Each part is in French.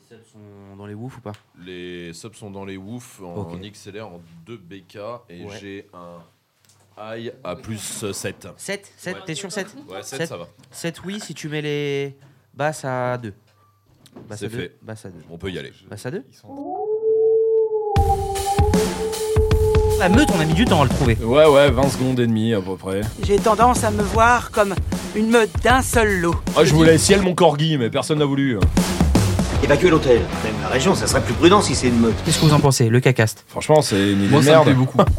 subs sont dans les woofs ou pas? Les subs sont dans les woofs en XLR en 2 BK et j'ai un high à plus 7. 7 ouais. T'es sur 7? Ouais, 7 ça va. 7 oui, si tu mets les basses à 2. C'est fait. Basse à 2. On peut y aller. Basse à 2. La meute, on a mis du temps à le trouver. Ouais, 20 secondes et demie à peu près. J'ai tendance à me voir comme une meute d'un seul lot. Ah, je voulais ciel mon corgi, mais personne n'a voulu. Évacuer l'hôtel. Même la région, ça serait plus prudent si c'est une meute. Qu'est-ce que vous en pensez, le cacaste? Franchement, c'est une idée Moi, de ça merde. me plaît beaucoup.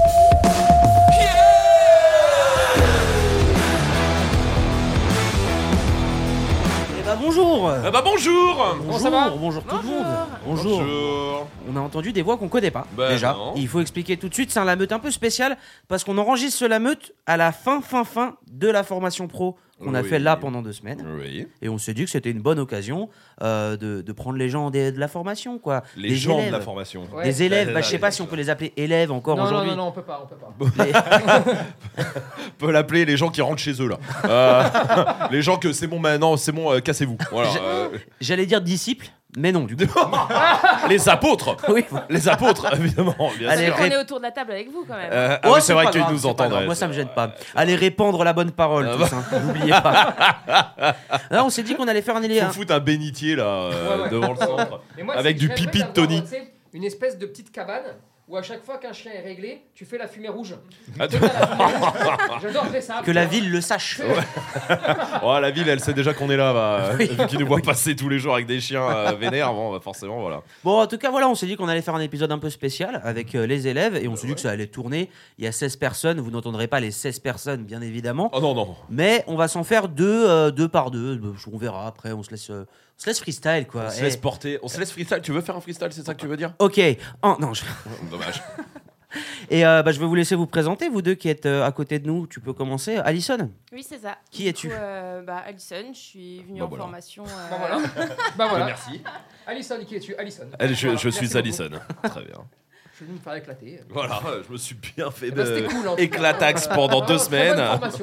Bonjour. Bonjour. Comment ça va? Bonjour tout le monde. Bonjour. On a entendu des voix qu'on connaît pas. Déjà, non. Il faut expliquer tout de suite, c'est un La Meute un peu spécial parce qu'on enregistre ce La Meute à la fin de la formation pro qu'on a fait là pendant 2 semaines. Oui. Et on s'est dit que c'était une bonne occasion de prendre les gens de la formation, quoi. Les gens élèves, de la formation. Ouais. Des élèves, je sais pas si on peut les appeler élèves encore aujourd'hui. Non, on peut pas. On peut l'appeler les gens qui rentrent chez eux là. Les gens que c'est bon maintenant, c'est bon, cassez-vous. Voilà. J'allais dire disciples. Mais non, du coup. Les apôtres. Oui. Les apôtres, évidemment. Allez, on est autour de la table avec vous quand même. Oui, c'est vrai qu'ils nous entendent. Moi, ça me gêne pas. Allez répandre la bonne parole, tous, hein. N'oubliez pas. Là, on s'est dit qu'on allait faire un élève. Faut foutre un bénitier là devant le centre, avec du pipi de Tony. Une espèce de petite cabane où à chaque fois qu'un chien est réglé, tu fais la fumée rouge. J'adore ça. Que la ville le sache. Oh, la ville, elle sait déjà qu'on est là, vu qu'ils nous voient passer tous les jours avec des chiens vénères. Bon, forcément, voilà. Bon, en tout cas, voilà, on s'est dit qu'on allait faire un épisode un peu spécial avec les élèves et on s'est dit que ça allait tourner. Il y a 16 personnes, vous n'entendrez pas les 16 personnes, bien évidemment. Oh non. Mais on va s'en faire deux par deux. On verra après, on se laisse freestyle, quoi. On se laisse porter. On se laisse freestyle. Tu veux faire un freestyle, c'est ça que tu veux dire? Ok. Oh, non, Dommage. Et je vais vous laisser vous présenter, vous deux qui êtes à côté de nous. Tu peux commencer. Alison? Oui, c'est ça. Qui es-tu? Alison, je suis venue en formation. Voilà. Merci. Alison, qui es-tu? Alison. Je suis Alison. Très bien. Je suis venu me faire éclater. Voilà, je me suis bien fait cool, éclataxe pendant 2 semaines.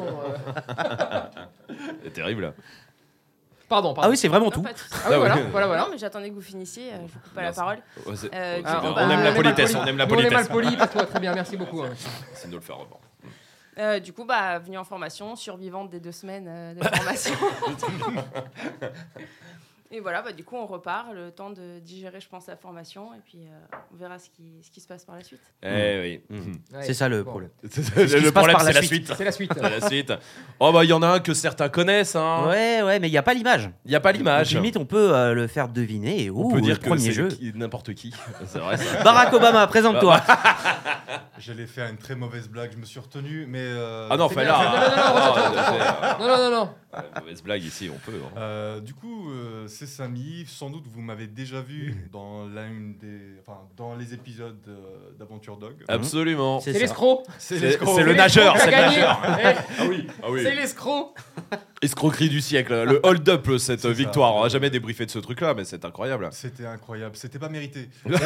C'est terrible. Pardon. Ah oui, c'est vraiment tout. Voilà. Non, mais j'attendais que vous finissiez. Je vous coupe pas la parole. On aime la politesse. On aime la politesse. On est mal poli, pas toi. Très bien, merci beaucoup. C'est de le faire rebord. Du coup, venue en formation, survivante des 2 semaines de formation. Et voilà, du coup, on repart, le temps de digérer, je pense, la formation, et puis on verra ce qui se passe par la suite. Oui. C'est ça le problème. Le problème, c'est la suite. C'est la suite. La suite. Oh, il y en a un que certains connaissent. Hein. Ouais, mais il n'y a pas l'image. Il n'y a pas l'image. Limite, on peut le faire deviner. On peut dire le premier jeu. N'importe qui. C'est vrai, ça. Barack Obama, présente-toi. J'allais faire une très mauvaise blague, je me suis retenu, mais... Ah non, fais-la. Non. Mauvaise blague ici, on peut. Du coup, c'est Samy. Sans doute, vous m'avez déjà vu dans les épisodes d'Aventure Dog. Absolument. C'est l'escroc. C'est le nageur. C'est le nageur. Ah oui. C'est l'escroc. Escroquerie du siècle. Le hold-up, cette victoire. On n'a jamais débriefé de ce truc-là, mais c'est incroyable. C'était incroyable. C'était pas mérité.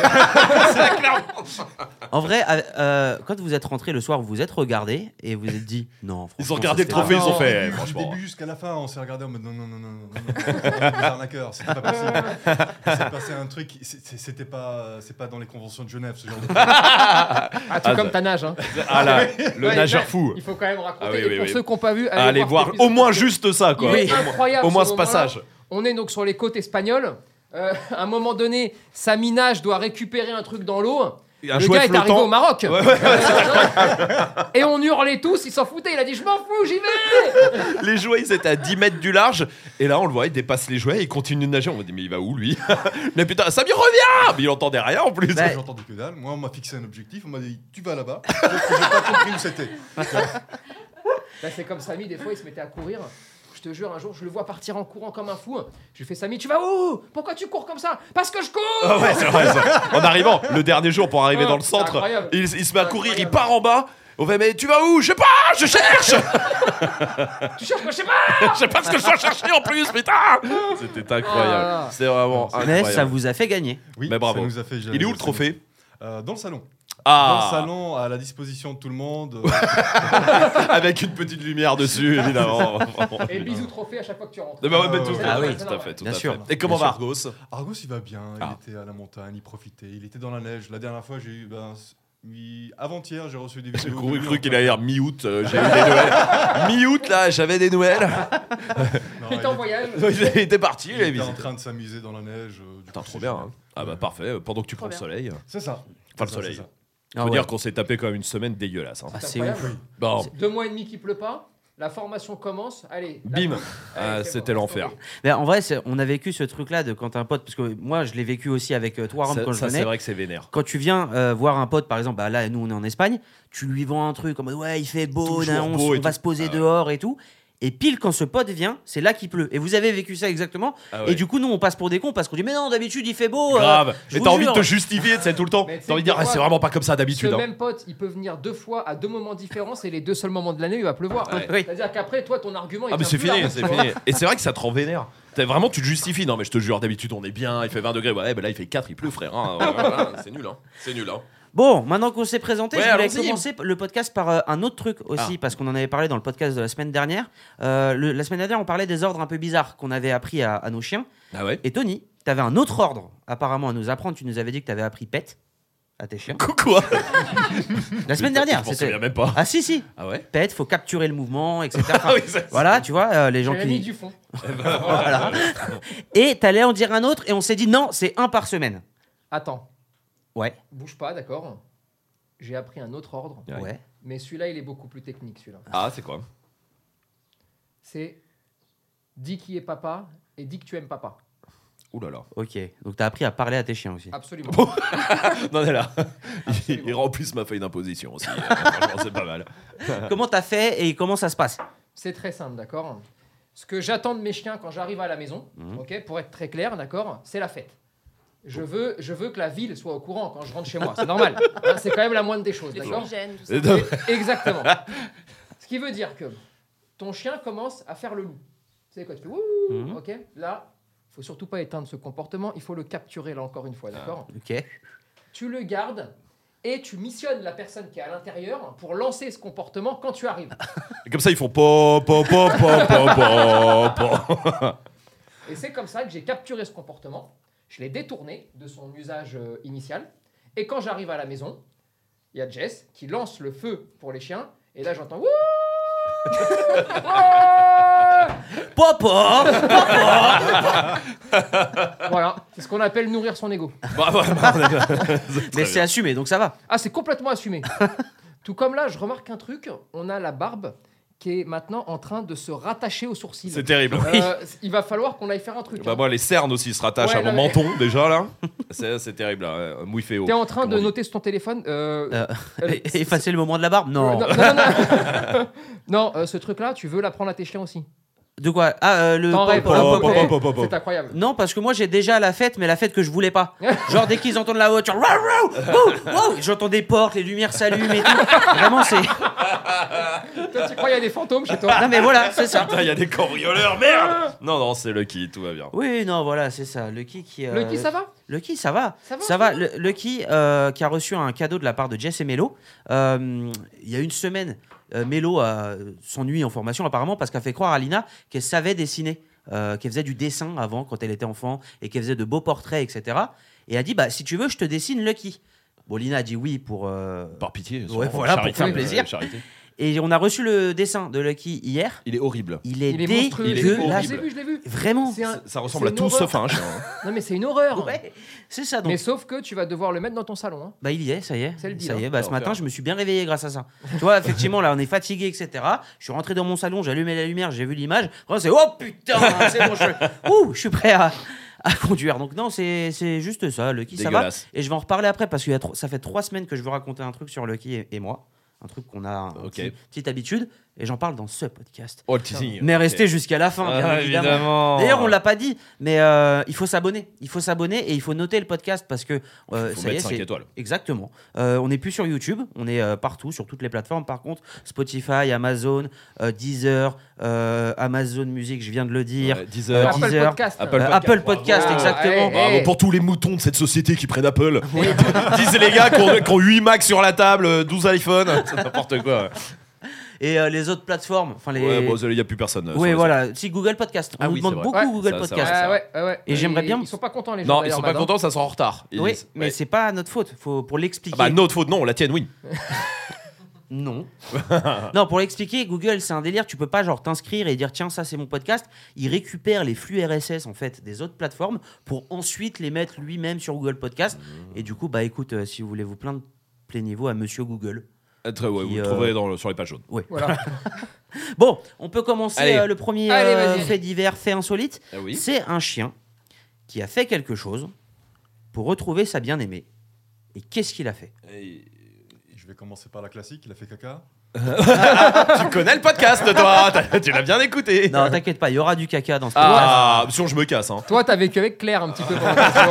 En vrai, quand vous êtes rentré le soir, vous vous êtes regardé et vous êtes dit non. Ils ont regardé le trophée, ils ont fait. Du début jusqu'à la fin, on s'est regardé en mode non. Les arnaqueurs, c'était pas possible. Il s'est passé un truc, c'est pas dans les conventions de Genève, ce genre de truc. Tout comme ta nage. Hein. Le nageur fou. Il faut quand même raconter. Et pour ceux qui n'ont pas vu, allez voir au moins juste ça, quoi. Il est incroyable. Au moins ce passage. On est donc sur les côtes espagnoles. À un moment donné, Samy nage doit récupérer un truc dans l'eau. Le gars est arrivé au Maroc. Et on hurlait tous, il s'en foutait. Il a dit je m'en fous, j'y vais. Les jouets, ils étaient à 10 mètres du large. Et là, on le voit, il dépasse les jouets, il continue de nager. On me dit mais il va où lui? Mais putain, Samy revient. Mais il entendait rien en plus. J'entendais que dalle. Moi, on m'a fixé un objectif. On m'a dit tu vas là-bas. J'ai pas compris où c'était. C'est comme Samy, des fois, il se mettait à courir. Je te jure, un jour, je le vois partir en courant comme un fou. Je lui fais Samy, tu vas où? Pourquoi tu cours comme ça? Parce que je cours. Ouais, c'est vrai, ça. En arrivant, le dernier jour pour arriver dans le centre, il se met à courir, il part en bas. On fait mais tu vas où? Je sais pas, je cherche. Tu cherches quoi? Je sais pas. Je sais pas ce que je dois chercher en plus, putain. C'était incroyable. C'est vraiment incroyable. Mais ça vous a fait gagner. Oui, mais bravo. Ça nous a fait il est où le trophée? Dans le salon. dans le salon, à la disposition de tout le monde. Avec une petite lumière dessus, évidemment. Et bisous trophée à chaque fois que tu rentres. Tout à fait. Bien sûr. Et comment va Argos? Argos, il va bien. Il était à la montagne, il profitait. Il était dans la neige. La dernière fois, j'ai eu... avant-hier, j'ai reçu des vidéos. J'ai cru qu'il allait dire mi-août. J'avais des nouvelles. Mi-août, là, j'avais des nouvelles. Il était en voyage. Il était parti. Il était en train de s'améuser dans la neige. Trop bien. Hein. Ah bah parfait. Pendant que tu prends le soleil. C'est ça. Enfin, le soleil. Faut dire qu'on s'est tapé quand même une semaine dégueulasse. Hein. C'est ouf. Bon. 2 mois et demi qu'il pleut pas. La formation commence. Allez. Bim. C'était l'enfer. Mais en vrai, on a vécu ce truc-là de quand un pote, parce que moi, je l'ai vécu aussi avec toi, Rome, quand je venais. C'est vrai que c'est vénère. Quand tu viens voir un pote, par exemple, là, nous, on est en Espagne, tu lui vends un truc en mode ouais, il fait beau, on va se poser dehors et tout. Et pile quand ce pote vient, c'est là qu'il pleut. Et vous avez vécu ça exactement. Et du coup, nous, on passe pour des cons parce qu'on dit mais non, d'habitude, il fait beau. Grave. Mais t'as envie de te justifier, c'est tout le temps. T'as envie de dire c'est vraiment pas comme ça d'habitude. Ce même pote, il peut venir 2 fois à 2 moments différents. C'est les 2 seuls moments de l'année où il va pleuvoir. C'est-à-dire qu'après, toi, ton argument. Ah mais c'est fini. Et c'est vrai que ça te rend vénère. Vraiment, tu te justifies. Non mais je te jure, d'habitude, on est bien. Il fait 20 degrés. Ouais, bah là, il fait 4, il pleut, frère. C'est nul. C'est nul. Bon, maintenant qu'on s'est présenté, je voulais commencer le podcast par un autre truc aussi, parce qu'on en avait parlé dans le podcast de la semaine dernière. La semaine dernière, on parlait des ordres un peu bizarres qu'on avait appris à nos chiens. Ah ouais. Et Tony, tu avais un autre ordre apparemment à nous apprendre. Tu nous avais dit que tu avais appris pet à tes chiens. Quoi? La semaine dernière. Je m'en souviens même pas. Ah si. Ah ouais. Pet, faut capturer le mouvement, etc. Oui, voilà, tu vois, les gens qui... mis du fond. Voilà. Et t'allais en dire un autre et on s'est dit non, c'est un par semaine. Attends. Ouais. Bouge pas, d'accord. J'ai appris un autre ordre. Ouais. Mais celui-là, il est beaucoup plus technique, celui-là. Ah, c'est quoi? C'est dis qui est papa et dis que tu aimes papa. Ouh là là. Ok. Donc t'as appris à parler à tes chiens aussi. Absolument. Non, mais là. Il rend plus ma feuille d'imposition aussi. Franchement, c'est pas mal. Comment t'as fait et comment ça se passe? C'est très simple, d'accord. Ce que j'attends de mes chiens quand j'arrive à la maison, ok, pour être très clair, d'accord, c'est la fête. Je veux que la ville soit au courant quand je rentre chez moi. C'est normal. Hein, c'est quand même la moindre des choses, d'accord. Exactement. Ce qui veut dire que ton chien commence à faire le loup. Tu sais, quand tu fais wouh, ok. Là, faut surtout pas éteindre ce comportement. Il faut le capturer là encore une fois, d'accord. Ok. Tu le gardes et tu missionnes la personne qui est à l'intérieur pour lancer ce comportement quand tu arrives. Et comme ça, ils font Et c'est comme ça que j'ai capturé ce comportement. Je l'ai détourné de son usage initial. Et quand j'arrive à la maison, il y a Jess qui lance le feu pour les chiens. Et là, j'entends wouh. Papa. Voilà, c'est ce qu'on appelle nourrir son ego. Mais c'est assumé, donc ça va. Ah, c'est complètement assumé. Tout comme là, je remarque un truc. On a la barbe qui est maintenant en train de se rattacher aux sourcils. C'est terrible. Il va falloir qu'on aille faire un truc. Bah moi, les cernes aussi se rattachent à mon menton déjà là. C'est terrible là. Mouiféo. T'es en train de noter sur ton téléphone. Effacer le moment de la barbe? Non. Non, ce truc-là, tu veux l'apprendre à tes chiens aussi. De quoi? Ah, le c'est incroyable. Non, parce que moi j'ai déjà la fête, mais la fête que je voulais pas. Genre dès qu'ils entendent la voiture, j'entends des portes, les lumières s'allument et tout. Vraiment, c'est. Toi, tu crois qu'il y a des fantômes chez toi? Non, mais voilà, c'est ça. Il y a des cambrioleurs, merde. Non, c'est Lucky, tout va bien. Oui, non, voilà, c'est ça. Lucky qui. Lucky, ça va? Lucky, ça va. Ça va. Lucky qui a reçu un cadeau de la part de Jess et Mélo. Il y a une semaine. Mélo s'ennuie en formation apparemment parce qu'elle fait croire à Lina qu'elle savait dessiner, qu'elle faisait du dessin avant quand elle était enfant et qu'elle faisait de beaux portraits, etc. Et elle a dit si tu veux je te dessine Lucky. Bon, Lina a dit oui pour par pitié, ouais, voilà, pour faire plaisir. Charité. Et on a reçu le dessin de Lucky hier. Il est horrible. Il est dégueulasse. Je l'ai vu. Vraiment. Ça ressemble à tout sauf un chien. Non mais c'est une horreur. Ouais, c'est ça. Donc. Mais sauf que tu vas devoir le mettre dans ton salon. Hein. Bah il y est, ça y est. C'est le deal, ça y est. Ce matin, je me suis bien réveillé grâce à ça. Tu vois, effectivement, là, on est fatigué, etc. Je suis rentré dans mon salon, j'ai allumé la lumière, j'ai vu l'image. C'est oh putain, c'est bon, je suis prêt à conduire. Donc non, c'est juste ça. Lucky, ça va. Et je vais en reparler après parce que ça fait 3 semaines que je veux raconter un truc sur Lucky et moi. un truc qu'on a petite habitude, et j'en parle dans ce podcast. Oh, le teasing. Mais restez jusqu'à la fin, bien évidemment. D'ailleurs, on l'a pas dit, mais il faut s'abonner. Il faut s'abonner et il faut noter le podcast parce que ça y est, 5 étoiles. Exactement. On n'est plus sur YouTube, on est partout, sur toutes les plateformes. Par contre, Spotify, Amazon, Deezer, Amazon Music, je viens de le dire. Deezer, Apple Podcast, exactement. Bravo pour tous les moutons de cette société qui prennent Apple. Disent les gars qui ont 8 Mac sur la table, 12 iPhone, c'est n'importe quoi. Et les autres plateformes, enfin les. Ouais, bon, il n'y a plus personne. Oui, voilà. Si Google Podcast, on nous demande beaucoup Google Podcast. Et j'aimerais bien. Ils sont pas contents les gens. Non, ils sont pas contents, ça sort en retard. Oui, mais c'est pas notre faute. Faut pour l'expliquer. Bah notre faute, non, la tienne, oui. Non. Non, pour l'expliquer, Google, c'est un délire. Tu peux pas genre t'inscrire et dire tiens, ça c'est mon podcast. Il récupère les flux RSS en fait des autres plateformes pour ensuite les mettre lui-même sur Google Podcast. Et du coup, bah écoute, si vous voulez vous plaindre, plaignez-vous à Monsieur Google. Vous le trouverez sur les pages jaunes. Oui. Voilà. Bon, on peut commencer le premier fait divers, fait insolite. C'est un chien qui a fait quelque chose pour retrouver sa bien-aimée. Et qu'est-ce qu'il a fait ? Je vais commencer par la classique, il a fait caca. Tu connais le podcast, toi. Tu l'as bien écouté. Non, t'inquiète pas, il y aura du caca dans ce podcast. Sinon je me casse. Hein. Toi, t'as vécu avec Claire un petit peu.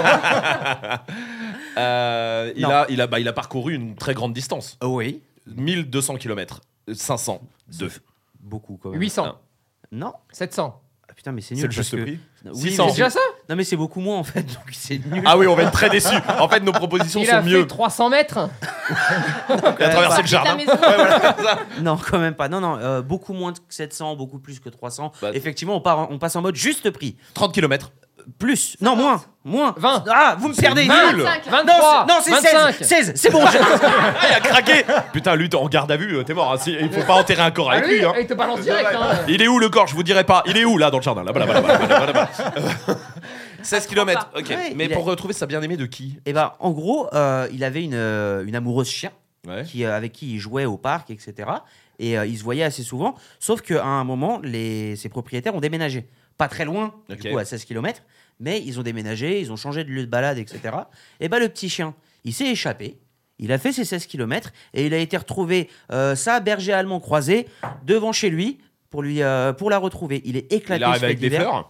Il a parcouru une très grande distance. Oui. 1200 km. 502. Beaucoup quand même. 800. Non. 700. Ah putain, mais c'est nul. C'est le juste prix. Oui, 600. C'est déjà ça ? Non, mais c'est beaucoup moins en fait, donc c'est nul. Ah oui, on va être très déçus. En fait, nos propositions sont mieux. Il a fait 300 mètres. Il a traversé le jardin. Non, quand même pas. Non, beaucoup moins que 700, beaucoup plus que 300. Effectivement, on passe en mode juste prix. 30 km. Plus. Non, moins. 20. Ah, vous me perdez. 25. 23. Non, c'est 25. 16. C'est bon. Il a craqué. Putain, lui, en garde à vue, t'es mort. Hein. Il faut pas enterrer un corps avec lui. Hein. Il te balance direct. Il est où le corps ? Je vous dirai pas. Il est où là dans le jardin ? Là-bas. 16 km. Ok. Ouais, mais pour retrouver sa bien-aimée de qui ? Eh ben, en gros, il avait une amoureuse chien avec qui il jouait au parc, etc. Et il se voyait assez souvent. Sauf qu'à un moment, ses propriétaires ont déménagé. Pas très loin, du coup, à 16 km. Mais ils ont déménagé, ils ont changé de lieu de balade, etc. Et ben, le petit chien, il s'est échappé. Il a fait ses 16 km et il a été retrouvé, ça, berger allemand croisé, devant chez lui pour la retrouver. Il est éclaté. Il arrive avec des fleurs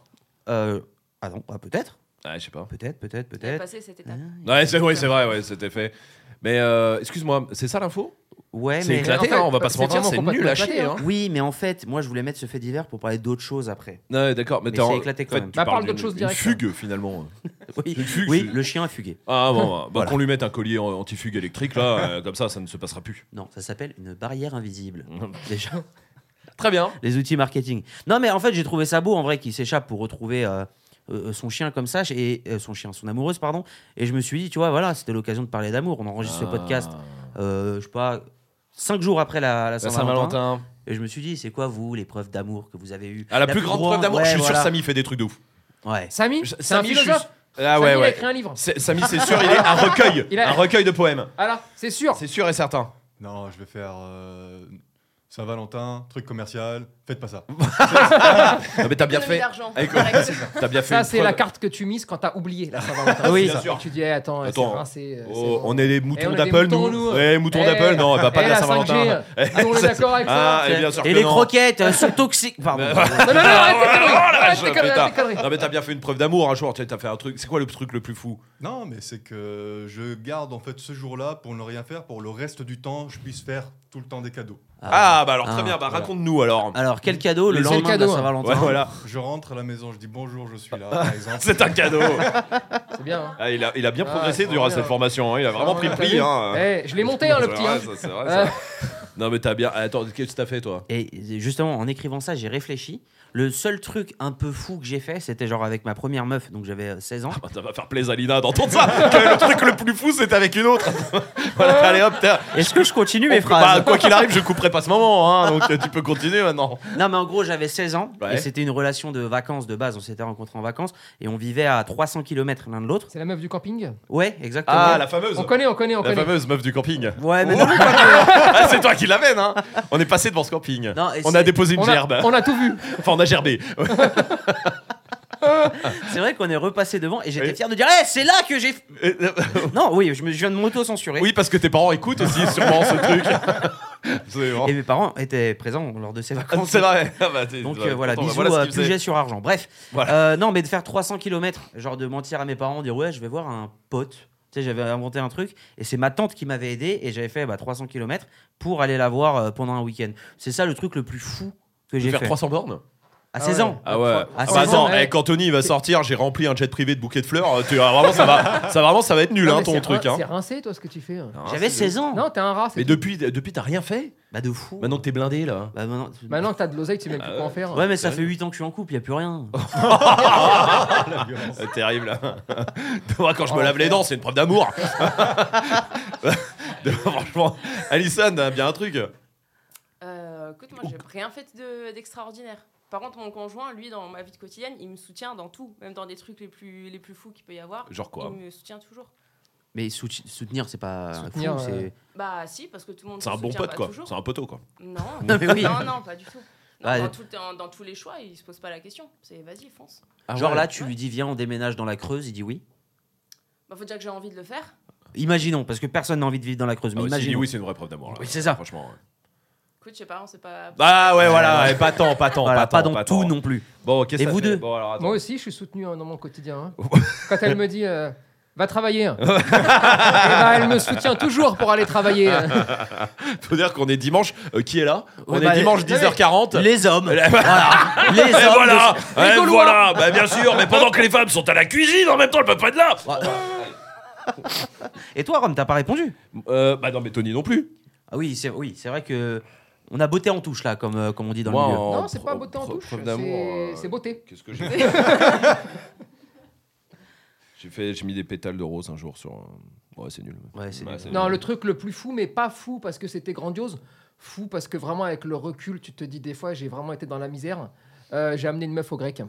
Ah non, peut-être. Je sais pas. Peut-être. Il a passé cette étape. C'est vrai, c'était fait. Mais excuse-moi, c'est ça l'info ? Ouais, c'est mais éclaté, on va pas se mentir, c'est nul à chier. Hein. Oui, mais en fait, moi je voulais mettre ce fait divers pour parler d'autres choses après. Ouais, d'accord, mais c'est éclaté quand même. Parle d'autre chose direct. Une fugue finalement. Oui, le chien a fugué. Ah bon, voilà. Qu'on lui mette un collier anti-fugue électrique là, comme ça ne se passera plus. Non, ça s'appelle une barrière invisible. Déjà. Très bien. Les outils marketing. Non, mais en fait, j'ai trouvé ça beau en vrai qu'il s'échappe pour retrouver son chien comme ça et son amoureuse pardon. Et je me suis dit, tu vois, voilà, c'était l'occasion de parler d'amour. On enregistre ce podcast, je sais pas. 5 jours après la Saint-Valentin. Et je me suis dit, c'est quoi, vous, les preuves d'amour que vous avez eues ? La plus grande preuve d'amour, je suis sûr que Samy fait des trucs de ouf. Ouais. Samy, c'est un philosophe. Ah Samy, il a écrit un livre. Samy, c'est sûr, il est un recueil. Un recueil de poèmes. Alors, c'est sûr. C'est sûr et certain. Non, je vais faire Saint-Valentin, truc commercial, faites pas ça. Non, mais t'as bien fait. T'as bien fait. Ça, c'est la carte que tu mises quand t'as oublié la Saint-Valentin. Oui, bien sûr. Tu dis, attends, c'est on est les moutons d'Apple, nous. Ouais, moutons d'Apple, non, pas de la Saint-Valentin. On est d'accord avec ça. Et les croquettes sont toxiques. Pardon. Non, arrête tes conneries. Non, mais t'as bien fait une preuve d'amour un jour. T'as fait un truc. C'est quoi le truc le plus fou ? Non, mais c'est que je garde en fait ce jour-là pour ne rien faire, pour le reste du temps, je puisse faire tout le temps des cadeaux. Bah alors très bien, raconte-nous alors. Alors quel cadeau le lendemain de la Saint-Valentin ? Ouais, voilà. Je rentre à la maison, je dis bonjour, je suis là, par exemple. C'est un cadeau. C'est bien. Ah, il a bien progressé durant cette formation. Hein. Il a vraiment pris le pli. Je l'ai monté, le petit. C'est vrai, ça. Non mais t'as bien. Attends, qu'est-ce que t'as fait toi ? Et justement, en écrivant ça, j'ai réfléchi. Le seul truc un peu fou que j'ai fait, c'était genre avec ma première meuf, donc j'avais 16 ans. Ça va faire plaisir à Lina d'entendre ça. Le truc le plus fou, c'était avec une autre. Voilà, allez hop. Est-ce que je continue mes phrases ? Quoi qu'il arrive, je couperai pas ce moment, hein, donc tu peux continuer maintenant. Non, mais en gros, j'avais 16 ans et c'était une relation de vacances de base. On s'était rencontrés en vacances et on vivait à 300 km l'un de l'autre. C'est la meuf du camping ? Ouais, exactement. Ah, la fameuse. On connaît. La fameuse meuf du camping. Ouais, mais non. C'est toi qui l'amènes, hein. On est passé devant ce camping. Non, on a déposé une gerbe. On a tout vu. Enfin, on a gerbé. C'est vrai qu'on est repassé devant et j'étais fier de dire c'est là que j'ai. Non, oui, je viens de m'auto-censurer. Oui, parce que tes parents écoutent aussi sûrement ce truc. Absolument. Et mes parents étaient présents lors de ces vacances. C'est vrai. Donc voilà, bisous, budget sur argent. Bref, non, mais de faire 300 km, genre de mentir à mes parents, dire ouais, je vais voir un pote. Tu sais, j'avais inventé un truc et c'est ma tante qui m'avait aidé et j'avais fait 300 km pour aller la voir pendant un week-end. C'est ça le truc le plus fou que j'ai fait. Faire 300 bornes à 16 ans. Ah ouais. Attends, quand Tony va sortir, j'ai rempli un jet privé de bouquets de fleurs. Vraiment, ça va être nul, ton truc. C'est rincé, toi, ce que tu fais. J'avais 16 ans. Non, t'es un rat. Mais depuis, t'as rien fait. Bah de fou. Maintenant que t'es blindé là. Maintenant que t'as de l'oseille, tu sais même plus quoi en faire. Ouais, mais ça fait 8 ans que je suis en couple, y a plus rien. Terrible. Moi, quand je me lave les dents, c'est une preuve d'amour. Franchement, Alison, bien un truc. Écoute, moi, j'ai rien fait d'extraordinaire. Par contre, mon conjoint, lui, dans ma vie quotidienne, il me soutient dans tout, même dans des trucs les plus fous qu'il peut y avoir. Genre quoi? Il me soutient toujours. Mais soutenir, c'est pas soutenir, fou, c'est... Bah si, parce que tout le monde. C'est un bon pote, quoi. Toujours. C'est un poteau, quoi. Non. Non, mais oui. Non, pas du tout. Non, dans tous les choix, il se pose pas la question. C'est vas-y, fonce. Genre là, tu lui dis viens, on déménage dans la Creuse, il dit oui. Bah faut dire que j'ai envie de le faire. Imaginons, parce que personne n'a envie de vivre dans la Creuse. Mais imaginons. Oui, c'est une vraie preuve d'amour. Là. Oui, c'est ça. Franchement. Ouais. Écoute, je sais pas, on sait pas. Ah ouais, voilà, pas tant. Voilà, pas dans tout non plus. Bon, qu'est-ce et que vous deux bon, moi aussi, je suis soutenu dans mon quotidien. Quand elle me dit va travailler, elle me soutient toujours pour aller travailler. Faut dire qu'on est dimanche. Qui est là? On est dimanche 10h40. Les hommes. Voilà. Les hommes. Voilà. Bah bien sûr, mais pendant que les femmes sont à la cuisine, en même temps, elles peuvent pas être là. Et toi, Rome, t'as pas répondu? Bah non, mais Tony non plus. Ah oui, c'est vrai que on a beauté en touche là, comme on dit dans le Moi, milieu. Non, c'est pas beauté en touche. C'est beauté. Qu'est-ce que j'ai fait? J'ai mis des pétales de rose un jour sur. Ouais, c'est nul. Ouais, c'est nul. Non, le truc le plus fou, mais pas fou parce que c'était grandiose. Fou parce que vraiment avec le recul, tu te dis des fois, j'ai vraiment été dans la misère. J'ai amené une meuf au grec.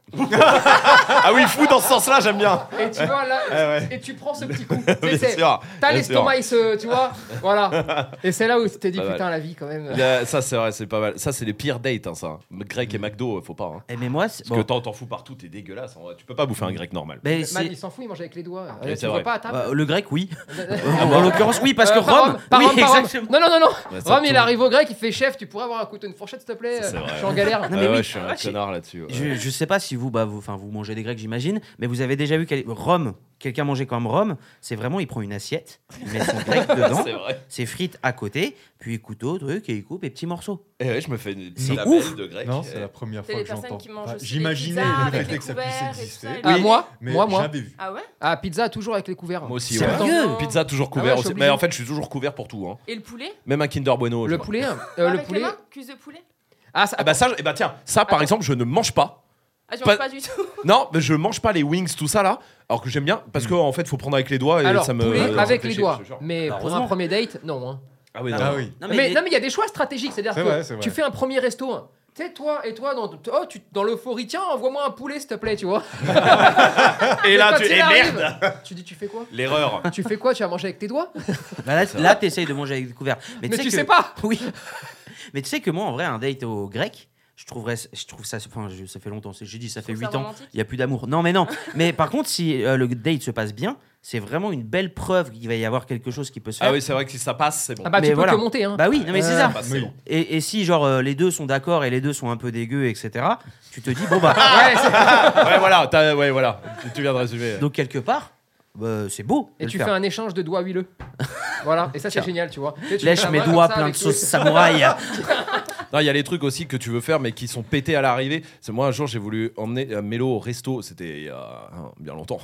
Ah oui, fou dans ce sens-là, j'aime bien. Et tu vois là, et tu prends ce petit coup. T'as bien l'estomac, tu vois, voilà. Et c'est là où tu t'es dit putain la vie quand même. Ça c'est vrai, c'est pas mal. Ça c'est les pires dates, ça. Grec et McDo, faut pas. Mais moi, parce que t'en fous partout, t'es dégueulasse. Tu peux pas bouffer un grec normal. Man, il s'en fout, il mange avec les doigts. Tu vois pas à table. Le grec, oui. En l'occurrence, oui, parce que Rome. Oui, exactement. Non. Rome, il arrive au grec, il fait chef. Tu pourrais avoir un couteau, une fourchette, s'il te plaît. Je suis en galère. Je suis un connard là-dessus. Je sais pas si vous mangez des grecs, j'imagine, mais vous avez déjà vu Rome, quelqu'un mangeait comme Rome, c'est vraiment, il prend une assiette, il met son grec dedans, ses frites à côté, puis couteau, truc, et il coupe les petits morceaux. Et ouais, je me fais une ouf de grec. Non, c'est la première fois que j'entends. J'imaginais le fait que ça puisse exister. Oui, moi. J'avais vu. Ah ouais? Ah, pizza toujours avec les couverts. Moi aussi. Pizza toujours couvert. Ah ouais, mais en fait, je suis toujours couvert pour tout. Et le poulet? Même un Kinder Bueno. Le poulet. Le poulet. Cuisse de poulet? Ça, par exemple, je ne mange pas. Ah, tu manges pas du tout? Non, mais je mange pas les wings, tout ça là. Alors que j'aime bien, parce qu'en fait, faut prendre avec les doigts et alors, ça me. Poulet avec les doigts. Mais pour un premier date, non. Hein. Ah oui, non. Non, mais il y a des choix stratégiques. C'est-à-dire que tu fais un premier resto. Tu sais, toi, dans l'euphorie, tiens, envoie-moi un poulet, s'il te plaît, tu vois. Et là, merde. Tu dis, tu fais quoi? L'erreur. Tu fais quoi? Tu vas manger avec tes doigts? Là, t'essayes de manger avec des couverts. Mais tu sais pas. Oui. Mais tu sais que moi, en vrai, un date au grec, je trouve ça, enfin, ça fait longtemps, j'ai dit ça fait 8 ans, il n'y a plus d'amour. Non, mais par contre, si le date se passe bien, c'est vraiment une belle preuve qu'il va y avoir quelque chose qui peut se faire. Ah oui, c'est vrai que si ça passe, c'est bon. Ah bah tu peux que monter, hein. Bah oui, non mais c'est ça. C'est bon. Et si genre les deux sont d'accord et les deux sont un peu dégueux, etc., tu te dis bon bah... ouais, voilà, tu viens de résumer. Donc quelque part, c'est beau. Et tu fais un échange de doigts huileux. Voilà, et ça c'est génial, tu vois. Lèche mes doigts plein de sauce samouraï. Non, il y a les trucs aussi que tu veux faire mais qui sont pétés à l'arrivée. C'est moi un jour j'ai voulu emmener Mélo au resto, c'était il y a bien longtemps.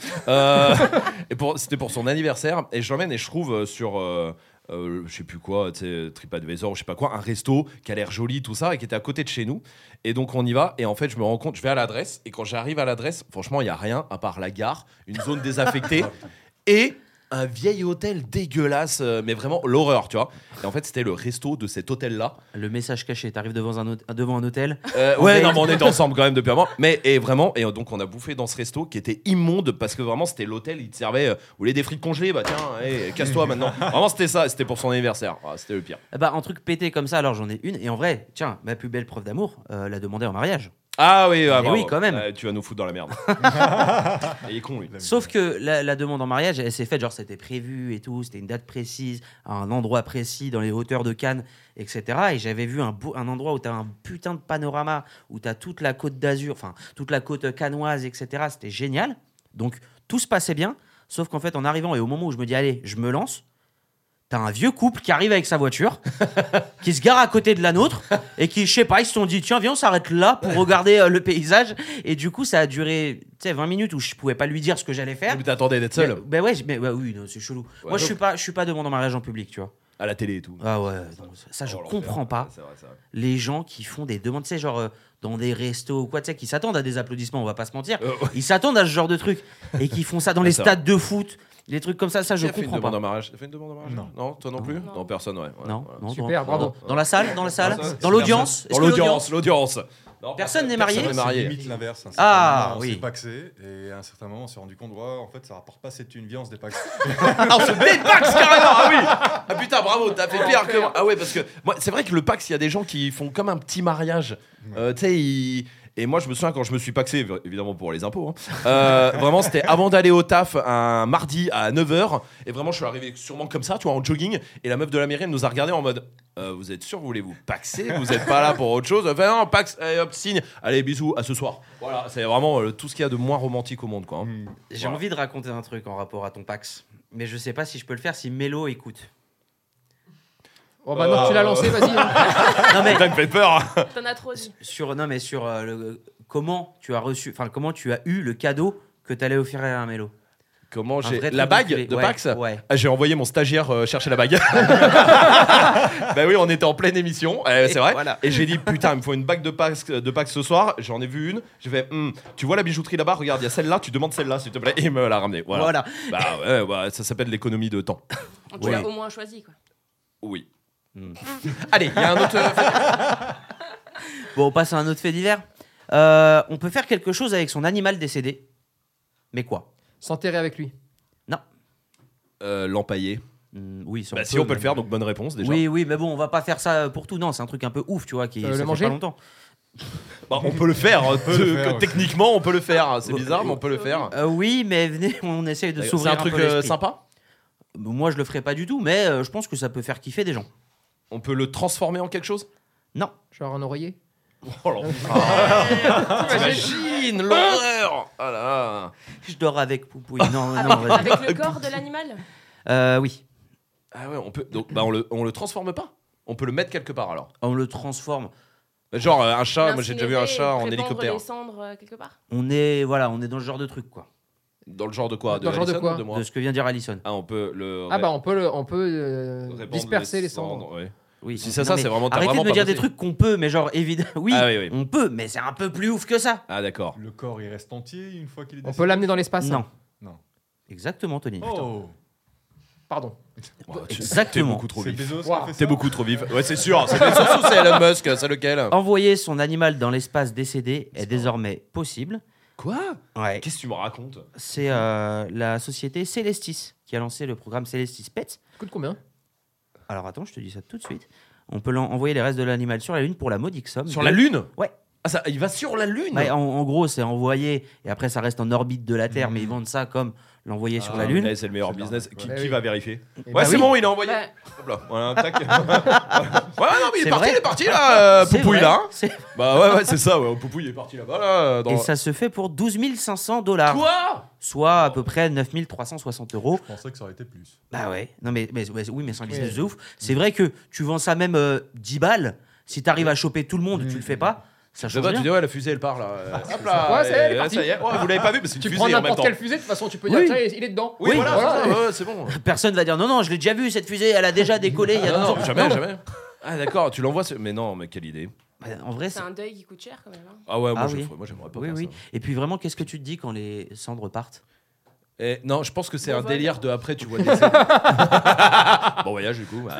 Et c'était pour son anniversaire et je l'emmène et je trouve sur je sais plus quoi, tu sais, TripAdvisor, je sais pas quoi, un resto qui a l'air joli, tout ça, et qui était à côté de chez nous. Et donc on y va, et en fait je me rends compte, je vais à l'adresse, et quand j'arrive à l'adresse, franchement il y a rien à part la gare, une zone désaffectée et un vieil hôtel dégueulasse, mais vraiment l'horreur, tu vois. Et en fait c'était le resto de cet hôtel-là. Le message caché, t'arrives devant un hôtel. Ouais, non, mais on était ensemble quand même depuis un moment. Mais et vraiment, et donc on a bouffé dans ce resto qui était immonde parce que vraiment c'était l'hôtel, il te servait. Vous voulez des frites congelées? Bah tiens, casse-toi maintenant. Vraiment c'était ça, c'était pour son anniversaire. C'était le pire. Bah un truc pété comme ça, alors j'en ai une. Et en vrai, tiens, ma plus belle preuve d'amour, la demander en mariage. Ah oui, oui, quand même. Tu vas nous foutre dans la merde. Il est con, lui. Sauf que la demande en mariage, elle s'est faite, genre c'était prévu et tout, c'était une date précise, à un endroit précis, dans les hauteurs de Cannes, etc. Et j'avais vu un endroit où tu as un putain de panorama, où tu as toute la côte d'Azur, enfin toute la côte cannoise, etc. C'était génial. Donc tout se passait bien, sauf qu'en fait, en arrivant et au moment où je me dis, allez, je me lance, t'as un vieux couple qui arrive avec sa voiture, qui se gare à côté de la nôtre, et qui, je sais pas, ils se sont dit, tiens, viens, on s'arrête là pour regarder le paysage. Et du coup, ça a duré 20 minutes où je pouvais pas lui dire ce que j'allais faire. Mais t'attendais d'être seul. Oui, non, c'est chelou. Ouais, moi, je suis pas demandant en mariage en public, tu vois. À la télé et tout. Ah ouais, non, ça, je comprends pas. C'est vrai. Les gens qui font des demandes, tu sais, genre dans des restos ou quoi, tu sais, qui s'attendent à des applaudissements, on va pas se mentir. Ils s'attendent à ce genre de truc. Et qui font ça dans les stades de foot. Les trucs comme ça, je comprends pas. T'as fait une demande en mariage? Non, toi non plus? Non, personne, ouais. Non. Super, bravo. Dans la salle? Dans l'audience? Dans l'audience. Personne n'est marié? C'est limite l'inverse. Ah oui. C'est paxé et à un certain moment on s'est rendu compte, en fait ça rapporte pas cette une viande des pax. On se dépaxe carrément. Ah oui. Ah putain, bravo, t'as fait pire que moi. Ah ouais, parce que moi, c'est vrai que le pax, il y a des gens qui font comme un petit mariage. Tu sais, et moi, je me souviens quand je me suis paxé, évidemment pour les impôts, vraiment, c'était avant d'aller au taf un mardi à 9h. Et vraiment, je suis arrivé sûrement comme ça, tu vois, en jogging. Et la meuf de la mairie, elle nous a regardé en mode vous êtes sûr, vous voulez vous paxer? Vous êtes pas là pour autre chose? Enfin, non, pax, allez, hop, signe. Allez, bisous, à ce soir. Voilà, c'est vraiment tout ce qu'il y a de moins romantique au monde, quoi. J'ai envie de raconter un truc en rapport à ton pax. Mais je sais pas si je peux le faire si Mélo écoute. Oh bah non, tu l'as lancé, vas-y. Non mais t'as fait peur. T'en as trop dit. Sur comment tu as eu le cadeau que t'allais offrir à un Mélo. Comment j'ai la bague de Pax? Ouais. Ah, j'ai envoyé mon stagiaire chercher la bague. Bah oui, on était en pleine émission, c'est vrai. Voilà. Et j'ai dit putain, il me faut une bague de Pax ce soir. J'en ai vu une. J'ai fait tu vois la bijouterie là-bas? Regarde, il y a celle-là. Tu demandes celle-là, s'il te plaît. Et il me l'a ramenée. Voilà. Bah ouais, ça s'appelle l'économie de temps. Tu l'as au moins choisi, quoi. Oui. Allez, il y a un autre. Bon, on passe à un autre fait divers. On peut faire quelque chose avec son animal décédé. Mais quoi? S'enterrer avec lui. Non. L'empailler. Oui, si on peut le faire, donc bonne réponse déjà. Oui, mais bon, on va pas faire ça pour tout. Non, c'est un truc un peu ouf, tu vois, qui ça fait pas longtemps. Bah, on peut le faire. Techniquement, on peut le faire. C'est bizarre, mais on peut le faire. Oui, mais venez, on essaye de s'ouvrir un peu. C'est un truc sympa. Moi, je le ferai pas du tout, mais je pense que ça peut faire kiffer des gens. On peut le transformer en quelque chose? Non. Genre un oreiller? Oh t'imagines l'horreur! Ah là. Je dors avec Poupouille. Non, avec le corps de l'animal? Oui. Ah ouais, on peut. Donc, on le transforme pas? On peut le mettre quelque part alors? On le transforme. Genre un chat. Moi j'ai déjà vu un chat en hélicoptère. Les cendres quelque part? On est dans ce genre de truc, quoi. Dans le genre de quoi? Dans le genre de quoi? De ce que vient de dire Alison. Ah, on peut le. Ah bah on peut disperser les cendres. Ouais. Oui, si c'est ça, c'est vraiment. Arrêtez vraiment de me dire bossé. des trucs qu'on peut, mais genre évidemment. Oui, oui. on peut, mais c'est un peu plus ouf que ça. Ah d'accord. Le corps il reste entier une fois qu'il est décédé. On peut l'amener dans l'espace? Non. Exactement, Tony. Oh. Pardon. Exactement. T'es beaucoup trop vif. Wow. T'es beaucoup trop vif. Ouais, c'est sûr. C'est Bezos ou c'est Elon Musk? C'est lequel? Envoyer son animal dans l'espace décédé est désormais possible. Quoi? Ouais. Qu'est-ce que tu me racontes? C'est la société Celestis qui a lancé le programme Celestis Pets. Ça coûte combien? Alors attends, je te dis ça tout de suite. On peut envoyer les restes de l'animal sur la Lune pour la modique somme. Sur la Lune? Ouais. Ah, ça, il va sur la Lune? Ouais, en gros, c'est envoyé et après ça reste en orbite de la Terre, mais ils vendent ça comme l'envoyer sur la Lune. Ouais, c'est le meilleur business. Qui va vérifier? Et Ouais, c'est bon, il a envoyé. Hop là. Voilà, tac. Ouais, non, mais il est parti là, Poupouille là. Bah ouais, c'est ça, ouais. Poupouille est parti là-bas là. Et ça se fait pour $12 500. Quoi? Soit à peu près 9 360 €. Je pensais que ça aurait été plus. Bah ouais. Non mais oui, mais c'est un business de ouf. C'est vrai que tu vends ça même 10 balles. Si t'arrives à choper tout le monde, tu le fais pas. Ça change rien. Tu dis ouais, la fusée elle part là. Hop là. Ouais, elle est partie. Ça y est. Ouais, vous l'avez pas vu, mais c'est une Tu fusée prends en même n'importe temps. quelle fusée, de toute façon, tu peux dire tiens, il est dedans. Oui, voilà. C'est bon. Personne va dire non, je l'ai déjà vu cette fusée, elle a déjà décollé il y a 2 ans. Jamais. Ah d'accord, tu l'envoies. Mais non, mais quelle idée. Bah, en vrai, c'est un deuil qui coûte cher quand même. Hein. Ah ouais, moi j'aimerais pas. Oui. Et puis vraiment, qu'est-ce que tu te dis quand les cendres partent? Non, je pense que c'est un délire de après, tu vois. Bon voyage du coup.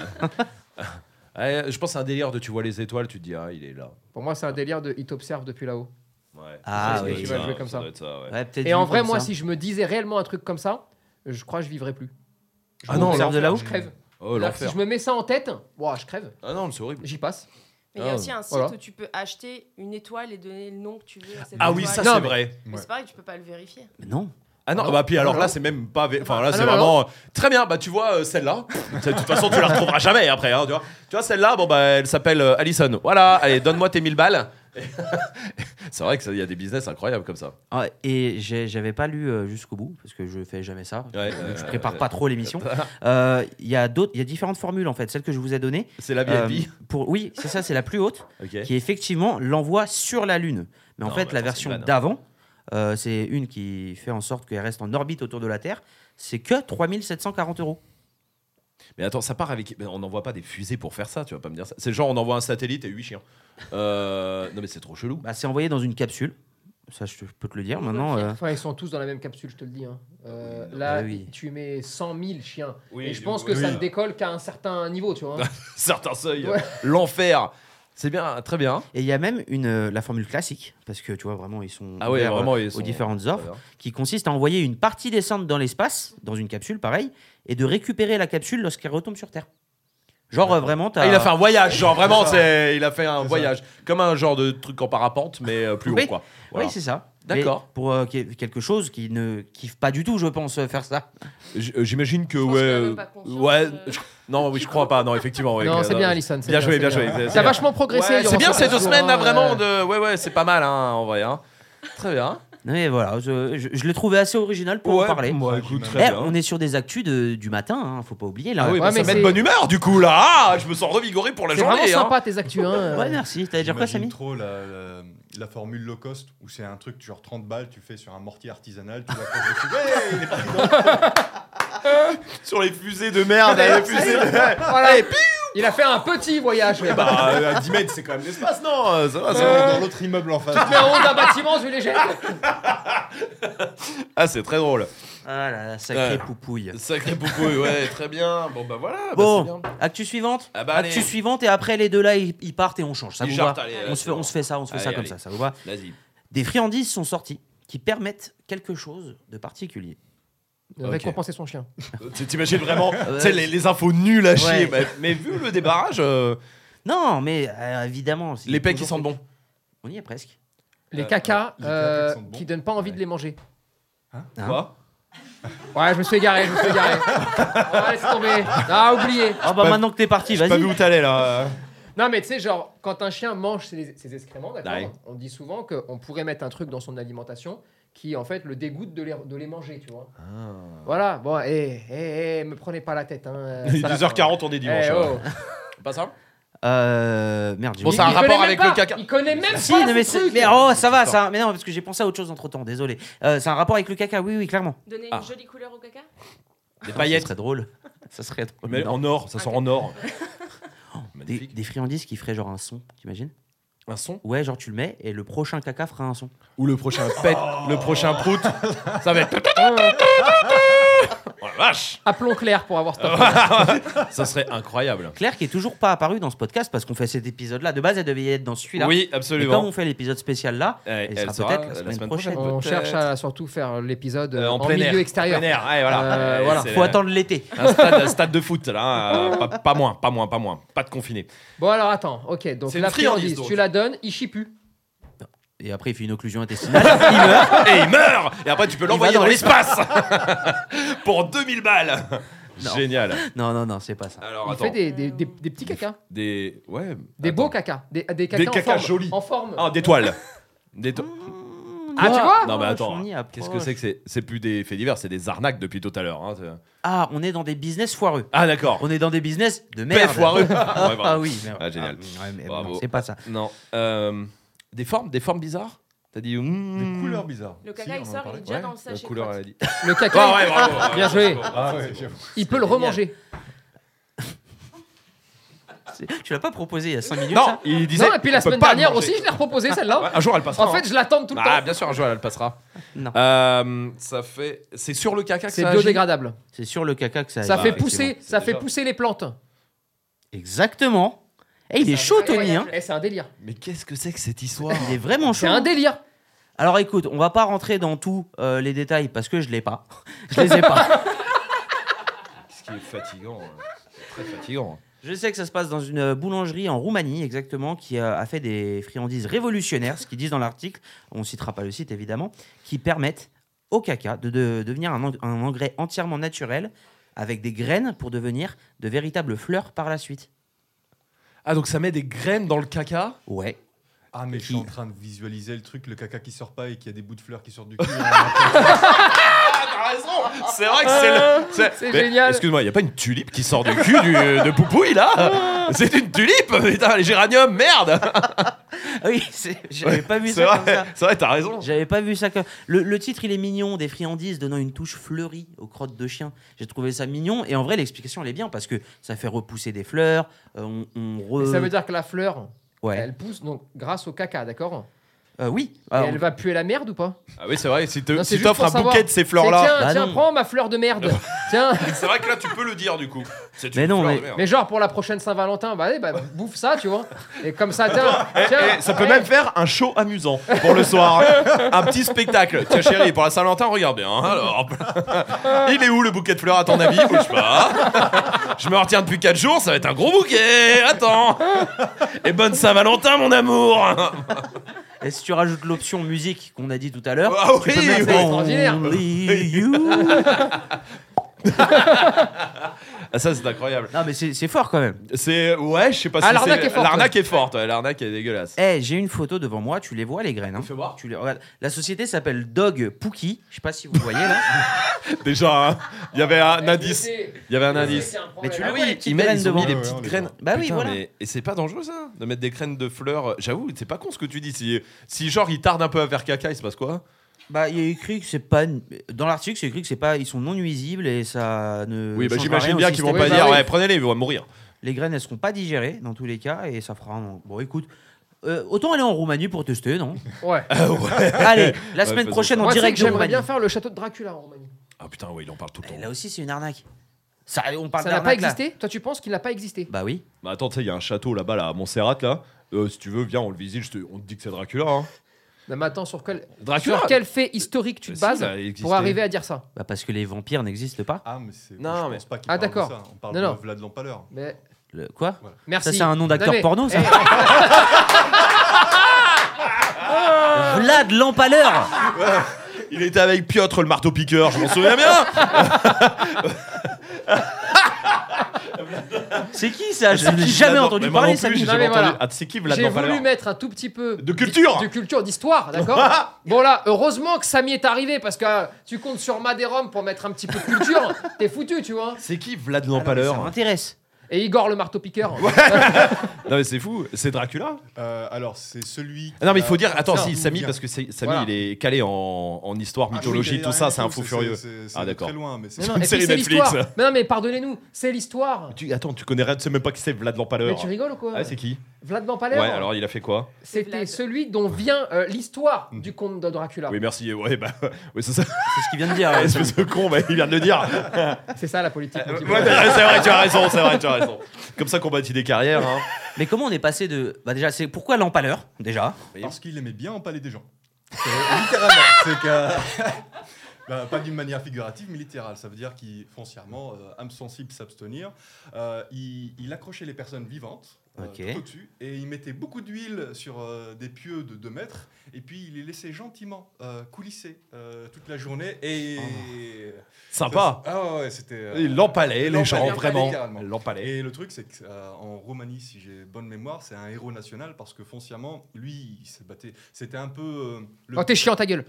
Je pense que c'est un délire de tu vois les étoiles, tu te dis ah il est là. Pour moi, c'est un délire de il t'observe depuis là-haut. Ouais. Ah oui. Tu vas jouer comme ça. Ouais, et en vrai, moi, si je me disais réellement un truc comme ça, je crois que je vivrais plus. Ah non, l'observe de là-haut, je crève. Oh, Là, si je me mets ça en tête, je crève. Ah non, c'est horrible. J'y passe. Mais il y a aussi un site où tu peux acheter une étoile et donner le nom que tu veux à cette étoile. Ah oui, ça c'est vrai. Mais c'est pareil, tu peux pas le vérifier. Mais non. Ah non, bah puis alors là c'est même pas, enfin là c'est vraiment très bien. Bah tu vois celle-là, de toute façon tu la retrouveras jamais après. Hein, tu vois celle-là, bon bah elle s'appelle Alison. Voilà, allez donne-moi tes 1000 balles. C'est vrai qu'il y a des business incroyables comme ça. Ah, et j'avais pas lu jusqu'au bout parce que je fais jamais ça. Je prépare pas trop l'émission. Il y a différentes formules en fait. Celle que je vous ai donnée. C'est la VIP. Oui, c'est ça, c'est la plus haute, qui est effectivement l'envoi sur la Lune. Mais en fait, la version d'avant. C'est une qui fait en sorte qu'elle reste en orbite autour de la Terre. C'est que 3 740 €. Mais attends, ça part avec. On n'envoie pas des fusées pour faire ça, tu vas pas me dire ça. C'est genre on envoie un satellite et 8 chiens. Non mais c'est trop chelou. Bah, c'est envoyé dans une capsule. Ça, je peux te le dire maintenant. Enfin, ils sont tous dans la même capsule, je te le dis. Hein. Là, tu mets 100 000 chiens. Et je pense que ça ne décolle qu'à un certain niveau, tu vois. Certain seuil. L'enfer. C'est bien, très bien. Et il y a même la formule classique, parce que tu vois, vraiment, ils sont aux différentes offres, qui consiste à envoyer une partie des cendres dans l'espace, dans une capsule, pareil, et de récupérer la capsule lorsqu'elle retombe sur Terre. Genre vraiment, il a fait un voyage, genre vraiment, il a fait un voyage. Comme un genre de truc en parapente, mais plus haut, quoi. Voilà. Oui, c'est ça. D'accord. Mais pour quelque chose qui ne kiffe pas du tout, je pense, faire ça. J'imagine que, non, oui, je crois pas. Non, effectivement. Non, c'est bien, Alison. Bien joué. Ça a vachement progressé. C'est bien ces 2 semaines, là, vraiment. Ouais, c'est pas mal, hein, en vrai. Hein. Très bien. Mais voilà, je l'ai trouvé assez original pour en parler. Écoute, très bien. On est sur des actus du matin, hein, faut pas oublier. Là. Ah oui, mais ça met de bonne humeur, du coup, là. Je me sens revigoré pour la journée. C'est vraiment sympa, tes actus. Hein. Ouais, merci. T'allais dire quoi, Samy ? Trop la formule low cost, où c'est un truc, genre 30 balles, tu fais sur un mortier artisanal, tu vas il est parti dans... Sur les fusées de merde, Voilà, et il a fait un petit voyage. À 10 mètres, c'est quand même l'espace, non ? Ça va, dans l'autre immeuble en face. Tu te mets en haut d'un bâtiment, tu les jettes. Ah, c'est très drôle. Ah là là, sacré poupouille. Sacré poupouille, ouais, très bien. Bon, bah voilà. Bon, actu suivante. Actu suivante, et après les deux là, ils partent et on change. Ça vous va ? On se fait ça comme ça. Ça vous va ? Vas-y. Des friandises sont sorties qui permettent quelque chose de particulier. Récompenser son chien. T'imagines vraiment les infos nulles à chier. Mais vu le débarrage. Non, mais évidemment. Les pecs qui sentent bon. On y est presque. Les cacas qui donnent pas envie de les manger. Quoi ? Ouais, je me suis égaré. Laisse tomber. Ah, oublié. Ah bah maintenant que t'es parti, vas-y. J'ai pas vu où t'allais là. Non, mais tu sais, genre, quand un chien mange ses excréments, d'accord, on dit souvent qu'on pourrait mettre un truc dans son alimentation qui, en fait, le dégoûte de les manger, tu vois. Voilà, bon, me prenez pas la tête. Hein, il est 2h40, on est dimanche. Pas ça ? Merde. Bon, ça a un rapport avec le caca. Il connaît même pas ce truc. Mais ça va, ça. Mais non, parce que j'ai pensé à autre chose entre temps. Désolé. C'est un rapport avec le caca. Oui, clairement. Donner une jolie couleur au caca. Des paillettes. Ça serait drôle. Ça serait drôle. Mais en or, ça sort en or. Des friandises qui feraient genre un son, t'imagines ? Un son ? Ouais, genre tu le mets et le prochain caca fera un son. Ou le prochain pet, le prochain prout, ça va être. Oh la vache ! Appelons Claire pour avoir cette Ça serait incroyable. Claire qui est toujours pas apparue dans ce podcast parce qu'on fait cet épisode-là. De base, elle devait être dans celui-là. Oui, absolument. Et comme on fait l'épisode spécial là, elle sera peut-être la semaine prochaine. On cherche à surtout faire l'épisode en milieu extérieur. En plein air, voilà. Faut attendre l'été. Un stade de foot, là. Pas moins. Pas de confiné. Bon, alors attends. Ok, donc la friandise, tu la donnes, il chie plus. Et après, il fait une occlusion intestinale, il meurt. Et après, tu peux l'envoyer dans l'espace pour 2000 balles. Non. Génial. Non, c'est pas ça. Alors, il fait des petits cacas. Des beaux cacas. Des cacas jolis. En forme. Ah, d'étoiles. Ah, tu vois ? Non, mais attends. Qu'est-ce que c'est que c'est plus des faits divers, c'est des arnaques depuis tout à l'heure. Hein. Ah, on est dans des business foireux. Ah, d'accord. On est dans des business de merde. Foireux. Ah oui. Génial. Non, c'est pas ça. Non. Des formes bizarres ? T'as dit des couleurs bizarres. Le caca, il sort, il est déjà dans le sachet. La couleur, elle a dit. Le caca, bravo, bien joué. Il peut le remanger. Tu l'as pas proposé il y a 5 minutes. Non, ça il disait. Non, et puis la semaine dernière aussi, je l'ai reproposé celle-là. Un jour, elle passera. En fait, je l'attends tout le temps. Ah, bien sûr, un jour, elle passera. Non. Ça fait. C'est sur le caca que c'est ça biodégradable. C'est sur le caca que ça. Ça fait pousser, ça fait pousser les plantes. Exactement. Et il est chaud, Tony. Hein. C'est un délire. Mais qu'est-ce que c'est que cette histoire ? Il est vraiment chaud. C'est un délire. Alors écoute, on va pas rentrer dans tous les détails parce que je l'ai pas. Je les ai pas. Ce qui est fatigant. Très fatigant. Je sais que ça se passe dans une boulangerie en Roumanie, exactement, qui a fait des friandises révolutionnaires, ce qu'ils disent dans l'article, on ne citera pas le site évidemment, qui permettent au caca de devenir un engrais entièrement naturel, avec des graines pour devenir de véritables fleurs par la suite. Ah, donc ça met des graines dans le caca ? Ouais. Ah, mais je suis en train de visualiser le truc, le caca qui sort pas et qu'il y a des bouts de fleurs qui sortent du cul. T'as raison. C'est vrai que c'est génial. Excuse-moi, il y a pas une tulipe qui sort du cul de Poupouille là ? C'est une tulipe, putain, les géraniums, merde. Oui, j'avais pas vu ça comme ça. C'est vrai, t'as raison. J'avais pas vu ça comme... Le titre, il est mignon, des friandises donnant une touche fleurie aux crottes de chien. J'ai trouvé ça mignon, et en vrai, l'explication, elle est bien, parce que ça fait repousser des fleurs, Ça veut dire que la fleur, ouais. elle pousse donc grâce au caca, d'accord ? Oui. Et elle va puer la merde ou pas ? Ah oui, c'est vrai, si Non, c'est t'offres un juste pour bouquet de ces fleurs-là... Tiens, prends ma fleur de merde. Tiens. C'est vrai que là, tu peux le dire, du coup. C'est une Mais non, fleur mais- de merde. Mais genre pour la prochaine Saint-Valentin, bah bouffe ça, tu vois. Et comme ça, tiens. Et ça peut même faire un show amusant pour le soir. Un petit spectacle. Tiens chérie, pour la Saint-Valentin, regarde bien. Alors, il est où le bouquet de fleurs à ton avis ? Bouge pas. Je me retiens depuis 4 jours, ça va être un gros bouquet. Attends. Et bonne Saint-Valentin, mon amour. Et si tu rajoutes l'option musique qu'on a dit tout à l'heure, Ah tu peux oui, même oui. faire Extraordinaire. Only You. Ah, ça, c'est incroyable. Non, mais c'est fort quand même. Ouais, je sais pas si l'arnaque est forte, L'arnaque est forte, ouais, l'arnaque est dégueulasse. J'ai une photo devant moi, tu les vois les graines. Hein. Fais voir. Regarde. La société s'appelle Dog Pookie. Je sais pas si vous voyez là. Déjà, hein, il y avait un indice. Il y avait un indice. Mais tu Ah le oui, vois, les petites Ils graines ont devant. mis des Ouais, petites on les graines. voit. Bah oui, Putain, voilà. Et c'est pas dangereux ça de mettre des graines de fleurs. J'avoue, c'est pas con ce que tu dis. Si genre il tarde un peu à faire caca, il se passe quoi ? Bah, il y a écrit que c'est pas. Dans l'article, c'est écrit que c'est pas. Ils sont non nuisibles et ça ne. Oui, bah changera j'imagine rien bien au qu'ils vont système. pas bah dire oui. ouais, prenez-les, ils vont mourir. Les graines, elles seront pas digérées dans tous les cas et ça fera. Bon, écoute. Autant aller en Roumanie pour tester, non ? Ouais. Allez, la semaine faisons prochaine en Moi, direct de j'aimerais Roumanie. bien faire le château de Dracula en Roumanie. Ah putain, ouais, il en parle tout le temps. Là aussi, c'est une arnaque. Ça, on parle Ça n'a pas d'arnaque, là. existé ? Toi, tu penses qu'il n'a pas existé ? Bah oui. Bah attends, tu sais, il y a un château là-bas, là, à Montserrat, là. Si tu veux, viens, on le visite. On te dit que c'est Dracula. Hein. Non, mais attends, sur Dracula quel fait historique tu te Si, bases ça a existé. pour arriver à dire ça ? Bah parce que les vampires n'existent pas. Ah, mais c'est. Non, je mais- pense pas qu'il Ah, parle de d'accord. ça. On parle Non, non. de Vlad l'Empaleur. Mais Quoi ? merci. Ça, c'est un nom d'acteur Non, mais- porno, ça. Eh. Vlad l'Empaleur. Il était avec Piotr le marteau-piqueur, je m'en souviens bien. C'est qui ça Je n'ai jamais entendu parler ça. J'ai Non, jamais mais entendu. voilà. Ah, c'est qui Vlad J'ai l'Empaleur voulu mettre un tout petit peu De culture. de culture, d'histoire, d'accord. Bon là, heureusement que ça m'y est arrivé parce que tu comptes sur Maderom pour mettre un petit peu de culture, t'es foutu, tu vois. C'est qui Vlad Ça l'Empaleur m'intéresse. Et Igor le marteau-piqueur. Non mais c'est fou, c'est Dracula. Alors, c'est celui. Non mais il faut dire, attends, Tiens, si d'où Samy, vient- parce que Samy Voilà. il est calé en histoire, Ah, mythologie, oui, tout ça, c'est un fou furieux. C'est Ah, de d'accord. très loin, mais c'est. Mais non, une et puis série c'est Netflix. l'histoire. Mais non, mais pardonnez-nous, c'est l'histoire. Attends, tu connais rien, tu sais même pas qui c'est Vlad l'Empaleur. Mais tu rigoles ou quoi? Ah, c'est qui? Vlad l'Empaleur. Ouais, alors il a fait quoi? C'était Vlad. celui dont vient l'histoire du conte de Dracula. Oui, merci. Ouais, bah, oui, c'est ça. C'est ce qu'il vient de dire. Espèce de con, bah, il vient de le dire. C'est ça la politique. Ouais, c'est vrai, tu as raison, c'est vrai, tu as raison. Comme ça qu'on bâtit des carrières. Hein. Mais comment on est passé de. Bah déjà, c'est pourquoi l'Empaleur déjà. Parce qu'il aimait bien empaler des gens. Littéralement. C'est que. Bah, pas d'une manière figurative, mais littérale. Ça veut dire qu'il, foncièrement, âme sensible, s'abstenir. Il accrochait les personnes vivantes Ok. tout au-dessus et il mettait beaucoup d'huile sur des pieux de 2 mètres et puis il les laissait gentiment coulisser toute la journée. Et Sympa. Ah ouais, c'était. Il l'empalait, les gens, l'empalait, vraiment. littéralement. L'empalait. Et le truc, c'est qu'en Roumanie, si j'ai bonne mémoire, c'est un héros national parce que foncièrement, lui, il se battait. C'était un peu. Oh, t'es chiant, ta gueule.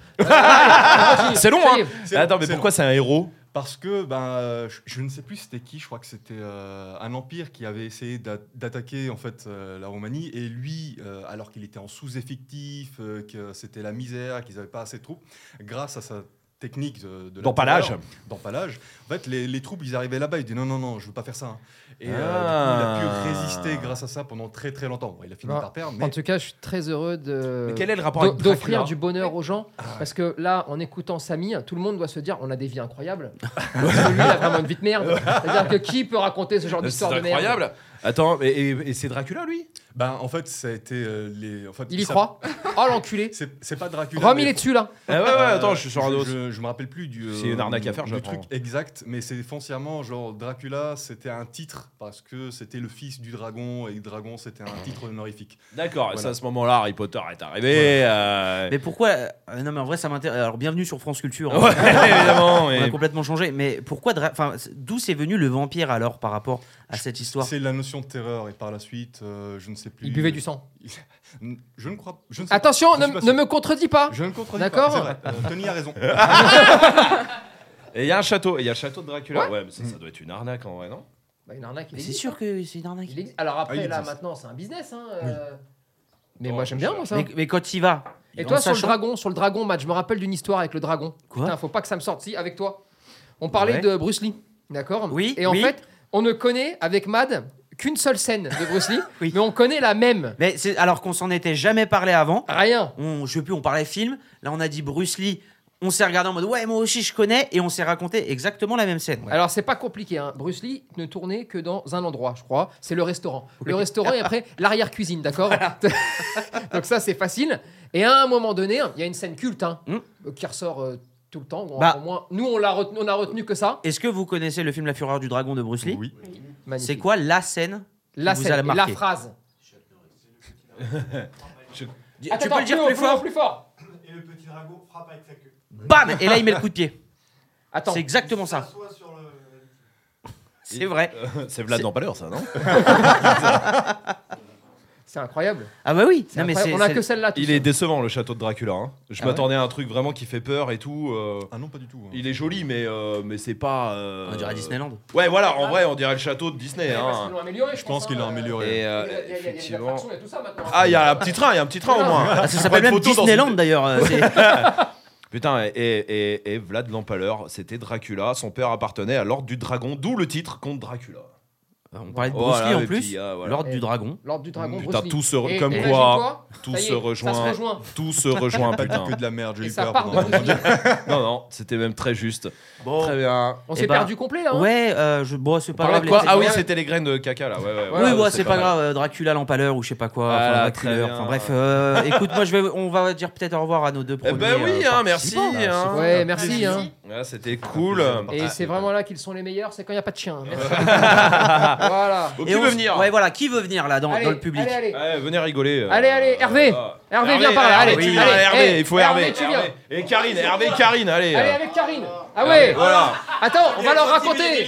C'est long, Ça hein. y est. C'est Attends, long, mais c'est pourquoi long. c'est un héros? Parce que je ne sais plus c'était qui. Je crois que c'était un empire qui avait essayé d'attaquer en fait la Roumanie et lui, alors qu'il était en sous-effectif, que c'était la misère, qu'ils n'avaient pas assez de troupes, grâce à sa technique de la D'empalage. terreur, d'empalage. En fait, les troupes, ils arrivaient là-bas, ils disaient non, je veux pas faire ça. Hein. Et du coup, il Ah. a pu résister grâce à ça pendant très très longtemps. Bon, il a fini Ah. par perdre, En mais tout cas, je suis très heureux Mais quel est le rapport avec Dracula? d'offrir du bonheur aux gens. Parce que là, en écoutant Samy, tout le monde doit se dire on a des vies incroyables. Parce que lui, il a vraiment une vie de merde. C'est-à-dire que qui peut raconter ce genre C'est d'histoire de merde? incroyable. Attends, et c'est Dracula, lui? En fait, ça a été il y croit. Oh l'enculé. C'est pas Dracula. Rome, il est dessus là. Ouais, attends, je suis sur un dos. Je me rappelle plus du. C'est une arnaque à faire, du truc exact, mais c'est foncièrement genre Dracula, c'était un titre parce que c'était le fils du dragon et le dragon c'était un titre honorifique. D'accord. Et c'est à ce moment-là, Harry Potter est arrivé. Mais pourquoi non, mais en vrai, ça m'intéresse. Alors, bienvenue sur France Culture. Ouais, évidemment. On a complètement changé. Mais pourquoi d'où c'est venu le vampire alors par rapport à cette histoire? C'est la notion de terreur et par la suite, je ne sais plus. Il buvait du sang. Je ne crois. Attention, ne me contredis pas. Je ne contredis D'accord. pas. D'accord. Tony a raison. Et il y a un château. Le château de Dracula. Ouais, mais ça doit être une arnaque en vrai, non? Une arnaque. C'est sûr que c'est une arnaque. Alors après, là, maintenant, c'est un business. Mais moi, j'aime bien ça. Mais quand il va. Et toi, sur le dragon, Matt, je me rappelle d'une histoire avec le dragon. Quoi? Putain, faut pas que ça me sorte. Si, avec toi. On parlait de Bruce Lee. D'accord. Oui. Et en fait, on ne connaît avec Mad qu'une seule scène de Bruce Lee, oui. mais on connaît la même. Mais alors qu'on s'en était jamais parlé avant. Rien. Je sais plus, on parlait film. Là, on a dit Bruce Lee. On s'est regardé en mode ouais, moi aussi je connais, et on s'est raconté exactement la même scène. Ouais. Alors c'est pas compliqué, hein. Bruce Lee ne tournait que dans un endroit, je crois. C'est le restaurant. Oui. Le restaurant et après l'arrière-cuisine, d'accord. Donc ça c'est facile. Et à un moment donné, il y a une scène culte qui ressort tout le temps. Au moins, nous on a retenu que ça. Est-ce que vous connaissez le film La Fureur du Dragon de Bruce Lee? Oui. C'est quoi la scène? La scène, la phrase. Tu peux le dire plus fort. Et le petit dragon frappe avec sa queue. Bam! Et là il met le coup de pied. Attends. C'est exactement ça. C'est vrai. C'est Vlad l'Empaleur, ça, non? C'est incroyable. Ah bah oui. Non, mais on a que celle-là. Il est décevant le château de Dracula. Hein. Je m'attendais à un truc vraiment qui fait peur et tout. Ah non, pas du tout. Hein. Il est joli, mais c'est pas. On dirait Disneyland. Ouais, voilà. En vrai, on dirait le château de Disney. Hein. Je pense qu'il l'a amélioré. Et effectivement. Ah, il y a un petit train. Il y a un petit train au moins. Ah, ça s'appelle même Disneyland d'ailleurs. Putain, et Vlad l'Empaleur, c'était Dracula. Son père appartenait à l'Ordre du Dragon, d'où le titre contre Dracula. On parlait de Bruce Lee en plus. L'Ordre du Dragon. L'Ordre du Dragon. Putain, tout se comme quoi, tout se rejoint. Tout se rejoint. Putain, que de la merde. J'ai eu peur. Non, c'était même très juste. Bon. Très bien. On s'est perdu complet là. Ouais, c'est pas grave. Ah oui, c'était les graines de caca là. Oui, c'est pas grave. Dracula l'Empaleur ou je sais pas quoi. Enfin bref, écoute, moi on va dire peut-être au revoir à nos deux premiers. Ben oui, merci. Ouais, merci. C'était cool. Et c'est vraiment là qu'ils sont les meilleurs, c'est quand il n'y a pas de chien. Voilà. Qui veut venir? Ouais, voilà, qui veut venir là dans le public? Allez. Venez rigoler. Allez, Hervé. Hervé, viens par là. Allez, Hervé, il faut Hervé. Tu viens. Et Karine, Hervé, Karine, allez. Allez, avec Karine. Ah ouais. Voilà. Attends, on va leur raconter.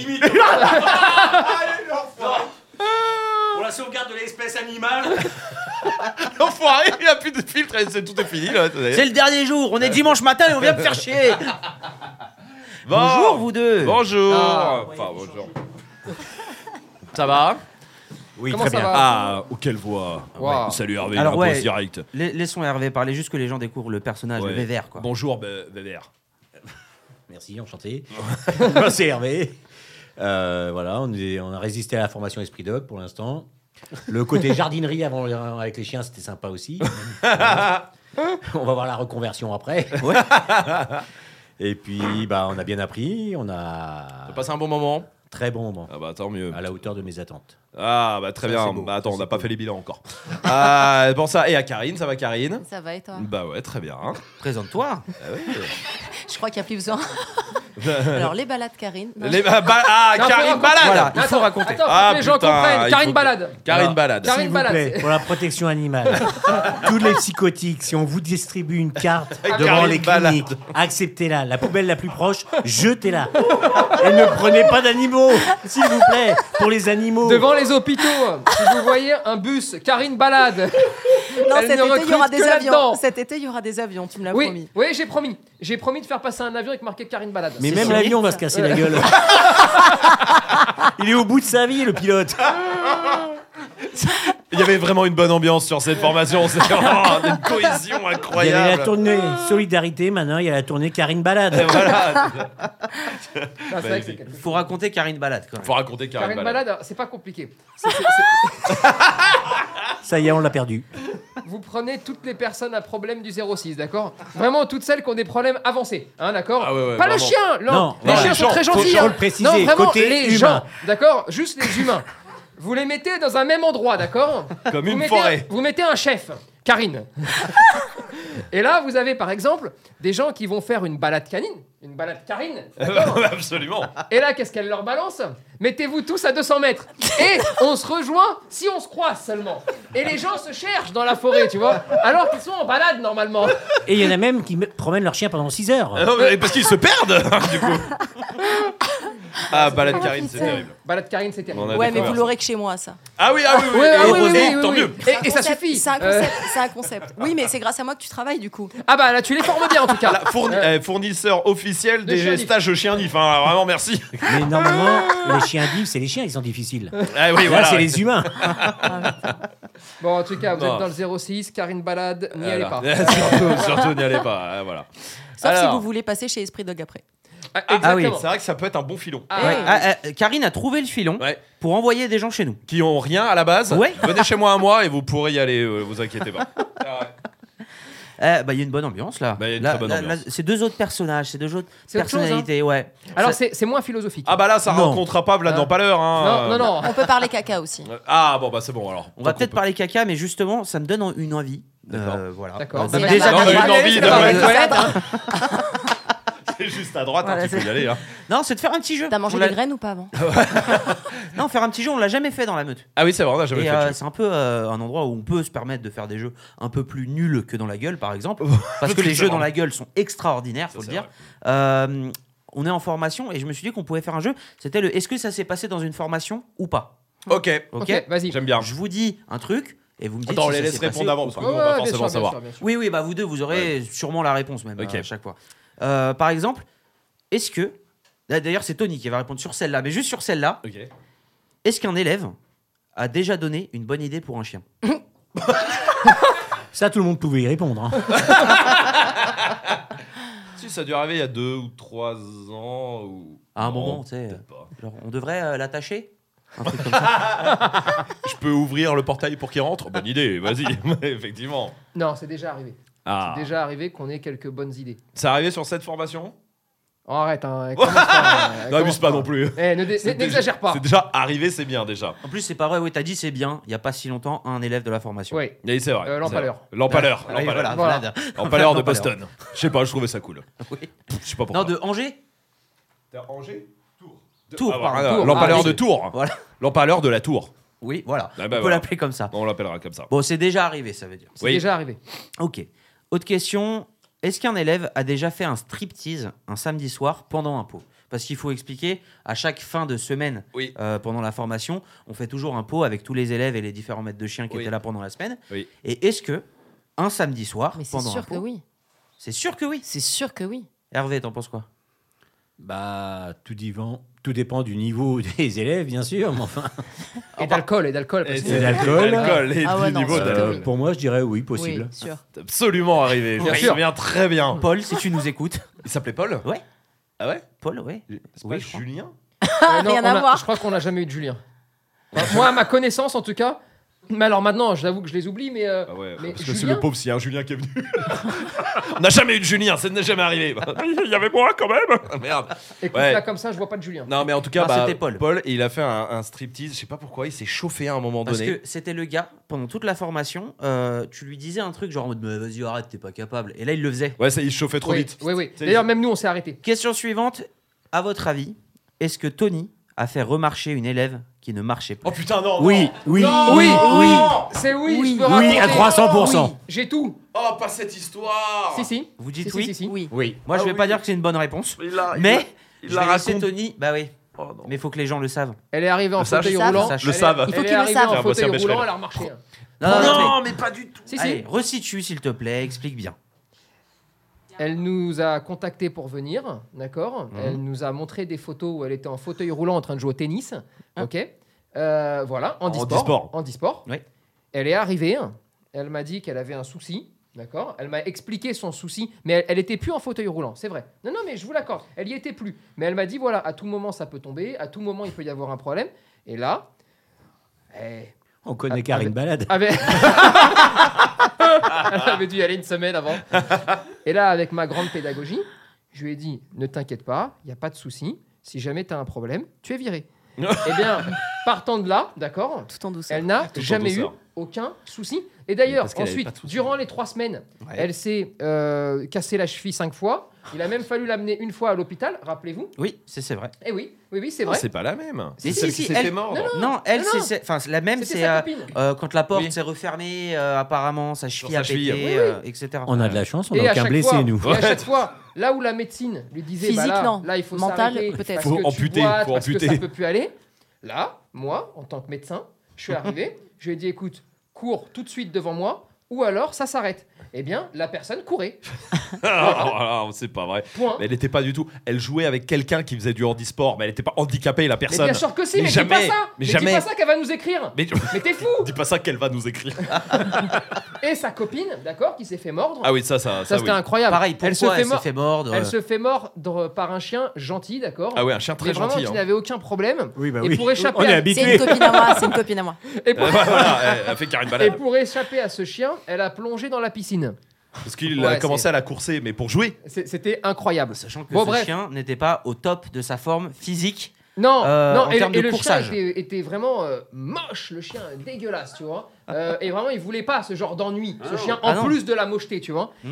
Pour la sauvegarde de l'espèce animale. L'enfoiré, il n'y a plus de filtre, tout est fini là. C'est le dernier jour, on est dimanche matin et on vient me faire chier. Bonjour vous deux. Bonjour. Enfin, bonjour. Ça va? Oui, comment très ça bien. va? Ah, quelle voix. Wow. Salut Hervé, alors ouais, direct. Laissons Hervé parler, juste que les gens découvrent le personnage, le Vévert. Quoi. Bonjour Vévert. Merci, enchanté. C'est Hervé. Voilà, on a résisté à la formation Esprit Dog pour l'instant. Le côté jardinerie avant avec les chiens, c'était sympa aussi. Voilà. On va voir la reconversion après. Ouais. Et puis, on a bien appris. T'as passé un bon moment? Très bon moment. Ah bah tant mieux. À la hauteur de mes attentes. Ah bah très bien. Beau. Attends, on n'a pas fait les bilans encore. Bon ça. Et à Karine, ça va Karine? Ça va et toi? Bah ouais, très bien. Présente-toi. Oui. Je crois qu'il n'y a plus besoin. Alors les balades Karine. Karine Balade. Voilà, il faut raconter. Attends, les gens comprennent. Karine Balade. Karine Balade. S'il vous plaît, pour la protection animale, tous les psychotiques, si on vous distribue une carte devant les cliniques, acceptez-la. La poubelle la plus proche, jetez-la. Et ne prenez pas d'animaux, s'il vous plaît, pour les animaux. Devant les hôpitaux, si vous voyez un bus Karine Balade. Non, cet été, il y aura des avions. Cet été, il y aura des avions, tu me l'as promis. Oui, j'ai promis. J'ai promis de faire passer un avion avec marqué Karine Balade. Mais même l'avion va se casser la gueule. Il est au bout de sa vie, le pilote. Il y avait vraiment une bonne ambiance sur cette formation. C'est vraiment une cohésion incroyable. Il y avait la tournée Solidarité, maintenant il y a la tournée Karine Balade. Et voilà. Faut raconter Karine Balade. Quand même. Faut raconter Karine Balade, c'est pas compliqué. Ça y est, on l'a perdu. Vous prenez toutes les personnes à problème du 06, d'accord? Vraiment toutes celles qui ont des problèmes avancés, hein, d'accord? Ah ouais, pas vraiment. le chien, non. Les chiens sont très faut gentils. le préciser, Non, vraiment côté les humain. gens, d'accord? Juste les humains. Vous les mettez dans un même endroit, d'accord? Comme une forêt. Vous mettez un chef, Karine. Et là, vous avez par exemple des gens qui vont faire une balade canine, une balade Karine. Absolument. Et là, qu'est-ce qu'elle leur balance? Mettez-vous tous à 200 mètres. Et on se rejoint si on se croise seulement. Et les gens se cherchent dans la forêt, tu vois, alors qu'ils sont en balade normalement. Et il y en a même qui promènent leur chien pendant 6 heures. Non, mais parce qu'ils se perdent, du coup. Ah, balade Karine, c'est terrible. Balade Karine, c'est terrible. Ouais, mais vous l'aurez que chez moi, ça. Ah oui, tant mieux. Et ça suffit. C'est un concept. Oui, mais c'est grâce à moi que tu travailles, du coup. Ah bah là, tu les formes bien en tout cas. Fournisseur officiel des stages au chien d'IF. Hein, vraiment, merci. Mais normalement, les chiens d'IF, c'est les chiens qui sont difficiles. Ah oui, là, voilà, c'est les humains. Bon, en tout cas, vous êtes dans le 06, Karine Balade, n'y allez pas. Surtout n'y allez pas. Voilà. Sauf si vous voulez passer chez Esprit Dog après. Ah oui, c'est vrai que ça peut être un bon filon. Karine a trouvé le filon pour envoyer des gens chez nous. Qui ont rien à la base. Ouais. Venez chez moi un mois et vous pourrez y aller, vous inquiétez pas. Il y a une bonne ambiance là. Il y a une très bonne ambiance. C'est deux autres personnages, c'est deux autres personnalités, autre chose, hein. Alors c'est moins philosophique. Ah bah là, ça rencontrera pas Vlad dans pas l'heure. Hein. Non. On peut parler caca aussi. Ah bon bah c'est bon alors. On va peut-être parler caca, mais justement, ça me donne une envie. Voilà. D'accord. Déjà, une envie de. C'est juste à droite, tu peux y aller. Hein. Non, c'est de faire un petit jeu. T'as mangé des graines ou pas avant? Non, faire un petit jeu, on l'a jamais fait dans la meute. Ah oui, c'est vrai, on l'a jamais fait. C'est un peu un endroit où on peut se permettre de faire des jeux un peu plus nuls que dans la gueule, par exemple. Parce que les jeux dans la gueule sont extraordinaires, faut le dire. On est en formation et je me suis dit qu'on pouvait faire un jeu. C'était le est-ce que ça s'est passé dans une formation ou pas? Ok, vas-y. J'aime bien. Je vous dis un truc. Et vous me dites attends, on si les laisse répondre avant parce que nous, on va forcément savoir. Oui, bah vous deux, vous aurez sûrement la réponse même à chaque fois. Par exemple, est-ce que... D'ailleurs, c'est Tony qui va répondre sur celle-là, mais juste sur celle-là. Est-ce qu'un élève a déjà donné une bonne idée pour un chien? Ça, tout le monde pouvait y répondre. Hein. Si, ça a dû arriver il y a 2 ou 3 ans. À un moment, tu sais, on devrait l'attacher. Un truc comme ça. Je peux ouvrir le portail pour qu'il rentre? Bonne idée, vas-y. Effectivement. Non, c'est déjà arrivé. C'est déjà arrivé qu'on ait quelques bonnes idées. C'est arrivé sur cette formation? Oh, arrête, hein. N'abuse pas non plus. N'exagère pas. C'est déjà arrivé, c'est bien déjà. En plus, c'est pas vrai, oui, t'as dit c'est bien, il y a pas si longtemps, un élève de la formation. Oui, c'est vrai. L'empaleur. L'empaleur de Boston. Je sais pas, je trouvais ça cool. Oui. Je sais pas pourquoi. Non, de Angers? Angers? Tours, pardon. L'empaleur de Tours. Voilà. L'empaleur de la Tour. Oui, voilà. On peut l'appeler comme ça. On l'appellera comme ça. Bon, c'est déjà arrivé, ça veut dire. C'est déjà arrivé. Ok. Autre question. Est-ce qu'un élève a déjà fait un striptease un samedi soir pendant un pot? Parce qu'il faut expliquer, à chaque fin de semaine, pendant la formation, on fait toujours un pot avec tous les élèves et les différents maîtres de chiens qui étaient là pendant la semaine. Et est-ce que un samedi soir, pendant un pot... C'est sûr que oui. C'est sûr que oui. Hervé, t'en penses quoi? Bah, tout dépend du niveau des élèves, bien sûr, mais enfin... Et d'alcool. Et d'alcool. du niveau d'alcool. Pour moi, je dirais oui, possible. Oui, sûr. C'est absolument arrivé. Je me souviens très bien. Paul, si tu nous écoutes. Il s'appelait Paul? Ouais. Ah ouais? Paul, ouais. C'est pas Julien? Rien à voir. Je crois qu'on n'a jamais eu de Julien. Moi, à ma connaissance, en tout cas... Mais alors maintenant, je l'avoue que je les oublie, mais... mais parce que c'est le pauvre, s'il y a un Julien qui est venu. On n'a jamais eu de Julien, ça n'est jamais arrivé. Il y avait moi quand même. Merde. Écoute, là comme ça, je vois pas de Julien. Non, mais en tout cas, c'était Paul. Paul, il a fait un striptease, je sais pas pourquoi, il s'est chauffé à un moment donné. Parce que c'était le gars, pendant toute la formation, tu lui disais un truc genre en mode vas-y, arrête, t'es pas capable. Et là, il le faisait. Ouais, il se chauffait trop vite. Oui. D'ailleurs, même nous, on s'est arrêté. Question suivante. À votre avis, est-ce que Tony a fait remarcher une élève qui ne marchait pas? Oh putain, non. Oui. C'est oui, je peux raconter. Oui, à 300%. Oui, j'ai tout. Oh, pas cette histoire. Si. Vous dites oui? Oui. Moi, je vais pas dire que c'est une bonne réponse. Mais il l'a raconté. Tony, bah oui. Mais il faut que les gens le savent. Elle est arrivée en fauteuil roulant. Le savent. Il faut qu'ils le savent. En fauteuil roulant, elle a remarché. Non, mais pas du tout. Allez, resitue, s'il te plaît, explique bien. Elle nous a contactés pour venir, d'accord. Elle nous a montré des photos où elle était en fauteuil roulant en train de jouer au tennis. Ok. Voilà, en handisport. Oui. Elle est arrivée. Elle m'a dit qu'elle avait un souci. D'accord. Elle m'a expliqué son souci, mais elle était plus en fauteuil roulant, c'est vrai. Non, mais je vous l'accorde, elle y était plus. Mais elle m'a dit voilà, à tout moment ça peut tomber, à tout moment il peut y avoir un problème. Et là, on connaît Karine Balade. Elle avait dû y aller une semaine avant. Et là, avec ma grande pédagogie, je lui ai dit ne t'inquiète pas, il y a pas de souci. Si jamais tu as un problème, tu es viré. Eh bien, partant de là, d'accord, tout en douceur. Elle n'a jamais eu aucun souci. Et d'ailleurs, ensuite, durant les 3 semaines, elle s'est cassé la cheville 5 fois. Il a même fallu l'amener une fois à l'hôpital, rappelez-vous. Oui, c'est vrai. Eh oui, c'est vrai. C'est pas la même. C'est celle qui s'est fait mordre. Non, elle, c'est la même, c'est quand la porte s'est refermée, apparemment, sa cheville a pété, etc. On a de la chance, on n'a aucun blessé, nous. Et à chaque fois, là où la médecine lui disait, physique, là, il faut s'arrêter, peut-être. Faut amputer, parce que ça peut plus aller. Là, moi, en tant que médecin, je suis arrivé, je lui ai dit, écoute, cours tout de suite devant moi, ou alors ça s'arrête. Eh bien, la personne courait. C'est pas vrai. Point. Mais elle n'était pas du tout. Elle jouait avec quelqu'un qui faisait du handisport, mais elle n'était pas handicapée, la personne. Mais bien sûr que si, mais jamais. Dis pas ça. Mais jamais. Dis pas ça qu'elle va nous écrire. Mais t'es fou. Dis pas ça qu'elle va nous écrire. Et sa copine, d'accord, qui s'est fait mordre. Ah oui, ça c'était incroyable. Pareil, pourquoi elle s'est fait mordre Elle se fait mordre par un chien gentil, d'accord. Ah oui, un chien très gentil. Vraiment, qui n'avait aucun problème. Oui, bah et pour échapper, on est habitué. C'est une copine à moi. Et pour... elle fait Karine Balade. Et pour échapper à ce chien, elle a plongé dans la piscine. Parce qu'il a commencé à la courser, mais pour jouer. C'était incroyable. Sachant que ce chien n'était pas au top de sa forme physique. Non, en termes de le coursage. chien était vraiment moche, le chien dégueulasse, tu vois. Et vraiment, il voulait pas ce genre d'ennui, ce chien en plus de la mocheté, tu vois.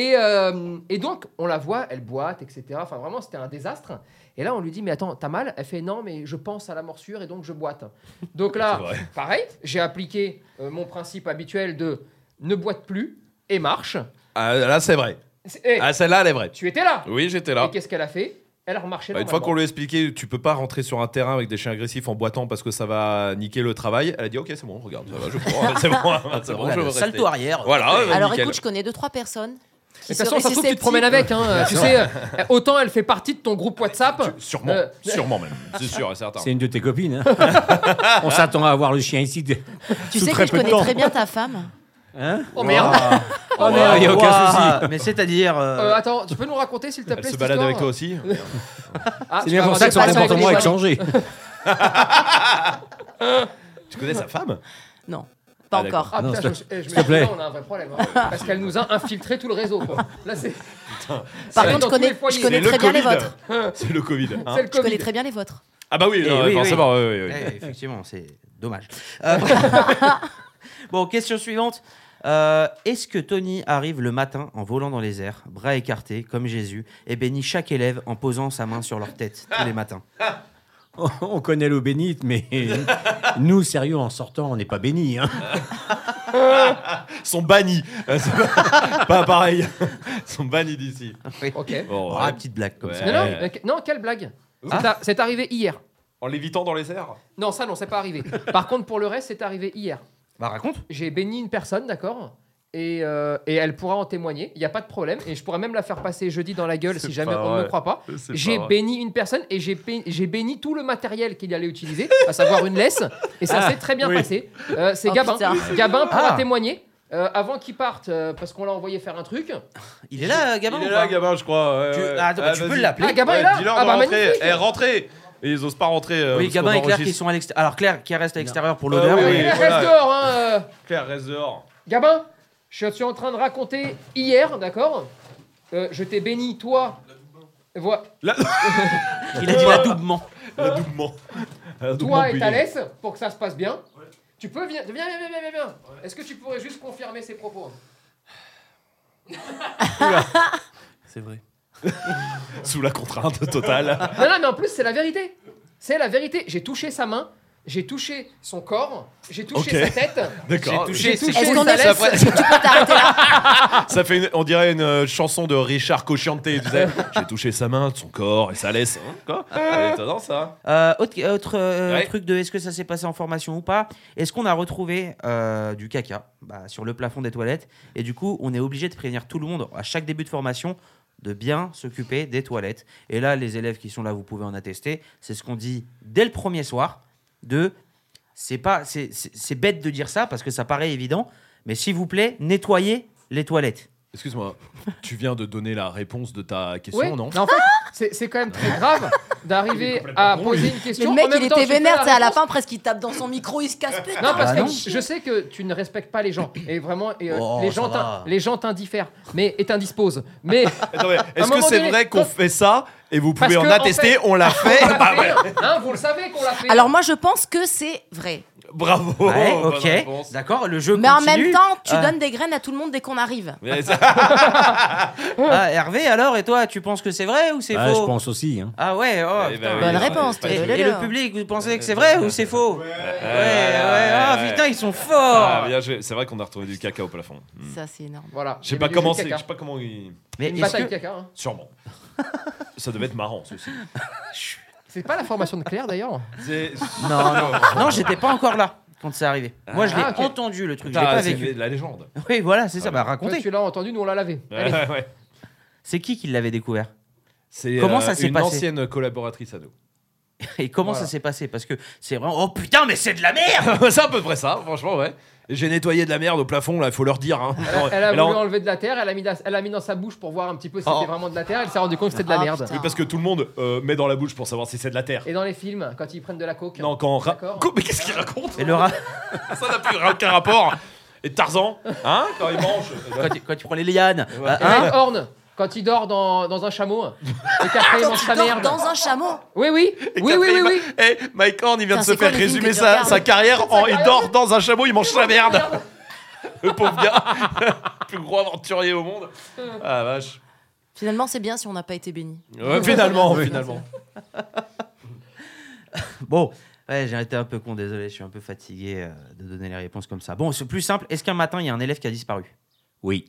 Et donc, on la voit, elle boite, etc. Enfin, vraiment, c'était un désastre. Et là, on lui dit, mais attends, t'as mal? Elle fait, non, mais je pense à la morsure et donc je boite. Donc là, pareil, j'ai appliqué mon principe habituel de ne boite plus et marche. Ah, là, c'est vrai. Celle-là, elle est vraie. Tu étais là? Oui, j'étais là. Et qu'est-ce qu'elle a fait? Elle a remarché Une fois qu'on lui a expliqué, tu peux pas rentrer sur un terrain avec des chiens agressifs en boitant parce que ça va niquer le travail. Elle a dit, ok, c'est bon, regarde, ça va, je prends. C'est bon, je veux rester. Salto arrière. Voilà. Alors nickel. écoute, je connais 2-3 personnes. De toute façon, ça se trouve, tu te promènes avec. Tu sais, autant elle fait partie de ton groupe WhatsApp. Sûrement même. C'est sûr et certain. C'est une de tes copines. On s'attend à avoir le chien ici. Tu sais que je connais très bien ta femme. Hein? Oh merde! Oh merde, il n'y a aucun souci. Mais c'est-à-dire. Attends, tu peux nous raconter s'il te plaît? Elle se balade avec toi aussi? C'est bien pour ça que son comportement a changé. Tu connais sa femme? Non, pas encore. Ah putain, s'il te plaît. On a un vrai problème. Parce qu'elle nous a infiltré tout le réseau. Là, c'est. Par contre, je connais très bien les vôtres. C'est le Covid. Je connais très bien les vôtres. Ah bah oui, forcément. Oui. Effectivement, c'est dommage. Bon, question suivante. Est-ce que Tony arrive le matin en volant dans les airs, bras écartés, comme Jésus, et bénit chaque élève en posant sa main sur leur tête tous les matins? On connaît l'eau bénite, mais nous, sérieux, en sortant, on n'est pas bénis. Hein. Sont bannis. Pas pareil. Sont bannis d'ici. Oui. Ok. Bon, petite blague comme ça. Non, quelle blague? C'est arrivé hier. En lévitant dans les airs? Non, ça, non, c'est pas arrivé. Par contre, pour le reste, c'est arrivé hier. Bah raconte. J'ai béni une personne, d'accord, et elle pourra en témoigner. Il n'y a pas de problème. Et je pourrais même la faire passer jeudi dans la gueule si jamais on ne me croit pas. J'ai béni une personne et j'ai béni tout le matériel qu'il allait utiliser, à savoir une laisse. Et ça s'est très bien passé. C'est Gabin. Gabin pourra témoigner. Avant qu'il parte, parce qu'on l'a envoyé faire un truc. Il est là, Gabin? Il est là, Gabin, je crois. Tu peux l'appeler. Ah, Gabin est là? Dis-leur de rentrer. Rentrez. Et ils osent pas rentrer. Oui, Gabin et Claire qui sont à l'extérieur. Alors Claire qui reste à l'extérieur pour l'odeur. Claire reste dehors. Claire reste dehors. Gabin, je suis en train de raconter hier, d'accord. Je t'ai béni, toi. Voilà. Il a dit l'adoubement. Toi et ta laisse, pour que ça se passe bien. Tu peux viens. Est-ce que tu pourrais juste confirmer ces propos? C'est vrai. Sous la contrainte totale. Non, mais en plus, c'est la vérité. C'est la vérité. J'ai touché sa main, j'ai touché son corps, j'ai touché sa tête. D'accord. Est-ce qu'on est là? Tu peux t'arrêter là? Ça fait on dirait une chanson de Richard Cocciante. J'ai touché sa main, son corps et sa laisse. Quoi? C'est étonnant ça. Autre truc de est-ce que ça s'est passé en formation ou pas? Est-ce qu'on a retrouvé du caca sur le plafond des toilettes? Et du coup, on est obligé de prévenir tout le monde à chaque début de formation de bien s'occuper des toilettes. Et là, les élèves qui sont là, vous pouvez en attester. C'est ce qu'on dit dès le premier soir. C'est bête de dire ça parce que ça paraît évident, mais s'il vous plaît, nettoyez les toilettes. Excuse-moi, tu viens de donner la réponse de ta question, non? Mais en fait, c'est quand même très grave d'arriver à poser une question. Le mec, il était vénère, à la fin, presque il tape dans son micro, il se casse peut-être. Non, parce que je sais que tu ne respectes pas les gens. Et vraiment, les gens t'indiffèrent. Mais et t'indisposent. Mais attends, est-ce que c'est vrai qu'on fait ça et vous pouvez en attester, on l'a fait. Vous le savez qu'on l'a fait. Alors moi je pense que c'est vrai. Bravo. Ouais, ok, d'accord, le jeu Mais continue. en même temps, tu donnes des graines à tout le monde dès qu'on arrive. Hervé, alors, et toi, tu penses que c'est vrai ou c'est faux? Je pense aussi. Hein. Ah ouais, Bonne réponse. Et le public, vous pensez que c'est vrai ou c'est faux? Ah putain, ils sont forts. C'est vrai qu'on a retrouvé du caca au plafond. Ça, c'est énorme. Voilà. Je sais pas comment ils... Mais une bataille de caca. Hein. Sûrement. Ça devait être marrant, ceci. C'est pas la formation de Claire d'ailleurs. Non, j'étais pas encore là quand c'est arrivé. Moi, je l'ai entendu le truc, je l'ai pas vécu. C'est la légende. Oui, voilà, c'est ça. Bah, racontez. Tu l'as entendu, nous on l'a lavé. Ouais. C'est qui l'avait découvert? C'est comment ça s'est une passé? ancienne collaboratrice à nous. Et comment ça s'est passé? Parce que c'est vraiment oh putain, mais c'est de la merde. C'est à peu près ça, franchement, ouais. J'ai nettoyé de la merde au plafond, là, il faut leur dire. Hein. Elle a voulu enlever de la terre, elle a mis dans sa bouche pour voir un petit peu si c'était vraiment de la terre, elle s'est rendu compte que c'était de la merde. Oui, parce que tout le monde met dans la bouche pour savoir si c'est de la terre. Et dans les films, quand ils prennent de la coke. Non, mais qu'est-ce qu'il raconte? Et ça n'a plus aucun rapport. Et Tarzan, hein, quand il mange. Quand tu prends les lianes. Et Horn, quand il dort dans un chameau, et qu'après il mange sa merde. Dans un chameau. Oui. Hey, Mike Horn, il vient de se faire résumer sa carrière en il dort dans un chameau, il mange sa merde. Le pauvre gars, plus gros aventurier au monde. Ah vache. Finalement, c'est bien si on n'a pas été béni. Ouais, finalement. Bon, ouais, j'ai été un peu con, désolé, je suis un peu fatigué de donner les réponses comme ça. Bon, c'est plus simple. Est-ce qu'un matin, il y a un élève qui a disparu? Oui.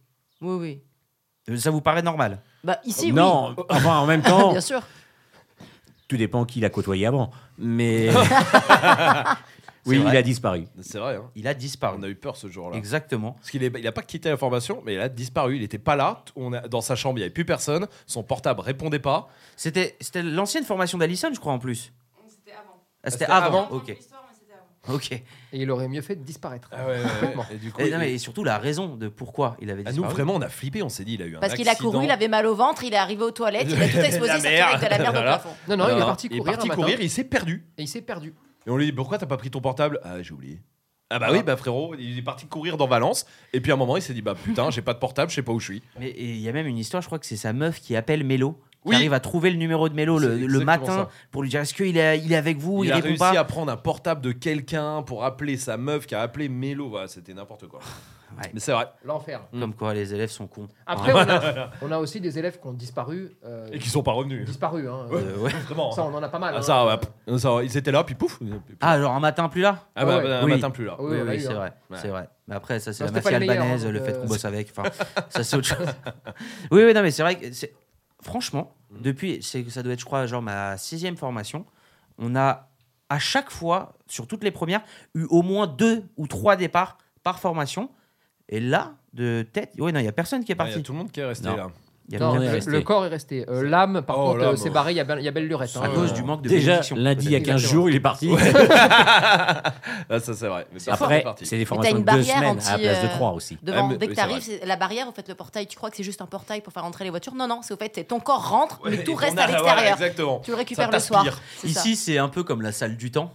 Ça vous paraît normal? Bah ici, non, enfin en même temps. Bien sûr. Tout dépend qui l'a côtoyé avant. Mais. Oui, il a disparu. C'est vrai. Hein. Il a disparu. On a eu peur ce jour-là. Exactement. Parce qu'il n'a pas quitté la formation, mais il a disparu. Il n'était pas là. Dans sa chambre, il n'y avait plus personne. Son portable répondait pas. C'était l'ancienne formation d'Alison, je crois, en plus. C'était avant. C'était avant. Ok. Ok. Et il aurait mieux fait de disparaître. Ah ouais. Et du coup, et surtout la raison de pourquoi il avait disparu. Nous, vraiment, on a flippé. On s'est dit, il a eu un Parce accident. qu'il a couru, il avait mal au ventre, il est arrivé aux toilettes, il a tout explosé, ça avec de la merde au plafond. Non, il est parti courir. Il s'est perdu. Et il s'est perdu. Et on lui dit, pourquoi t'as pas pris ton portable? Ah, j'ai oublié. Ah bah oui, bah frérot, il est parti courir dans Valence. Et puis à un moment, il s'est dit, bah putain, j'ai pas de portable, je sais pas où je suis. Mais il y a même une histoire, je crois que c'est sa meuf qui appelle Mélo. Qui arrive à trouver le numéro de Mélo le matin pour lui dire est-ce qu'il est avec vous? Il a répond réussi pas. à prendre un portable de quelqu'un pour appeler sa meuf qui a appelé Mélo. Voilà, c'était n'importe quoi. Ouais. Mais c'est vrai. L'enfer. Comme quoi les élèves sont cons. Après, on a aussi des élèves qui ont disparu. Et qui sont pas revenus. Disparus, hein. Vraiment. Ça, on en a pas mal. Ça, ils étaient là, puis pouf. Ah, genre un matin plus là? Ah bah, un matin plus là. Oui, c'est vrai. C'est vrai. Mais après, ça, c'est la mafia albanaise, le fait qu'on bosse avec. Enfin, ça, c'est autre chose. Oui, non, mais c'est vrai que franchement, depuis, ça doit être, je crois, genre ma 6e formation, on a à chaque fois, sur toutes les premières, eu au moins 2 ou 3 départs par formation. Et là, de tête, il n'y a personne qui est parti. Il y a tout le monde qui est resté là. Le corps est resté. L'âme, par contre, c'est barré, il y a belle lurette. À cause du manque de déjà, bénédiction. Lundi, il y a 15 jours, il est parti. Là, ça, c'est vrai. Mais après, c'est des formations de 2 semaines à la place de 3 aussi. Dès que tu arrives, la barrière, vous faites le portail. Tu crois que c'est juste un portail pour faire rentrer les voitures? Non, c'est au fait, ton corps rentre, mais tout reste à l'extérieur. Exactement. Tu le récupères le soir. Ici, c'est un peu comme la salle du temps.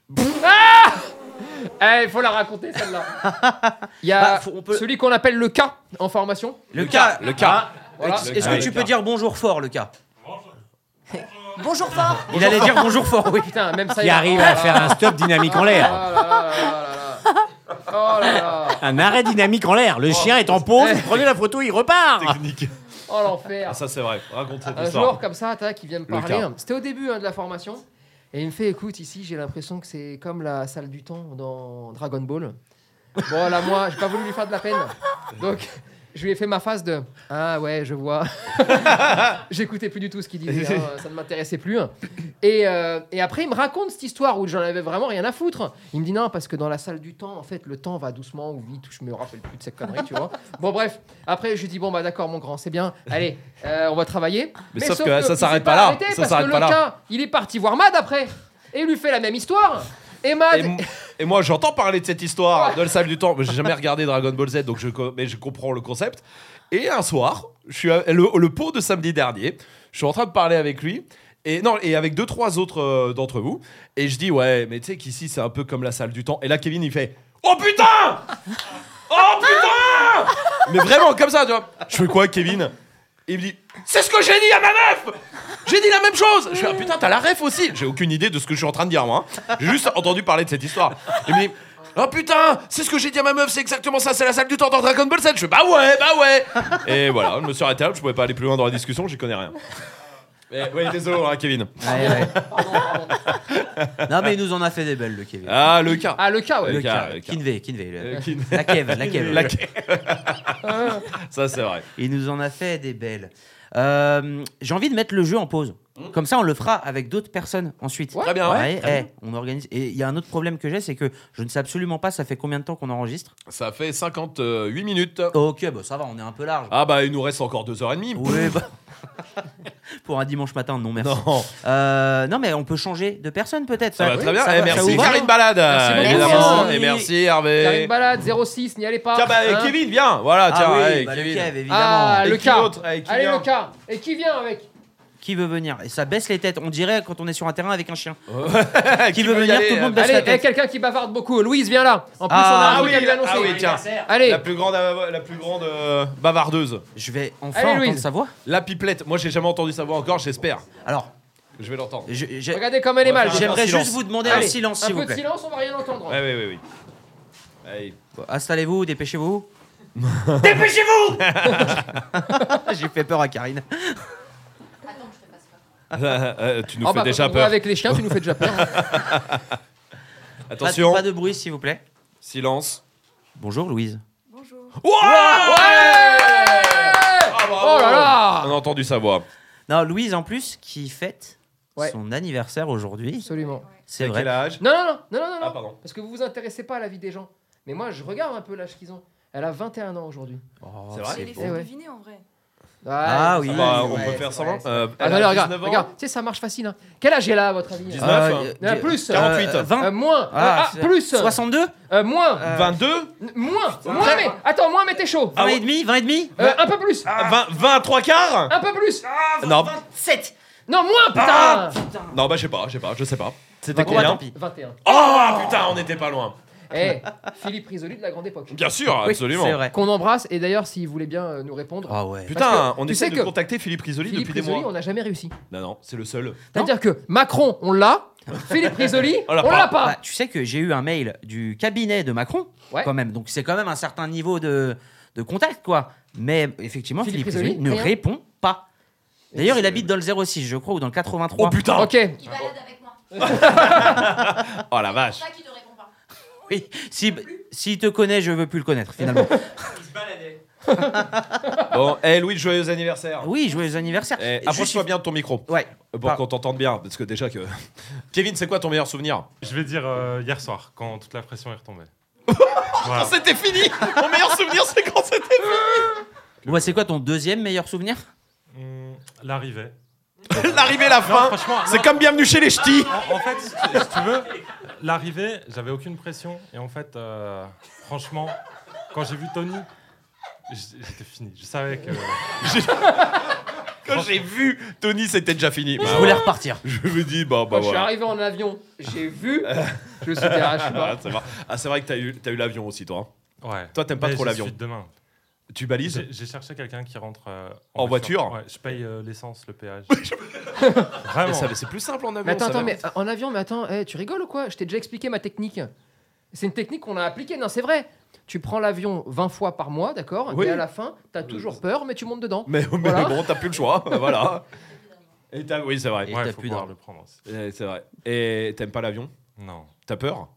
Il faut la raconter celle-là. Il y a celui qu'on appelle le cas en formation. Le cas. Voilà. Est-ce que tu peux dire bonjour fort, le cas? Bonjour fort. Il allait dire bonjour fort, oui. Putain, même ça. Qui arrive à faire un stop dynamique en l'air. Oh là là. Un arrêt dynamique en l'air. Le chien est en pause, vous prenez la photo, il repart. Technique. Oh l'enfer. Ah, ça, c'est vrai. Raconte cette histoire. Un jour comme ça, qui vient me parler. C'était au début de la formation. Et il me fait, écoute, ici, j'ai l'impression que c'est comme la salle du temps dans Dragon Ball. Bon, là, moi, j'ai pas voulu lui faire de la peine. Donc, je lui ai fait ma phase de « Ah ouais, je vois. » J'écoutais plus du tout ce qu'il disait, ça ne m'intéressait plus. Et après, il me raconte cette histoire où j'en avais vraiment rien à foutre. Il me dit « Non, parce que dans la salle du temps, en fait, le temps va doucement ou vite. » Je me rappelle plus de cette connerie, tu vois. Bon, bref. Après, je lui dis « Bon, bah d'accord, mon grand, c'est bien. Allez, on va travailler. » Mais sauf que ça s'arrête pas là. Ça s'arrête pas là. Le gars, il est parti voir Mad après. Et il lui fait la même histoire. Et moi, j'entends parler de cette histoire de la salle du temps. J'ai jamais regardé Dragon Ball Z, donc mais je comprends le concept. Et un soir, je suis le pot de samedi dernier. Je suis en train de parler avec lui. Et avec 2-3 autres d'entre vous. Et je dis, ouais, mais tu sais qu'ici, c'est un peu comme la salle du temps. Et là, Kevin, il fait, oh putain! Oh putain! Mais vraiment, comme ça, tu vois. Je fais quoi, Kevin? Et il me dit c'est ce que j'ai dit à ma meuf. J'ai dit la même chose. Je fais putain t'as la ref aussi. J'ai aucune idée de ce que je suis en train de dire moi. J'ai juste entendu parler de cette histoire. Il me dit oh putain, c'est ce que j'ai dit à ma meuf, c'est exactement ça, c'est la salle du temps dans Dragon Ball Z. Je fais bah ouais. Et voilà, je me suis arrêté là, je pouvais pas aller plus loin dans la discussion, j'y connais rien. Ouais, désolé, hein, Kevin. Ouais. Non, mais il nous en a fait des belles, le Kevin. Ah, le cas. Ah, le cas, ouais. Le cas. Kinvey. La Kev. Ça, c'est vrai. Il nous en a fait des belles. J'ai envie de mettre le jeu en pause. Comme ça, on le fera avec d'autres personnes ensuite. Très bien. On organise. Et il y a un autre problème que j'ai, c'est que je ne sais absolument pas, ça fait combien de temps qu'on enregistre. Ça fait 58 minutes. Ok, bah ça va, on est un peu large. Ah bah il nous reste encore 2h30. Oui, bah. Pour un dimanche matin, non merci. Non, mais on peut changer de personne peut-être. Ça va très bien. Ça merci Karine Balade. Merci évidemment. Et merci Hervé. Karine Balade 06, n'y allez pas. Tiens, Kevin, viens. Voilà, tiens. Oui, Kevin. le Kev, évidemment. Ah, le cas. Allez, le cas. Et qui vient avec? Qui veut venir? Et ça baisse les têtes. On dirait quand on est sur un terrain avec un chien. Qui veut venir? Tout le monde baisse la tête. Quelqu'un qui bavarde beaucoup. Louise, viens là. En plus, on a un truc à lui annoncer. Ah oui, tiens. Allez. La plus grande bavardeuse. Je vais enfin entendre sa voix. La pipelette. Moi, j'ai jamais entendu sa voix encore, j'espère. Alors, je vais l'entendre. Regardez comme elle est mal. J'aimerais juste vous demander un silence, s'il vous plaît. Un peu de silence, on va rien entendre. Oui. Allez. Installez-vous, dépêchez-vous. Dépêchez-vous. J'ai fait peur à Karine. Tu nous fais déjà peur. Avec les chiens, tu nous fais déjà peur. Attention. Pas de bruit, s'il vous plaît. Silence. Bonjour, Louise. Bonjour. Oh là là. On a entendu sa voix. Non, Louise, en plus, qui fête son anniversaire aujourd'hui. Absolument. C'est vrai. Quel âge? Non. Ah, pardon. Parce que vous vous intéressez pas à la vie des gens. Mais moi, je regarde un peu l'âge qu'ils ont. Elle a 21 ans aujourd'hui. C'est vrai. Il les fait deviner en vrai. Ah oui. On peut faire semblant. Regarde. Tu sais, ça marche facile. Hein. Quel âge elle a, à votre avis? 19. Plus. 48. 20. Moins. Plus. 62. Moins. 22. Moins, mais attends, moins, mais t'es chaud. 20 et demi. Un peu plus. 20 3 quarts. Un peu plus. Non. 27. Non, moins, putain. Non, bah je sais pas. C'était combien? combien? 21. Oh putain, on était pas loin. Philippe Risoli de la grande époque. Bien sûr, absolument. C'est vrai. Qu'on embrasse, et d'ailleurs, s'il voulait bien nous répondre. Ah ouais. Putain, on essaie de contacter Philippe Risoli depuis des mois. On n'a jamais réussi. Non, c'est le seul. C'est-à-dire que Macron, on l'a. Philippe Risoli, on l'a pas. Bah, tu sais que j'ai eu un mail du cabinet de Macron, quand même. Donc c'est quand même un certain niveau de contact, quoi. Mais effectivement, Philippe Risoli ne répond pas. D'ailleurs, il habite dans le 06, je crois, ou dans le 83. Oh putain. Ok. Il balade avec moi. Oh la vache. C'est ça qui te répond pas. Oui, s'il te connaît, je veux plus le connaître, finalement. Il se baladait. Bon, Louis, joyeux anniversaire. Oui, joyeux anniversaire. Approche-toi bien de ton micro. Ouais. Pour qu'on t'entende bien, parce que déjà que... Kevin, c'est quoi ton meilleur souvenir? Je vais dire hier soir, quand toute la pression est retombée. Voilà. Quand c'était fini. Mon meilleur souvenir, c'est quand c'était fini. Bon, c'est quoi ton deuxième meilleur souvenir? L'arrivée. L'arrivée, la fin. C'est comme bienvenue chez les ch'tis. En fait, si tu veux, l'arrivée, j'avais aucune pression. Et en fait, franchement, quand j'ai vu Tony, j'étais fini. Je savais que... Quand j'ai vu Tony, c'était déjà fini. Je voulais repartir. Je me dis, Quand voilà. je suis arrivé en avion, j'ai vu. Je me suis dit, je sais pas. C'est vrai que t'as eu l'avion aussi, toi. Ouais. Toi, t'aimes pas trop l'avion. Demain. Tu balises? J'ai cherché quelqu'un qui rentre en voiture. Ouais, je paye l'essence, le péage. Vraiment. C'est plus simple en avion. Mais en avion, tu rigoles ou quoi? Je t'ai déjà expliqué ma technique. C'est une technique qu'on a appliquée. Non, c'est vrai. Tu prends l'avion 20 fois par mois, d'accord? Oui. Et à la fin, t'as toujours peur, mais tu montes dedans. Mais bon, t'as plus le choix. Voilà. Oui, c'est vrai. Ouais, il faut pouvoir le prendre aussi. C'est vrai. Et t'aimes pas l'avion? Non. T'as peur?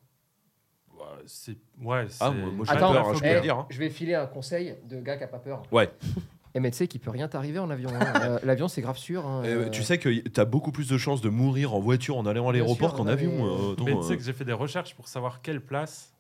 Ouais, moi j'ai peur, je peux le dire. Je vais filer un conseil de gars qui a pas peur. Ouais. Mais tu sais qu'il peut rien t'arriver en avion. Hein. L'avion, c'est grave sûr. Hein. Tu sais que t'as beaucoup plus de chances de mourir en voiture en allant à l'aéroport qu'en avion. Mais tu sais que j'ai fait des recherches pour savoir quelle place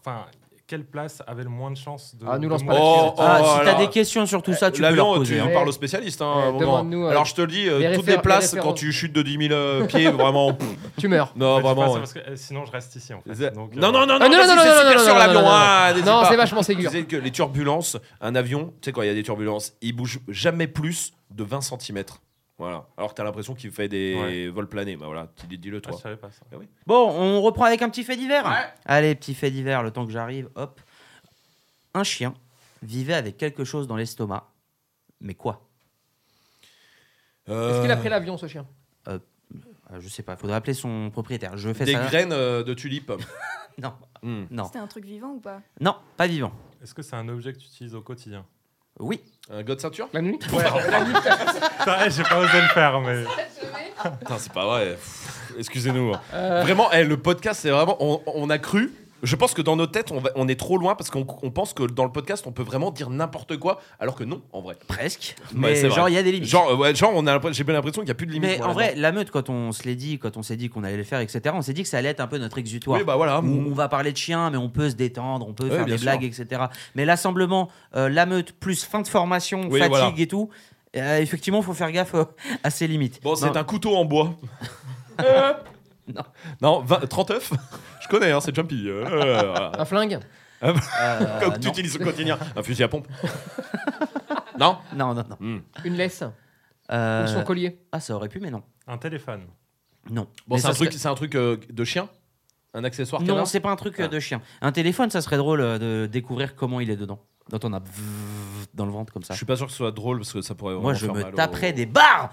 avait le moins de chances de... nous lance pas si t'as des questions sur tout ça, tu peux leur poser. Tu parles aux spécialistes. Demande-nous, alors je te le dis, toutes les places, quand tu chutes de 10 000 pieds, vraiment... tu meurs. Non, vraiment. Parce que, sinon, je reste ici, en fait. Donc, non, non, c'est super sûr l'avion. Non, c'est vachement ségur. Tu sais que les turbulences, un avion, tu sais quand il y a des turbulences, il bouge jamais plus de 20 cm. Voilà. Alors que t'as l'impression qu'il fait des vols planés. Bah voilà, dis-le toi. Je savais pas ça. Ah oui. Bon, on reprend avec un petit fait divers. Ouais. Allez, petit fait divers, le temps que j'arrive. Hop. Un chien vivait avec quelque chose dans l'estomac. Mais quoi? Est-ce qu'il a pris l'avion, ce chien? Je sais pas, faudrait appeler son propriétaire. Je fais Des ça. graines de tulipes. Non. Non. C'était un truc vivant ou pas? Non, pas vivant. Est-ce que c'est un objet que tu utilises au quotidien? Oui. Un god ceinture? La nuit? Ouais, la nuit. Putain, j'ai pas osé le faire, mais. Putain, c'est pas vrai. Excusez-nous. Vraiment, le podcast, c'est vraiment. On a cru. Je pense que dans nos têtes, on est trop loin parce qu'on pense que dans le podcast, on peut vraiment dire n'importe quoi, alors que non, en vrai. Presque. Ouais, Mais genre, il y a des limites. Genre, j'ai bien l'impression qu'il n'y a plus de limites. Mais en vrai, la meute, quand on s'est dit qu'on allait le faire, etc., on s'est dit que ça allait être un peu notre exutoire. Oui, bah voilà. On va parler de chiens, mais on peut se détendre, on peut faire des sûr. blagues, etc. Mais l'assemblement, la meute plus fin de formation, fatigue voilà. et tout, effectivement, il faut faire gaffe à ses limites. Bon, c'est un couteau en bois. Non, 30 œufs. Je connais, hein, c'est Jumpy. Un flingue? Comme tu utilises au quotidien. Un fusil à pompe. Non. Une laisse? Ou son collier? Ah, ça aurait pu, mais non. Un téléphone? Non. Bon, Mais c'est un truc de chien? Un accessoire Non, canard? c'est pas un truc de chien. Un téléphone, ça serait drôle de découvrir comment il est dedans. Quand on a dans le ventre comme ça. Je suis pas sûr que ce soit drôle parce que ça pourrait. Moi, je faire me mal taperais des barres.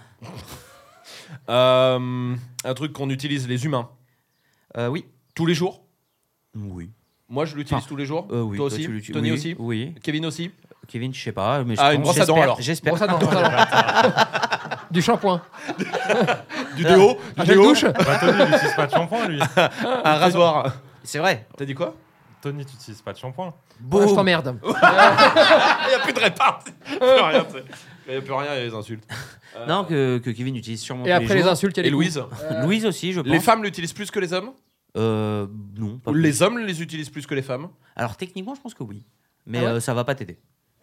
Un truc qu'on utilise les humains. Oui. Tous les jours? Oui. Moi, je l'utilise tous les jours. Oui. Toi aussi? Tony aussi? Oui. Kevin aussi? Kevin, je sais pas. Mais une brosse à dents alors? J'espère. Brosse à dents, brosse à dents. Du shampoing. Du déo? Un gel douche? Bah, Tony, il n'utilise pas de shampoing, lui. Un rasoir. C'est vrai. T'as dit quoi? Tony, tu n'utilises pas de shampoing. Bon, je t'emmerde. Il n'y a plus de répartie. Il n'y a plus rien, il y a les insultes. Non, que Kevin utilise sûrement. Et après les insultes, il y a Et les Louise? Louise aussi, je pense. Les femmes l'utilisent plus que les hommes? Non. Pas Ou plus. les hommes les utilisent plus que les femmes? Alors techniquement, je pense que oui. Mais Ah ouais ça va pas t'aider.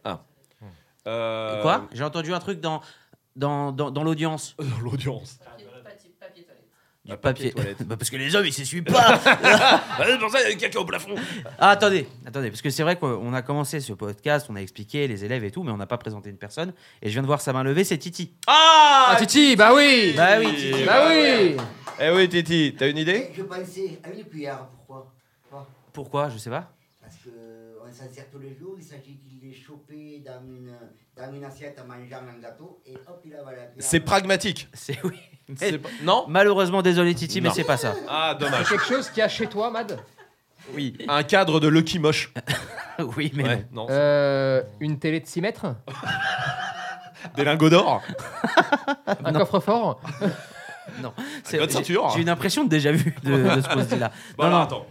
Quoi? J'ai entendu un truc dans l'audience. Dans l'audience. Du papier papier. toilette. Bah, parce que les hommes ils s'essuient pas. C'est pour ça qu'il y a quelqu'un au plafond. Ah, attendez, parce que c'est vrai qu'on a commencé ce podcast, on a expliqué les élèves et tout, mais on n'a pas présenté une personne. Et je viens de voir sa main levée, c'est Titi. Ah, Titi, bah oui. Bah oui, Titi. Bah oui. Eh oui, Titi, t'as une idée? Je pensais à une cuillère, pourquoi? Pourquoi? Je sais pas. Parce qu'on s'en sert tous les jours, il s'agit de les choper dans une assiette en mangeant un gâteau, et hop, il avale la cuillère. C'est pragmatique. C'est oui. Non? Malheureusement, désolé Titi, mais c'est pas ça. Ah, dommage. C'est quelque chose qu'il y a chez toi, Mad? Oui. Un cadre de Lucky Moche. Oui, mais Ouais, non. Une télé de 6 mètres? Des lingots d'or? Un coffre-fort? Non. Une ceinture? J'ai une impression de déjà vu de ce post-là. Bon, alors, attends.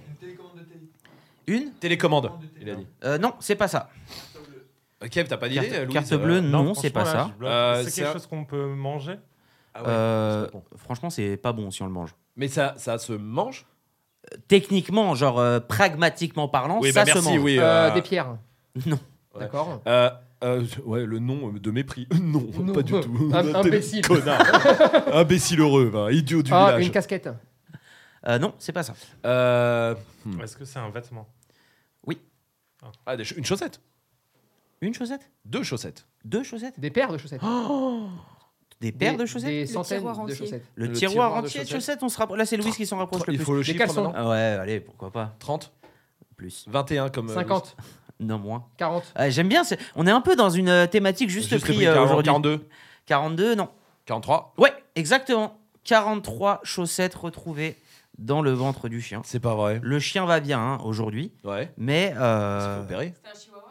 Une télécommande, il a dit. Non, c'est pas ça. Kev, t'as pas d'idée? Louise? Carte bleue, non, c'est pas ça. C'est quelque chose qu'on peut manger? Ah ouais, franchement, c'est pas bon si on le mange. Mais ça se mange? Techniquement, genre pragmatiquement parlant, oui, ça merci, se mange. Oui, des pierres? Non. Ouais. D'accord. Ouais, le nom de mépris. Non, pas du tout. Imbécile. Connard. Imbécile heureux, idiot du village. Une casquette? Non, c'est pas ça. Est-ce que c'est un vêtement? Oui. Ah, une chaussette? Une chaussette? 2 chaussettes. 2 chaussettes? Des paires de chaussettes? Des paires de chaussettes? Des centaines de chaussettes. Le tiroir entier de chaussettes, on se rapproche. Là, c'est Louise qui s'en rapproche le plus. Il faut le chiffre maintenant. Ah ouais, allez, pourquoi pas. 30? Plus. 21 comme. 50? Non, moins. 40? J'aime bien, on est un peu dans une thématique juste prix aujourd'hui. 42? 42, non. 43? Ouais, exactement. 43 chaussettes retrouvées dans le ventre du chien. C'est pas vrai. Le chien va bien aujourd'hui. Ouais. Mais. C'est opéré. C'était un chihuahua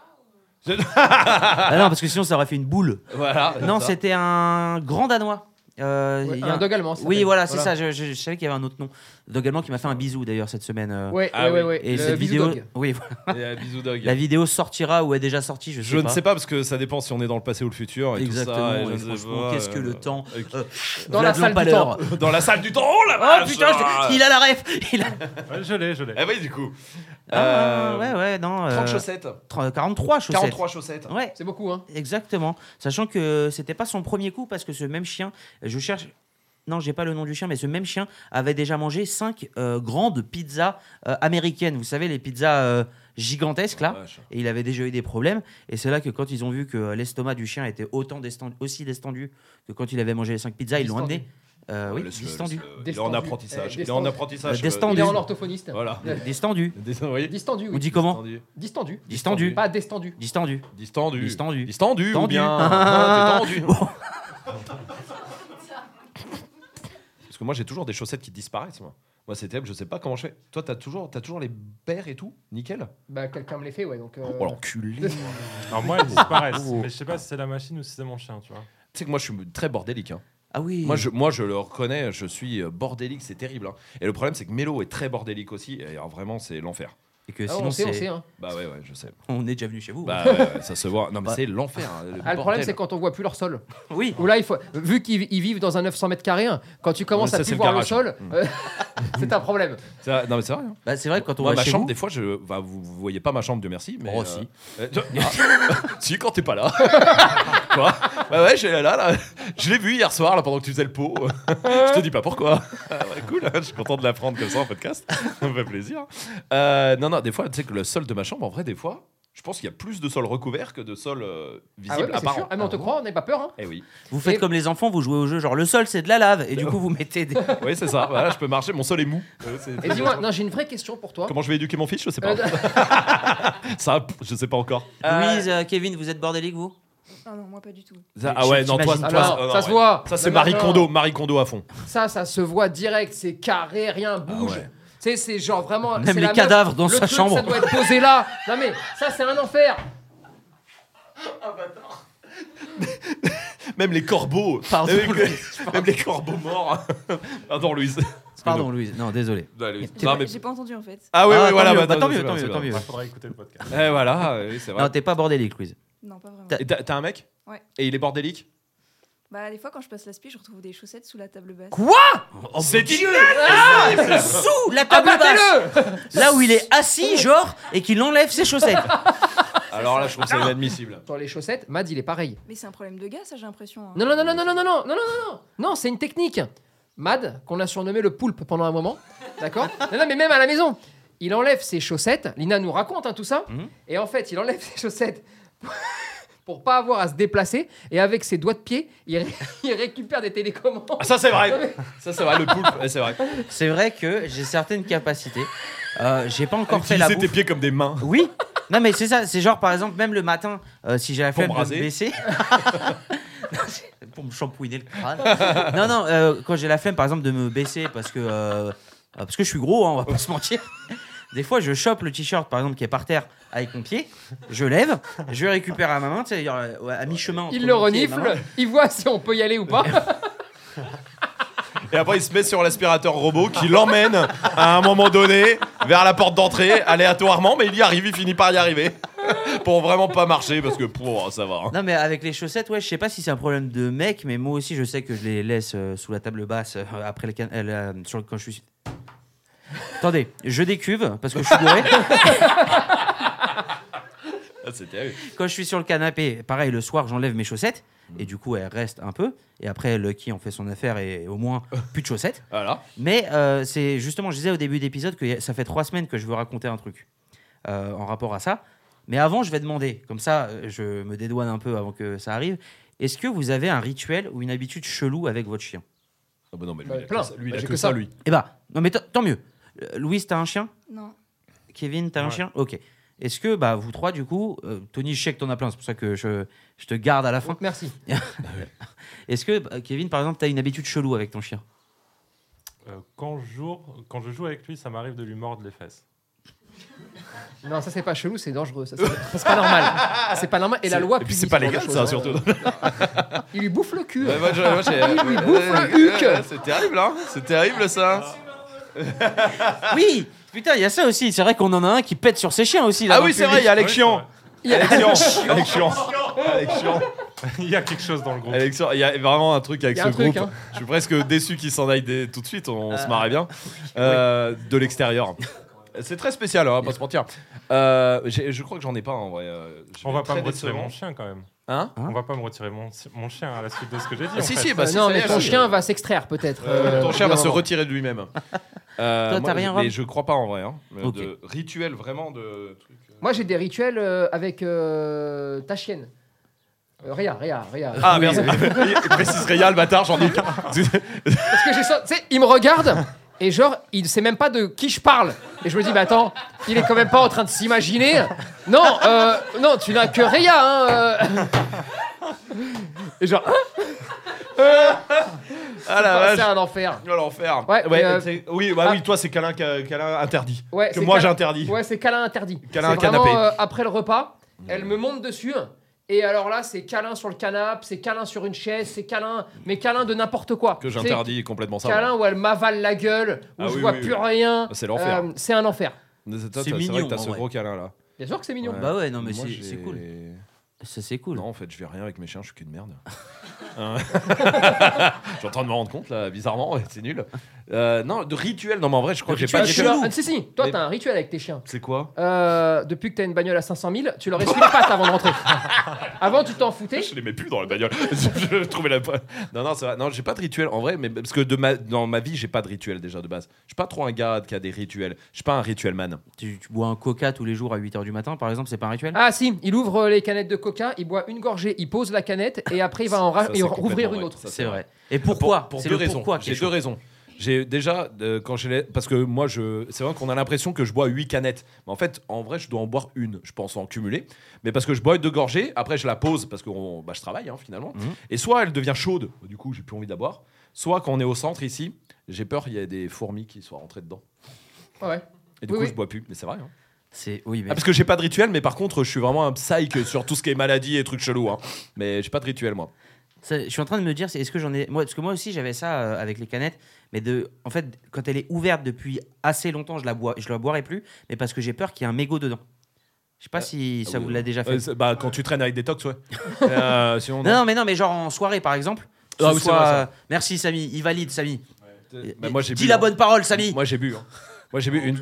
Ah non, parce que sinon ça aurait fait une boule. Voilà. Non, c'était un grand danois. Un dog allemand. Oui, voilà, c'est ça. Je savais qu'il y avait un autre nom. Dog allemand qui m'a fait un bisou d'ailleurs cette semaine. Ouais. Et le cette bisou vidéo. dog. Oui, Et bisou dog. La vidéo sortira ou est déjà sortie, je sais pas. Je ne sais pas parce que ça dépend si on est dans le passé ou le futur. Et exactement. Tout ça, et et franchement, qu'est-ce que le temps. Dans la salle du temps. Dans la salle du temps. Oh la vache. Oh putain, il a la ref. Ouais, je l'ai. Eh oui, du coup. Ouais, non. 30 chaussettes. 43 chaussettes. 43 chaussettes. Ouais. C'est beaucoup, hein. Exactement. Sachant que c'était pas son premier coup parce que ce même chien, je cherche. Non, j'ai pas le nom du chien, mais ce même chien avait déjà mangé 5 grandes pizzas américaines. Vous savez, les pizzas gigantesques, là. Et il avait déjà eu des problèmes. Et c'est là que quand ils ont vu que l'estomac du chien était aussi distendu que quand il avait mangé les 5 pizzas, ils l'ont amené. Oui, distendu. Il est en apprentissage. Il est en apprentissage. Distendu. Il est en orthophoniste. Voilà. Distendu. Distendu. On dit comment? Distendu. Distendu. Pas destendu. Distendu. Distendu. Distendu. Distendu. Ou Tendu. bien. Non, t'es tendu. que moi j'ai toujours des chaussettes qui disparaissent. Moi c'est terrible, je sais pas comment je fais. Toi t'as toujours les paires et tout, nickel. Bah quelqu'un me les fait, ouais. Donc. Oh l'enculé. Alors moi elles disparaissent, mais je sais pas si c'est la machine ou si c'est mon chien, tu vois. Tu sais que moi je suis très bordélique. Hein. Ah oui. Moi je le reconnais, je suis bordélique, c'est terrible. Hein. Et le problème c'est que Mélo est très bordélique aussi. Et alors, vraiment c'est l'enfer. Et que sinon, on sait, hein. Bah ouais, je sais. On est déjà venu chez vous. Bah ouais, ça se voit. Non mais c'est l'enfer. Le problème c'est quand on voit plus leur sol. Oui. Ou là vu qu'ils vivent dans un 900 mètres carrés, quand tu commences à plus voir le sol, c'est un problème. Non mais c'est vrai. Hein. Bah, c'est vrai que quand on va ma chez chambre vous... des fois vous voyez pas ma chambre, Dieu merci. Mais si. Si quand t'es pas là. Quoi? Bah ouais, là. Je l'ai vu hier soir là pendant que tu faisais le pot. Je te dis pas pourquoi. Ouais, cool. Je suis content de l'apprendre comme ça en podcast. Ça me fait plaisir. Non, des fois tu sais que le sol de ma chambre, en vrai, des fois, je pense qu'il y a plus de sol recouvert que de sol visible apparent. Ah mais on te croit, on n'a pas peur. Hein. Eh oui. Vous faites comme les enfants, vous jouez au jeu, genre le sol c'est de la lave, et du coup vous mettez des... Oui, c'est ça, voilà, je peux marcher, mon sol est mou. Et dis-moi, non, j'ai une vraie question pour toi. Comment je vais éduquer mon fils, je sais pas. Ça, je sais pas encore. Louise, Kevin, vous êtes bordélique, vous? Ah non, moi pas du tout. Ah ouais, non, toi, ça se voit. Ça, c'est Marie Kondo à fond. Ça se voit direct, c'est carré, rien bouge. Ah ouais. Tu sais, c'est genre vraiment. Même les cadavres dans sa chambre. Ça doit être posé là. Non mais ça, c'est un enfer. Ah bâtard. Même les corbeaux. Pardon. Même les corbeaux morts. Pardon, Louise. Pardon, Louise. Non, désolé. J'ai pas entendu en fait. Ah oui, voilà. Tant mieux. Il faudra écouter le podcast. Et voilà, c'est vrai. Non, t'es pas bordélique, Louise. Non, pas vraiment. T'as un mec? Ouais. Et il est bordélique? Bah, des fois, quand je passe l'aspi, je retrouve des chaussettes sous la table basse. Quoi? C'est Dieu! Sous la table basse! Là où il est assis, genre, et qu'il enlève ses chaussettes. Alors là, je trouve que c'est inadmissible. Sur les chaussettes, Mad, il est pareil. Mais c'est un problème de gars, ça, j'ai l'impression. Hein. Non, c'est une technique. Mad, qu'on a surnommé le poulpe pendant un moment, d'accord? Non, mais même à la maison, il enlève ses chaussettes. Lina nous raconte tout ça. Et en fait, il enlève ses chaussettes pour pas avoir à se déplacer, et avec ses doigts de pied, il récupère des télécommandes. Ah, ça c'est vrai. Ça c'est vrai, le poulpe, c'est vrai. C'est vrai que j'ai certaines capacités. J'ai pas encore fait la bouffe. Utiliser tes pieds comme des mains. Oui. Non mais c'est ça, c'est genre par exemple même le matin, si j'ai la flemme de me baisser, pour me shampouiner le crâne. Non, quand j'ai la flemme par exemple de me baisser parce que je suis gros, hein, on va pas se mentir. Des fois, je chope le t-shirt, par exemple, qui est par terre avec mon pied, je lève, je le récupère à ma main, tu sais, à mi-chemin. Entre il le renifle, il voit si on peut y aller ou pas. Et après, il se met sur l'aspirateur robot qui l'emmène à un moment donné vers la porte d'entrée, aléatoirement, mais il y arrive, il finit par y arriver. Pour vraiment pas marcher, parce que ça va. Hein. Non, mais avec les chaussettes, ouais, je sais pas si c'est un problème de mec, mais moi aussi, je sais que je les laisse sous la table basse après quand je suis. Attendez, je décuve parce que je suis bourré. C'est terrible. Quand je suis sur le canapé, pareil, le soir, j'enlève mes chaussettes et du coup, elles restent un peu. Et après, Lucky en fait son affaire et au moins plus de chaussettes. Voilà. Mais c'est justement, je disais au début d'épisode que ça fait 3 semaines que je veux raconter un truc en rapport à ça. Mais avant, je vais demander, comme ça, je me dédouane un peu avant que ça arrive. Est-ce que vous avez un rituel ou une habitude chelou avec votre chien? Ah bah non, mais lui, il a que ça, lui. Eh bah, non, mais tant mieux. Louise, t'as un chien? Non. Kevin, t'as un chien? Ok. Est-ce que, vous trois, du coup, Tony, je sais que t'en as plein, c'est pour ça que je te garde à la fin. Merci. Est-ce que, Kevin, par exemple, t'as une habitude chelou avec ton chien? Quand je joue avec lui, ça m'arrive de lui mordre les fesses. Non, ça c'est pas chelou, c'est dangereux. Ça, c'est pas normal. C'est pas normal. Et la loi. Et puis c'est pas légal, ça, surtout. Il lui bouffe le cul. Ouais, il lui bouffe le huc. C'est terrible, hein. C'est terrible, ça. Oui. Putain, il y a ça aussi. C'est vrai qu'on en a un qui pète sur ses chiens aussi. Là, ah oui, c'est vrai, il y a Alex Chiant. Il y a quelque chose dans le groupe. Il y a vraiment un truc avec ce groupe. Hein. Je suis presque déçu qu'il s'en aille tout de suite. On se marrait bien. De l'extérieur. C'est très spécial, hein, pas se mentir. Je crois que j'en ai pas en vrai. On va pas me retirer mon chien quand même. Hein? On va pas me retirer mon chien à la suite de ce que j'ai dit. Si, non, mais ton chien va s'extraire peut-être. Ton chien va se retirer de lui-même. Toi, t'as rien, mais je crois pas en vrai. Hein. Okay. De rituel vraiment de trucs. Moi, j'ai des rituels avec ta chienne. Réa. Ah merci. Il précise Réa, le bâtard, j'en ai. Parce que j'ai ça. Tu sais, il me regarde. Et genre, il sait même pas de qui je parle. Et je me dis, mais attends, il est quand même pas en train de s'imaginer. Non, tu n'as que Réa, hein. Et genre. C'est un enfer. Oh, l'enfer. Ouais, oui, toi c'est câlin interdit. Ouais, que moi j'interdis. Ouais, c'est câlin interdit. Câlin c'est canapé. Vraiment, après le repas, elle me monte dessus. Et alors là, c'est câlin sur le canapé, c'est câlin sur une chaise, c'est câlin, mais câlin de n'importe quoi. Que j'interdis complètement ça. Câlin où elle m'avale la gueule, où je vois plus rien. C'est l'enfer. C'est un enfer. C'est mignon. C'est vrai que t'as ce gros câlin là. Bien sûr que c'est mignon. Bah ouais, non mais c'est cool. Ça c'est cool. Non, en fait, je fais rien avec mes chiens, je suis qu'une merde. Je suis en train de me rendre compte là, bizarrement, c'est nul. Non, de rituel, non mais en vrai, je crois que j'ai pas de rituel. Si, toi t'as un rituel avec tes chiens. C'est quoi? Depuis que t'as une bagnole à 500 000, tu leur essuies les pattes avant de rentrer. Avant, tu t'en foutais. Je les mets plus dans la bagnole. Je trouvais la. Non, c'est vrai. Non, j'ai pas de rituel en vrai, mais parce que dans ma vie, j'ai pas de rituel déjà de base. Je suis pas trop un gars qui a des rituels. Je suis pas un rituel man. Tu bois un coca tous les jours à 8h du matin, par exemple, c'est pas un rituel? Ah si, il ouvre les canettes de coca, il boit une gorgée, il pose la canette et après il va en rouvrir une autre. Ça, c'est vrai. Et pourquoi? Pour deux raisons. J'ai deux raisons. J'ai déjà, quand parce que moi, c'est vrai qu'on a l'impression que je bois 8 canettes. Mais en fait, en vrai, je dois en boire une, je pense, en cumulé. Mais parce que je bois 2 gorgées, après je la pose parce que je travaille finalement. Et soit elle devient chaude, du coup, j'ai plus envie de la boire. Soit quand on est au centre ici, j'ai peur qu'il y ait des fourmis qui soient rentrées dedans. Ouais. Et du coup, je bois plus. Mais c'est vrai. Oui, mais... parce que j'ai pas de rituel, mais par contre, je suis vraiment un psych sur tout ce qui est maladie et trucs chelous. Mais j'ai pas de rituel, moi. Je suis en train de me dire, est-ce que j'en ai. Parce que moi aussi, j'avais ça avec les canettes. Mais en fait, quand elle est ouverte depuis assez longtemps, je la boirai plus. Mais parce que j'ai peur qu'il y ait un mégot dedans. Je sais pas si ça vous l'a déjà fait. Quand tu traînes avec des tox, ouais. Sinon, non, mais genre en soirée, par exemple. Ah, oui, c'est vrai, ça. Merci, Samy. Il valide, Samy. Moi, j'ai Dis la bonne parole, Samy. Moi, j'ai bu. Moi, j'ai bu une.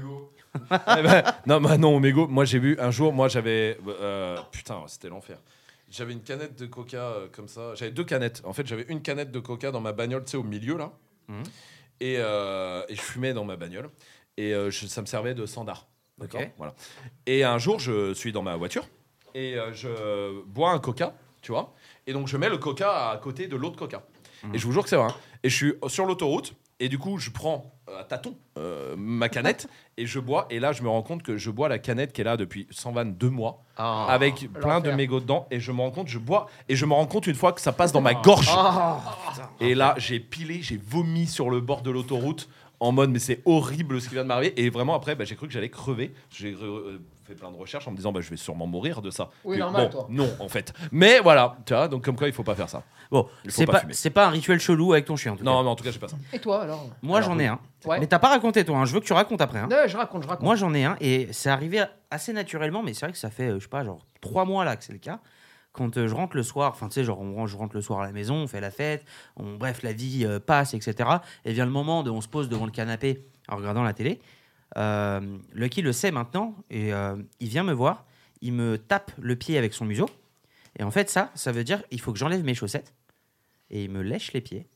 Non, mégot. Moi, j'ai bu un jour. Moi, j'avais. Putain, c'était l'enfer. J'avais une canette de coca comme ça. J'avais 2 canettes. En fait, j'avais une canette de coca dans ma bagnole, tu sais, au milieu là. Et je fumais dans ma bagnole. Et ça me servait de sandar. D'accord. Voilà. Et un jour, je suis dans ma voiture et je bois un coca, tu vois. Et donc, je mets le coca à côté de l'autre coca. Et je vous jure que c'est vrai. Et je suis sur l'autoroute. Et du coup, je prends à tâtons ma canette et je bois. Et là, je me rends compte que je bois la canette qui est là depuis 122 mois avec plein de mégots dedans. Et je me rends compte, je bois. Et je me rends compte une fois que ça passe dans ma gorge. Et là, j'ai vomi sur le bord de l'autoroute en mode, mais c'est horrible ce qui vient de m'arriver. Et vraiment, après, j'ai cru que j'allais crever. J'ai fait plein de recherches en me disant, je vais sûrement mourir de ça. Oui, normal, toi. Non, en fait. Mais voilà, tu vois, donc comme quoi, il faut pas faire ça. Bon, c'est pas un rituel chelou avec ton chien, en tout cas. Non, en tout cas, j'ai pas ça. Et toi, alors? Moi, j'en ai un. Ouais. Mais t'as pas raconté, toi. Je veux que tu racontes après. Non, je raconte. Moi, j'en ai un. Et c'est arrivé assez naturellement, mais c'est vrai que ça fait, je sais pas, genre 3 mois là que c'est le cas. Quand je rentre le soir, enfin, tu sais, genre, je rentre le soir à la maison, on fait la fête, bref, la vie passe, etc. Et vient le moment où on se pose devant le canapé en regardant la télé. Lucky le sait maintenant, et il vient me voir, il me tape le pied avec son museau. Et en fait, ça veut dire il faut que j'enlève mes chaussettes. Et il me lèche les pieds.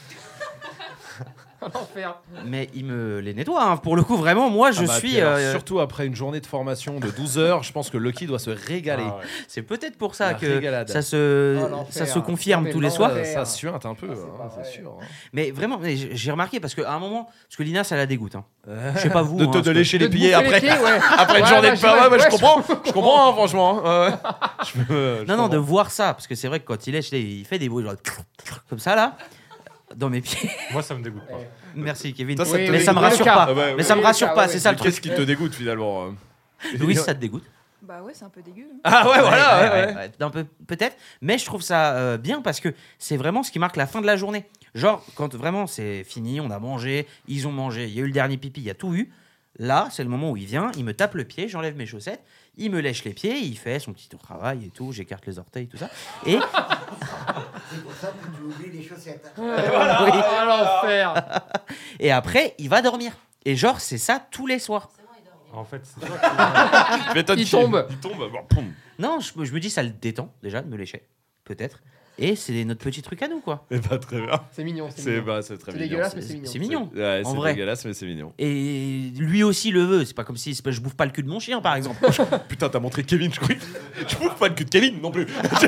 Enfer. Mais il me les nettoie, pour le coup, vraiment, moi je suis... surtout après une journée de formation de 12 heures, je pense que Lucky doit se régaler. C'est peut-être pour ça que ça se confirme tous les soirs. Ça suinte un peu, c'est sûr. Mais vraiment, j'ai remarqué, parce qu'à un moment, parce que Lina, ça la dégoûte. Je sais pas vous. De lécher les pieds après une journée de formation. Je comprends, franchement. Non, de voir ça, parce que c'est vrai que quand il lèche, il fait des bruits genre comme ça, là. Dans mes pieds. Moi, ça me dégoûte pas. Merci, Kevin. Mais ça me rassure pas. Mais ça me rassure pas, c'est ça le truc. Qu'est-ce qui te dégoûte finalement? Louis, ça te dégoûte? Bah ouais, c'est un peu dégueu. Ah ouais, voilà. Peut-être. Mais je trouve ça bien parce que c'est vraiment ce qui marque la fin de la journée. Genre, quand vraiment c'est fini, on a mangé, ils ont mangé, il y a eu le dernier pipi, il y a tout eu. Là, c'est le moment où il vient, il me tape le pied, j'enlève mes chaussettes, il me lèche les pieds, il fait son petit travail et tout, j'écarte les orteils, tout ça. Et... C'est pour ça que tu oublies les chaussettes. Voilà, l'enfer. Et après, il va dormir. Et genre, c'est ça tous les soirs. En fait, c'est toi qui... Il tombe. Non, je me dis, ça le détend déjà de me lécher. Peut-être. Et c'est notre petit truc à nous, quoi. Et pas très bien. C'est mignon. C'est très mignon. C'est dégueulasse, mais c'est mignon. C'est mignon. Ouais, en c'est vrai. dégueulasse, mais c'est mignon. Et lui aussi le veut. C'est pas comme si je bouffe pas le cul de mon chien, par exemple. Putain, t'as montré Kevin, je crois. Je bouffe pas le cul de Kevin non plus.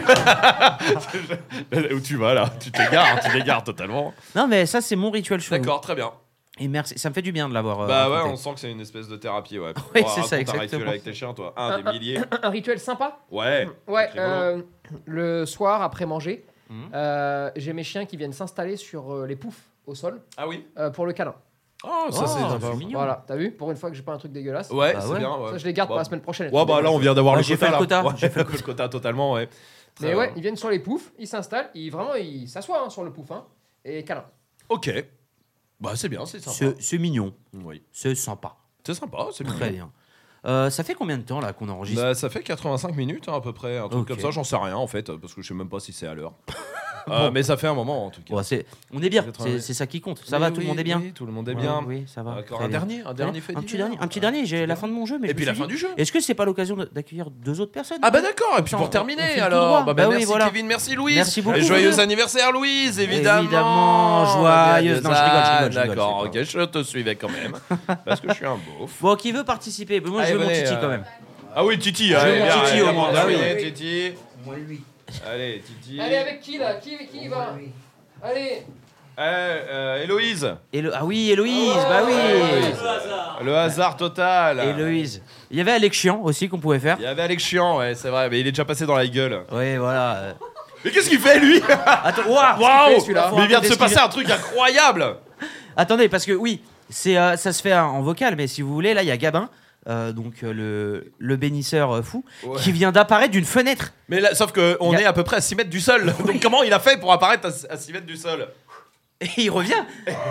Où tu vas là? Tu t'égares totalement. Non, mais ça, c'est mon rituel chelou. D'accord, très bien. Et merci, ça me fait du bien de l'avoir. Bah ouais, on sent que c'est une espèce de thérapie, ouais. Oui, c'est ça, exactement. Un rituel exactement. avec tes chiens, toi. Des milliers. Un rituel sympa. Ouais. Le soir, après manger, j'ai mes chiens qui viennent s'installer sur les poufs au sol. Ah oui. Pour le câlin. Oh, ça c'est mignon. Voilà, t'as vu? Pour une fois que j'ai pas un truc dégueulasse. Ouais, c'est bien. Ça, je les garde pour la semaine prochaine. Ouais, bah là, on vient d'avoir le j'ai quota. fait le quota. Ouais, j'ai fait le quota totalement, ouais. Mais ouais, ils viennent sur les poufs, ils s'installent, ils s'assoient sur le pouf, et câlin. Ok. Bah, c'est bien, c'est sympa. C'est mignon. Oui. C'est sympa. C'est sympa, c'est bien. Très bien. Ça fait combien de temps là qu'on enregistre? Bah, ça fait 85 minutes à peu près, un truc comme ça, j'en sais rien en fait, parce que je sais même pas si c'est à l'heure. Mais ça fait un moment en tout cas. Ouais, on est bien, c'est ça qui compte. Ça va, tout le monde est bien. Oui, tout le monde est bien. Oui, ça va. Encore un dernier fait un petit dernier. J'ai la fin de mon jeu, mais et puis la fin du jeu. Est-ce que c'est pas l'occasion d'accueillir 2 autres personnes? Ah bah d'accord. Et puis pour terminer alors, merci Kevin, merci Louise. Merci beaucoup. Et joyeux anniversaire Louise, évidemment. Joyeuse. Non, je rigole. D'accord, ok, je te suivais quand même, parce que je suis un beauf. Bon, qui veut participer? Moi, je veux mon Titi quand même. Ah oui, Titi. Titi au moins. Titi. Moi, lui. Allez, Titi. Allez, avec qui là? Qui y va? Allez. Héloïse. Ah oui, Héloïse, bah oui. Le hasard total. Héloïse. Il y avait Alexian aussi qu'on pouvait faire. Il y avait Alexian, ouais, c'est vrai, mais il est déjà passé dans la gueule. Oui, voilà. Mais qu'est-ce qu'il fait lui? Attends, waouh, mais il vient de se passer un truc incroyable. Attendez, parce que oui, ça se fait en vocal, mais si vous voulez, là, il y a Gabin. Donc le bénisseur fou qui vient d'apparaître d'une fenêtre. Mais là, sauf qu'on est à peu près à 6 mètres du sol. Donc comment il a fait pour apparaître à 6 mètres du sol? Et il revient.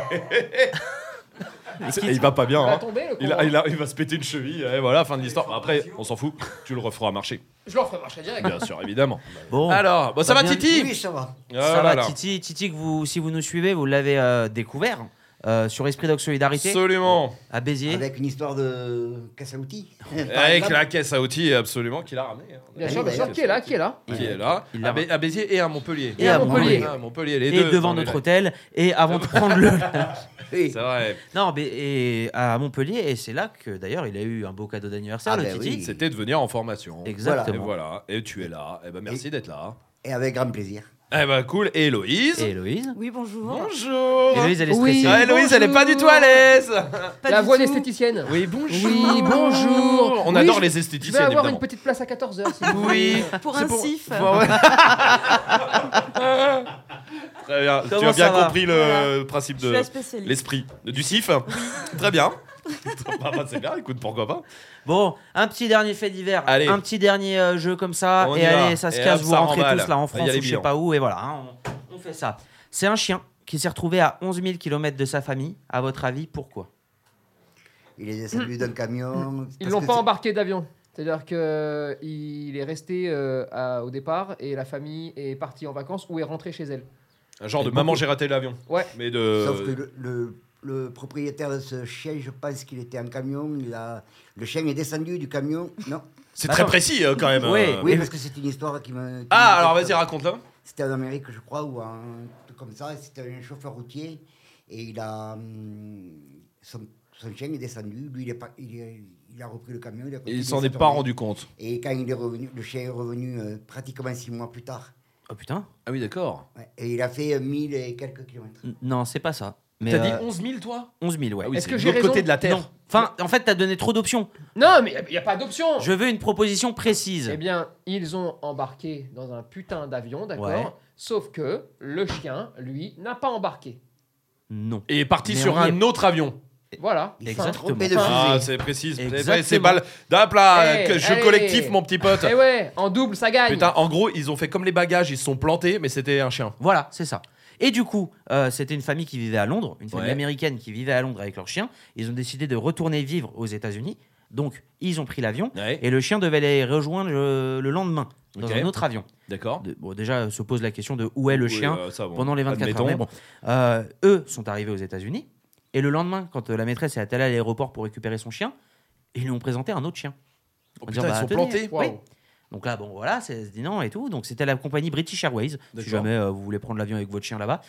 Il va pas bien. Il va tomber, il va se péter une cheville. Et voilà, fin de l'histoire. Après, on s'en fout. Tu le referas marcher. Je le referai marcher direct. Bien sûr, évidemment. Bon. Alors, ça va, Titi? Oui, ça va. Ça va, Titi. Titi, si vous nous suivez, vous l'avez découvert. Sur Esprit Dog Solidarité. Absolument. À Béziers. Avec une histoire de caisse à outils. Avec la caisse à outils, absolument, qu'il a ramené. Bien sûr, qui est là. Qui est là. À Béziers et à Montpellier. Et à Montpellier. Les deux. Et devant notre hôtel. Et avant de prendre le. C'est vrai. Non, mais et à Montpellier, et c'est là que d'ailleurs il a eu un beau cadeau d'anniversaire, le Titi. Oui. C'était de venir en formation. Exactement. Et voilà. Et tu es là. Et ben merci d'être là. Et avec grand plaisir. Eh ben cool. Et Héloïse? Oui, bonjour. Bonjour. Héloïse, elle est stressée. Ah, Héloïse, elle est pas du tout à l'aise. La voix d'esthéticienne. Oui, bonjour. Oui, bonjour. On adore les esthéticiennes. Je vais avoir évidemment. une petite place à 14h. Oui. Pour un sif. Très bien. Tu as bien compris le principe de l'esprit du sif. Très bien. C'est bien, écoute, pourquoi pas. Bon, un petit dernier fait divers, un petit dernier jeu comme ça, on et allez, ça se casse, vous rentrez tous là en France ou je sais bien. pas où, et voilà, on fait ça. C'est un chien qui s'est retrouvé à 11 000 km de sa famille. À votre avis, pourquoi? Il est descendu d'un camion. Ils l'ont pas embarqué d'avion. C'est-à-dire qu'il est resté au départ et la famille est partie en vacances ou est rentrée chez elle. Un genre de maman, j'ai raté l'avion. Ouais. Mais Sauf que le propriétaire de ce chien, je pense qu'il était en camion. Le chien est descendu du camion. Non. C'est très précis quand même. Oui, parce que c'est une histoire qui me. Alors vas-y, raconte-la. C'était en Amérique, je crois, ou un truc comme ça. C'était un chauffeur routier et il a son chien est descendu. Lui, il a repris le camion. Il s'en est pas rendu compte. Et quand il est revenu, le chien est revenu pratiquement 6 mois plus tard. Oh putain. Ah oui, d'accord. Ouais, et il a fait 1000 et quelques kilomètres. Non, c'est pas ça. T'as dit 11 000, toi? 11 000, ouais. Ah oui, Est-ce que de j'ai l'autre raison? côté de la Terre. Non. Enfin, en fait, t'as donné trop d'options. Non, mais il n'y a pas d'option. Je veux une proposition précise. Eh bien, ils ont embarqué dans un putain d'avion, d'accord? Ouais. Sauf que le chien, lui, n'a pas embarqué. Non. Et est parti Mais sur on y un autre avion. Voilà. Exactement. Ah, c'est précis. Exactement. C'est balle. Hop là, Hey, jeu allez. collectif, mon petit pote. Eh ouais, en double, ça gagne. Putain, en gros, ils ont fait comme les bagages, ils se sont plantés, mais c'était un chien. Voilà, c'est ça. Et du coup, c'était une famille qui vivait à Londres, une famille Ouais. américaine qui vivait à Londres avec leur chien. Ils ont décidé de retourner vivre aux États-Unis. Donc, ils ont pris l'avion. Ouais. Et le chien devait les rejoindre le lendemain dans Ok. un autre avion. D'accord. Bon, déjà, se pose la question de où est le chien ça, bon, pendant les 24 admettons. heures. Mais bon, eux sont arrivés aux États-Unis. Et le lendemain, quand la maîtresse est allée à l'aéroport pour récupérer son chien, ils lui ont présenté un autre chien. Oh, On va putain, dire, ils sont tenez, plantés. oui. Wow. Donc là, bon, voilà, c'est se dit non et tout. Donc c'était la compagnie British Airways, si D'accord. jamais vous voulez prendre l'avion avec votre chien là-bas.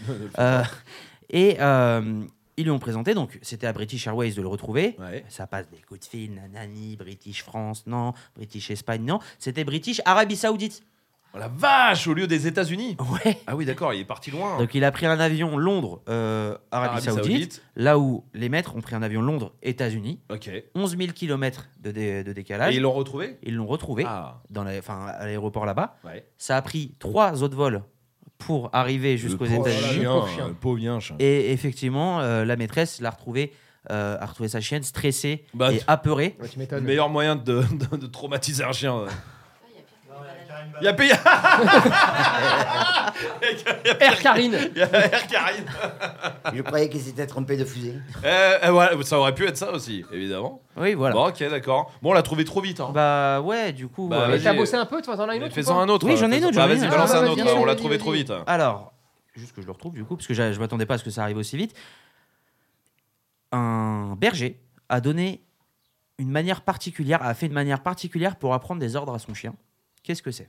Ils lui ont présenté, donc c'était à British Airways de le retrouver. Ouais. Ça passe des coups de fil, nanani, British France, non, British Espagne, non. C'était British Arabie Saoudite. Oh la vache, au lieu des États-Unis. Ouais. Ah oui, d'accord, il est parti loin. Donc il a pris un avion Londres, Arabie Saoudite, là où les maîtres ont pris un avion Londres, États-Unis. Ok. 11 000 km de décalage. Et ils l'ont retrouvé? Ils l'ont retrouvé Ah. à l'aéroport là-bas. Ouais. Ça a pris 3 autres vols pour arriver jusqu'aux États-Unis. Pauvre chien. Et effectivement, la maîtresse a retrouvé sa chienne stressée et apeurée. Le meilleur moyen de traumatiser un chien. Il y a payé. Air Karine. Je croyais qu'il s'était trompé de fusée. Ouais, ça aurait pu être ça aussi, évidemment. Oui, voilà. Bon, ok, d'accord. Bon, on l'a trouvé trop vite. Hein. Bah ouais, du coup. Bah, t'as bossé un peu, tu en as une autre? Fais-en un autre. Oui, j'en ai une autre. Vas-y, balance un autre. vas-y, On l'a trouvé trop vite. Alors, juste que je le retrouve du coup, parce que je m'attendais pas à ce que ça arrive aussi vite. Un berger a fait une manière particulière pour apprendre des ordres à son chien. Qu'est-ce que c'est?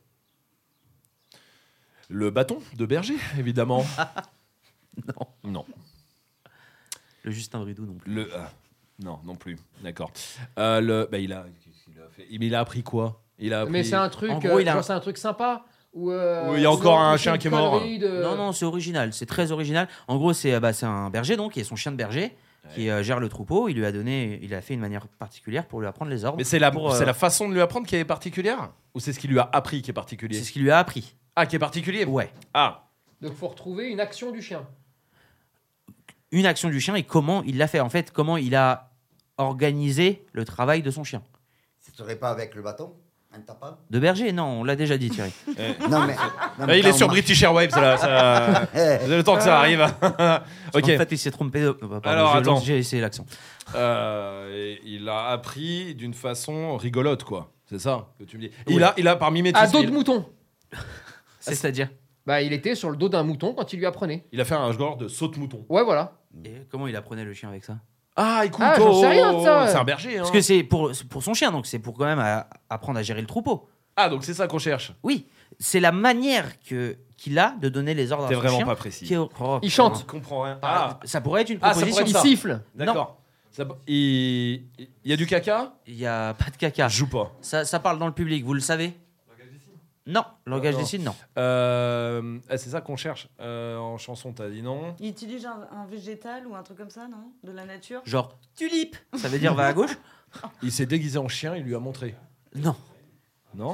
Le bâton de berger, évidemment. Non. Le Justin Bridou non plus. Non plus. D'accord. Il a appris quoi? Mais c'est un truc. En gros, c'est un truc sympa. Où il y a encore un chien qui est mort. Non, c'est original. C'est très original. En gros, c'est un berger donc, qui est son chien de berger. Qui gère le troupeau, il a fait une manière particulière pour lui apprendre les ordres. Mais c'est la façon de lui apprendre qui est particulière? Ou c'est ce qu'il lui a appris qui est particulier? C'est ce qu'il lui a appris. Ah, qui est particulier? Ouais. Ah. Donc faut retrouver une action du chien. Une action du chien et comment il l'a fait. En fait, comment il a organisé le travail de son chien. Ça ne serait pas avec le bâton? Un tapin? De berger? Non, on l'a déjà dit, Thierry. Non, mais il est sur British Airwaves, là. Le temps que ça arrive. Ok. En fait, il s'est trompé. Alors, attends. J'ai essayé l'accent. Il a appris d'une façon rigolote, quoi. C'est ça que tu me dis. Oui. Il a par mimétisme. À dos de mouton. C'est-à-dire? Bah, il était sur le dos d'un mouton quand il lui apprenait. Il a fait un genre de saute-mouton. Ouais, voilà. Et comment il apprenait le chien avec ça? Ah, écoute, j'en sais rien de ça. C'est un berger. Hein. Parce que c'est pour son chien, donc c'est pour quand même apprendre à gérer le troupeau. Ah, donc c'est ça qu'on cherche. Oui, c'est la manière qu'il a de donner les ordres à son chien. T'es vraiment pas précis. Il chante. Je comprends rien. Ça pourrait être une proposition. Il siffle. D'accord. Il y a du caca? Il y a pas de caca. Je joue pas. Ça parle dans le public, vous le savez? Non, langage des signes, non. C'est ça qu'on cherche. En chanson, t'as dit non. Il utilise un végétal ou un truc comme ça, non? De la nature? Genre, tulipe. Ça veut dire va à gauche. Il s'est déguisé en chien, il lui a montré. Non. Non.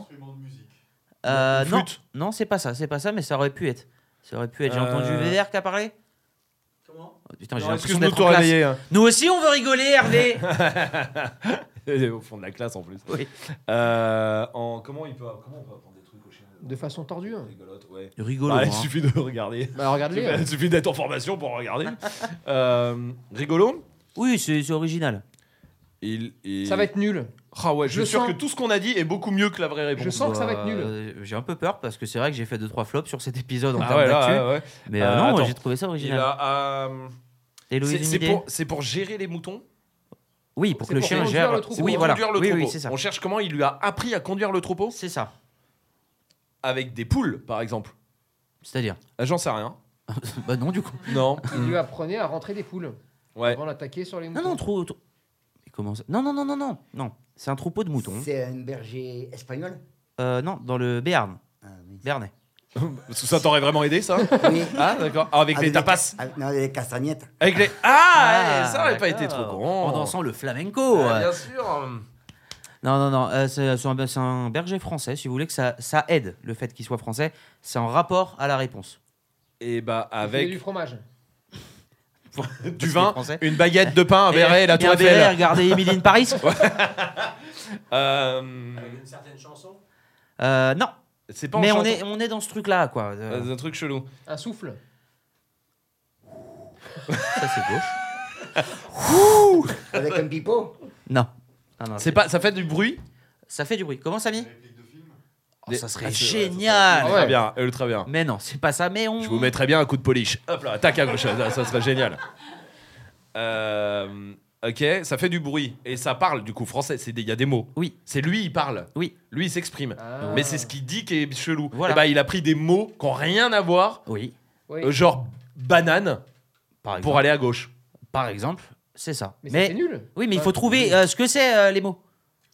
Non, c'est pas ça, mais ça aurait pu être. J'ai entendu VDR qui a parlé. Comment? Putain, j'ai l'impression d'être en classe. Hein. Nous aussi, on veut rigoler, Hervé. Au fond de la classe, en plus. Oui. Comment on peut apprendre des trucs aux chiens? De façon tordue. Rigolote, ouais. Rigolo. Hein. Il suffit de regarder. Bah, regarde-les. Il suffit d'être en formation pour regarder. Rigolo? Oui, c'est original. Ça va être nul. Ah ouais, je suis sûr que tout ce qu'on a dit est beaucoup mieux que la vraie réponse. Je sens que ça va être nul. J'ai un peu peur parce que c'est vrai que j'ai fait 2-3 flops sur cet épisode en termes d'actu. Ouais. Mais non, j'ai trouvé ça original. C'est pour gérer les moutons? Oui, pour que le chien gère le troupeau. Oui, c'est ça. On cherche comment il lui a appris à conduire le troupeau? C'est ça. Avec des poules, par exemple. C'est-à-dire? J'en sais rien. Bah non, du coup. Non. Il lui apprenait à rentrer des poules. Ouais. Avant d'attaquer sur les moutons. Non, trop. Comment ça? Non. C'est un troupeau de moutons. C'est un berger espagnol? Non, dans le Béarn. Bernay. Ça t'aurait vraiment aidé, ça? Oui. Ah, d'accord. Avec les tapas? Non, les castagnettes. Avec les... ça aurait pas été trop con. En dansant le flamenco. Bien sûr. Non. C'est un berger français. Si vous voulez que ça aide, le fait qu'il soit français, c'est en rapport à la réponse. Et bah, avec... du fromage. Du vin, une baguette de pain, un béret et la tour Eiffel. Regardez Emily in Paris. Avec une certaine chanson? Non. C'est pas mais on est dans ce truc-là, quoi. C'est un truc chelou. Un souffle. Ça, c'est gauche. Avec un pipeau? Non. C'est pas. Ça fait du bruit? Ça fait du bruit. Comment ça, Mi? Ça serait génial. Ultra bien. Mais non, c'est pas ça. Mais je vous mettrais bien un coup de polish. Hop là, attaque à gauche. Ça serait génial. Ok, ça fait du bruit et ça parle du coup français. Il y a des mots. Oui. C'est lui, il parle. Oui. Lui, il s'exprime. Mais c'est ce qu'il dit qui est chelou. Voilà. Et bah, il a pris des mots qui n'ont rien à voir. Oui. Genre banane pour aller à gauche. Par exemple, c'est ça. Mais c'est nul. Oui, mais il faut trouver ce que c'est les mots.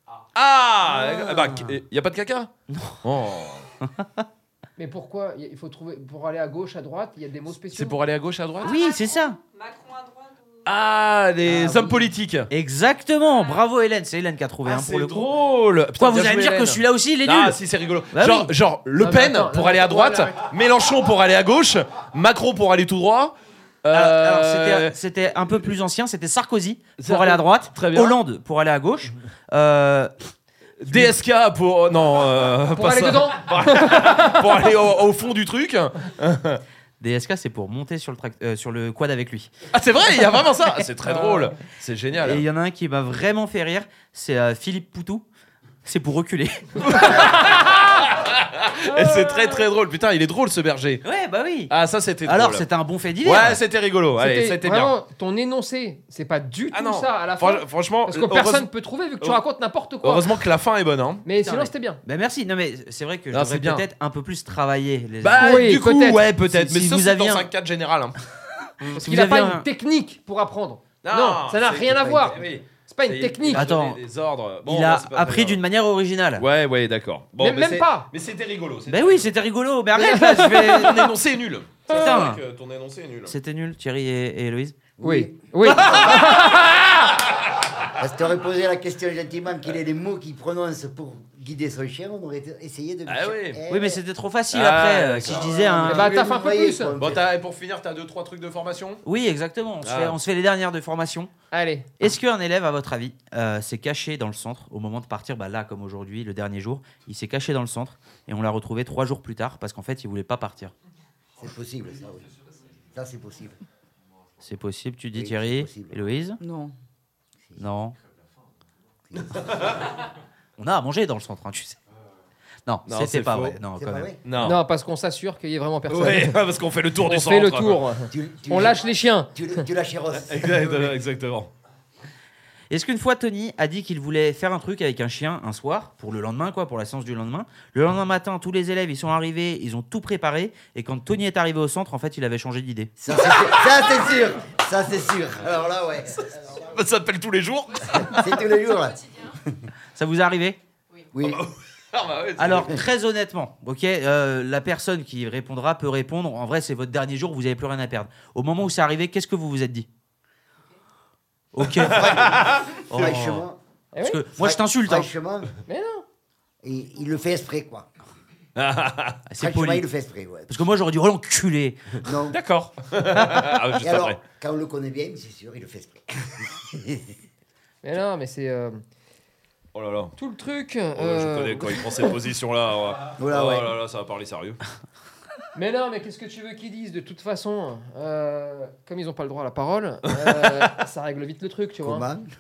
Il y a pas de caca? Non. Oh. Mais pourquoi? Il faut trouver pour aller à gauche, à droite. Il y a des mots spéciaux. C'est pour aller à gauche, à droite? Oui, c'est ça. Macron à droite ou... Ah, les hommes politiques. Exactement, bravo Hélène, c'est Hélène qui a trouvé pour le coup. C'est drôle. Quoi, vous allez me dire que celui-là aussi il est nul? Ah si, c'est rigolo. Bah genre Le Pen pour aller à droite, Mélenchon pour aller à gauche, Macron pour aller tout droit. Alors, c'était un peu plus ancien, c'était Sarkozy pour aller à droite, Hollande pour aller à gauche. DSK pour pour aller dedans. Pour aller au fond du truc. DSK c'est pour monter sur le quad avec lui. Ah c'est vrai, il y a vraiment ça. C'est très drôle, c'est génial. Et il y en a un qui m'a vraiment fait rire, c'est Philippe Poutou. C'est pour reculer. Et c'est très très drôle. Putain, il est drôle ce berger. Ouais, bah oui. Ah, ça c'était drôle. Alors, c'était un bon fait divers. Ouais, c'était rigolo. Allez, c'était vraiment, bien. ton énoncé, c'est pas du tout non. ça à la fin. Franchement, parce que personne peut trouver vu que tu racontes n'importe quoi. Heureusement que la fin est bonne. Hein. Mais sinon, c'était bien. Bah merci. Non, mais c'est vrai que je devrais peut-être un peu plus travailler. Bah, oui, du coup, peut-être. ouais, peut-être. Mais Si ça, vous c'est aviez dans un cadre général. Hein. Parce qu'il n'a pas une technique pour apprendre. Non, ça n'a rien à voir. C'est pas une technique. Attends, des ordres. Bon, il a appris d'une manière originale. Ouais, d'accord. Bon, mais même pas. Mais c'était rigolo. Ben oui, c'était rigolo. Mais arrête là, je vais. Ton énoncé est nul. Putain. Ton énoncé est nul. C'était nul, Thierry et Héloïse. Oui. Parce que tu aurais posé la question gentiment quels sont les mots qu'il prononce pour guider son chien, on aurait essayé de. Ah oui. Oui, mais c'était trop facile après. Si je disais un. Bah, t'as fait un peu plus. Bon, pour finir, t'as 2-3 trucs de formation. Oui, exactement. On se fait les dernières de formation. Allez. Est-ce qu'un élève, à votre avis, s'est caché dans le centre au moment de partir, là, comme aujourd'hui, le dernier jour, il s'est caché dans le centre et on l'a retrouvé 3 jours plus tard parce qu'en fait, il voulait pas partir. C'est possible, ça, oui. Ça, c'est possible. C'est possible, tu dis, Thierry. Héloïse? Non. Non. On a à manger dans le centre, tu sais. Non, c'était pas vrai. Non, quand même. Non, parce qu'on s'assure qu'il y ait vraiment personne. Ouais, parce qu'on fait le tour du centre. On fait le tour. On lâche les chiens. Tu lâches Ross. Exactement. Est-ce qu'une fois Tony a dit qu'il voulait faire un truc avec un chien un soir pour le lendemain, pour la séance du lendemain. Le lendemain matin, tous les élèves ils sont arrivés, ils ont tout préparé et quand Tony est arrivé au centre, en fait, il avait changé d'idée. Ça c'est sûr. Alors là, ouais. Ça s'appelle tous les jours. C'est tous les jours là. Ça vous est arrivé? Oui. Alors très honnêtement, la personne qui répondra peut répondre. En vrai, c'est votre dernier jour, vous n'avez plus rien à perdre. Au moment où c'est arrivé, qu'est-ce que vous vous êtes dit? Ok. Franchement. Parce que moi je t'insulte. Franchement. Mais non. Il le fait exprès, quoi. C'est poli. Il le fait exprès, ouais. Parce que moi j'aurais dit l'enculé. Non. D'accord. Et alors, quand on le connaît bien, c'est sûr, il le fait exprès. Mais non, mais c'est. Oh là là. Tout le truc. Je connais quand il prend cette position-là. Oh là, ouais. là là, ça va parler sérieux. Mais non, mais qu'est-ce que tu veux qu'ils disent? De toute façon, comme ils n'ont pas le droit à la parole, ça règle vite le truc, tu vois.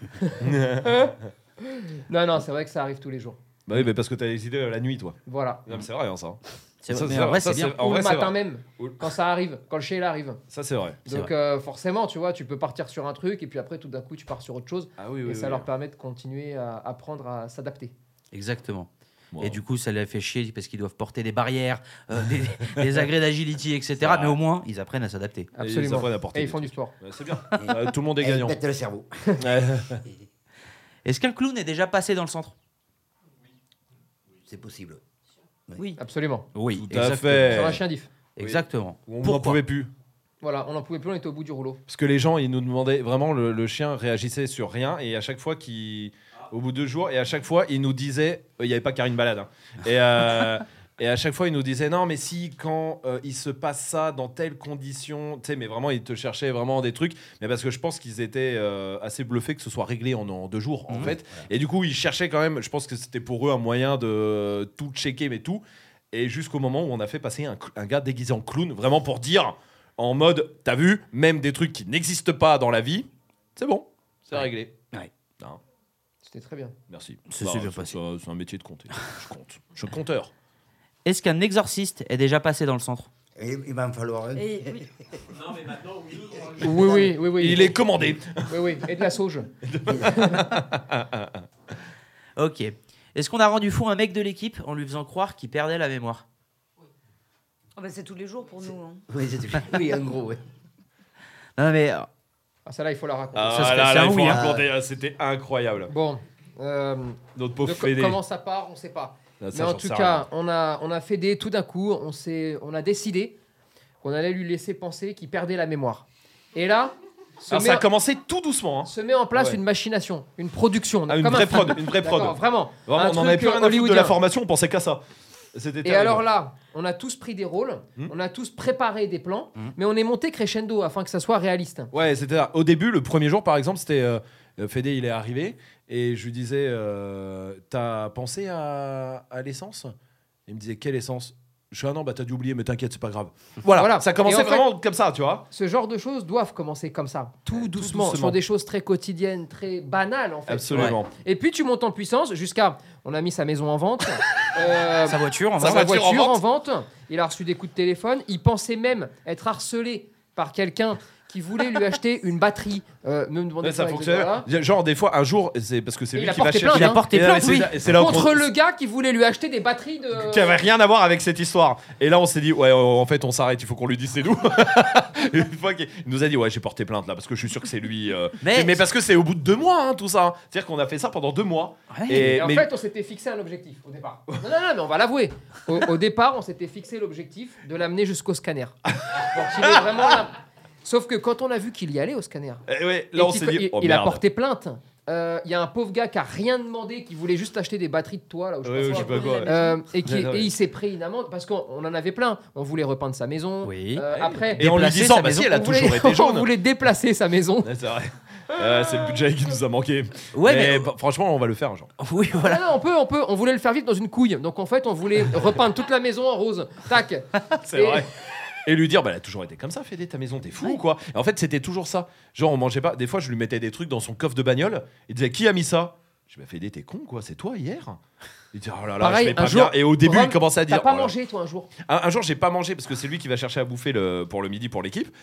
Non, c'est vrai que ça arrive tous les jours. Bah oui, mais parce que t'as les idées la nuit, toi. Voilà. Non, mais c'est vrai, hein, ça. C'est vrai, c'est bien. Ou le matin même, quand ça arrive, quand le chien arrive. Ça, c'est vrai. Donc forcément, tu vois, tu peux partir sur un truc et puis après, tout d'un coup, tu pars sur autre chose. Et ça leur permet de continuer à apprendre à s'adapter. Exactement. Wow. Et du coup, ça les fait chier parce qu'ils doivent porter des barrières, des agrès d'agility, etc. Mais au moins, ils apprennent à s'adapter. Absolument. Et ils font du sport. C'est bien. Tout le monde est gagnant. Ils pètent le cerveau. Est-ce qu'un clown est déjà passé dans le centre? C'est possible. Oui, absolument. Oui, tout à fait. Sur un chien diff. Exactement. On n'en pouvait plus. Voilà, on n'en pouvait plus, on était au bout du rouleau. Parce que les gens, ils nous demandaient vraiment, le chien réagissait sur rien et à chaque fois au bout de 2 jours, et à chaque fois, il nous disait, il n'y avait pas Karine Balade, hein, et à chaque fois, il nous disait, non, mais si, quand il se passe ça dans telles conditions, tu sais, mais vraiment, ils te cherchaient vraiment des trucs, mais parce que je pense qu'ils étaient assez bluffés que ce soit réglé en 2 jours, en fait. Et du coup, ils cherchaient quand même, je pense que c'était pour eux un moyen de tout checker, mais tout. Et jusqu'au moment où on a fait passer un gars déguisé en clown, vraiment pour dire, en mode, t'as vu, même des trucs qui n'existent pas dans la vie, c'est bon, c'est réglé. Ouais. Non. C'était très bien. Merci. C'est super facile. C'est un métier de compter. Je suis compteur. Est-ce qu'un exorciste est déjà passé dans le centre? Il va me falloir un. Oui. Non, mais maintenant, Oui. Il est commandé. Oui. Et de la sauge. Ok. Est-ce qu'on a rendu fou un mec de l'équipe en lui faisant croire qu'il perdait la mémoire? Oh bah c'est tous les jours pour nous. Hein. Oui, c'est toujours. Oui, en gros, oui. Non, mais. Celle-là, il faut la raconter. Là, il faut raconter. C'était incroyable. Bon. Notre pauvre Fédé. Comment ça part, on ne sait pas. Là, mais en tout cas, on a Fédé, tout d'un coup, on a décidé qu'on allait lui laisser penser qu'il perdait la mémoire. Et là, ça a commencé tout doucement. Hein. Se met en place une machination, une production. Une vraie prod. Vraiment. On n'en avait plus rien à foutre de la formation, on pensait qu'à ça. Et alors là, on a tous pris des rôles, on a tous préparé des plans, mais on est monté crescendo afin que ça soit réaliste. Ouais, c'était au début, le premier jour par exemple, c'était Fédé, il est arrivé et je lui disais t'as pensé à l'essence? Il me disait quelle essence? Je suis non, bah t'as dû oublier, mais t'inquiète, c'est pas grave. Voilà. Ça commençait vraiment comme ça, tu vois. Ce genre de choses doivent commencer comme ça, tout doucement, sur des choses très quotidiennes, très banales en fait. Absolument. Ouais. Et puis tu montes en puissance jusqu'à, on a mis sa maison en vente, sa voiture en vente. Il a reçu des coups de téléphone. Il pensait même être harcelé par quelqu'un qui voulait lui acheter une batterie. Me demander ça fonctionnait. Genre des fois un jour, c'est parce que c'est lui qui va chercher. Il a porté plainte, oui. Contre le gars qui voulait lui acheter des batteries de. Qui avait rien à voir avec cette histoire. Et là on s'est dit ouais, en fait on s'arrête. Il faut qu'on lui dise c'est nous. Une fois qu'il nous a dit ouais, j'ai porté plainte là parce que je suis sûr que c'est lui. Mais parce que c'est au bout de 2 mois hein, tout ça. C'est-à-dire qu'on a fait ça pendant 2 mois. Ouais. Et en fait on s'était fixé un objectif au départ. Non mais on va l'avouer. Au départ on s'était fixé l'objectif de l'amener jusqu'au scanner. Donc il est vraiment là. Sauf que quand on a vu qu'il y allait au scanner, là on s'est dit, il a porté plainte. Il y a un pauvre gars qui a rien demandé, qui voulait juste acheter des batteries de toit là où je sais pas et il s'est pris une amende parce qu'on en avait plein. On voulait repeindre sa maison. Après, et en lui disant, bah si, elle a toujours été jaune. On voulait déplacer sa maison. C'est vrai. C'est le budget qui nous a manqué. Ouais, mais franchement, on va le faire, genre. Oui, voilà. Non, on peut. On voulait le faire vivre dans une couille. Donc en fait, on voulait repeindre toute la maison en rose. Tac. C'est vrai. Et lui dire, bah, elle a toujours été comme ça, Fédé, ta maison, t'es fou ou quoi? Et en fait, c'était toujours ça. Genre, on mangeait pas. Des fois, je lui mettais des trucs dans son coffre de bagnole. Il disait, qui a mis ça? Je dis, bah, Fédé, t'es con, quoi, c'est toi hier? Il dit, oh là là, pareil, je vais pas bien. Et au début, il commençait à dire. T'as pas mangé, toi, un jour? Un jour, j'ai pas mangé parce que c'est lui qui va chercher à bouffer pour le midi pour l'équipe.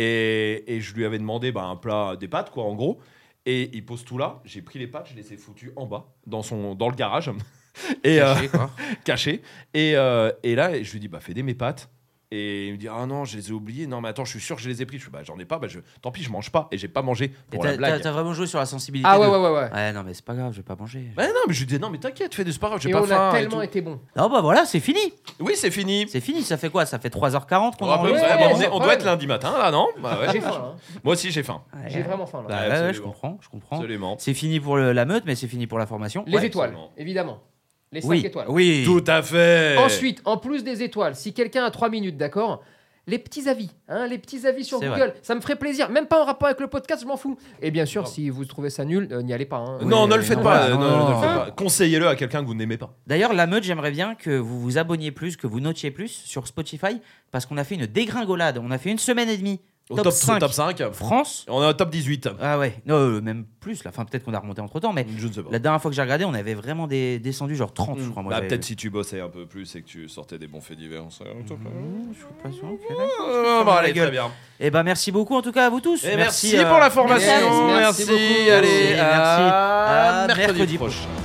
Et je lui avais demandé un plat, des pâtes, quoi, en gros. Et il pose tout là. J'ai pris les pâtes, je les ai foutues en bas, dans le garage. Et, caché, quoi. Caché. Et là, je lui dis, bah, Fédé, mes pâtes. Et il me dit ah non, je les ai oubliés. Non mais attends, je suis sûr que je les ai pris. Je fais bah j'en ai pas. Tant pis, je mange pas. Et j'ai pas mangé pour la blague. T'as vraiment joué sur la sensibilité. Ah ouais. Non mais c'est pas grave, je vais pas manger. Ouais non mais je lui disais non mais t'inquiète, fais des pas grave, j'ai et pas on faim. A tellement été bon. Non bah voilà, c'est fini. Oui c'est fini. C'est fini. Ça fait quoi? Ça fait 3h40 qu'on on doit être lundi matin là non? Bah ouais. J'ai faim. Moi aussi j'ai faim. J'ai vraiment faim là. Bah ouais, je comprends. Absolument. C'est fini pour la meute, mais c'est fini pour la formation. Les étoiles, évidemment. Les 5 étoiles. Oui. Tout à fait. Ensuite, en plus des étoiles, si quelqu'un a 3 minutes, d'accord. Les petits avis sur Google, vrai. Ça me ferait plaisir. Même pas en rapport avec le podcast, je m'en fous. Et bien sûr, si vous trouvez ça nul, n'y allez pas. Hein. Non, ne le faites pas. Conseillez-le à quelqu'un que vous n'aimez pas. D'ailleurs, la meute, j'aimerais bien que vous vous abonniez plus, que vous notiez plus sur Spotify, parce qu'on a fait une dégringolade. On a fait 1 semaine et demie. Au top 5 France. On est au top 18. Ah ouais, non, même plus. Enfin, peut-être qu'on a remonté entre temps, mais je ne sais pas. La dernière fois que j'ai regardé, on avait vraiment descendu genre 30, je crois. Moi, peut-être si tu bossais un peu plus et que tu sortais des bons faits divers. Je suis pas sûr. Allez, très bien. Et merci beaucoup en tout cas à vous tous. Et merci pour la formation. Merci beaucoup. Allez, merci. À mercredi prochain.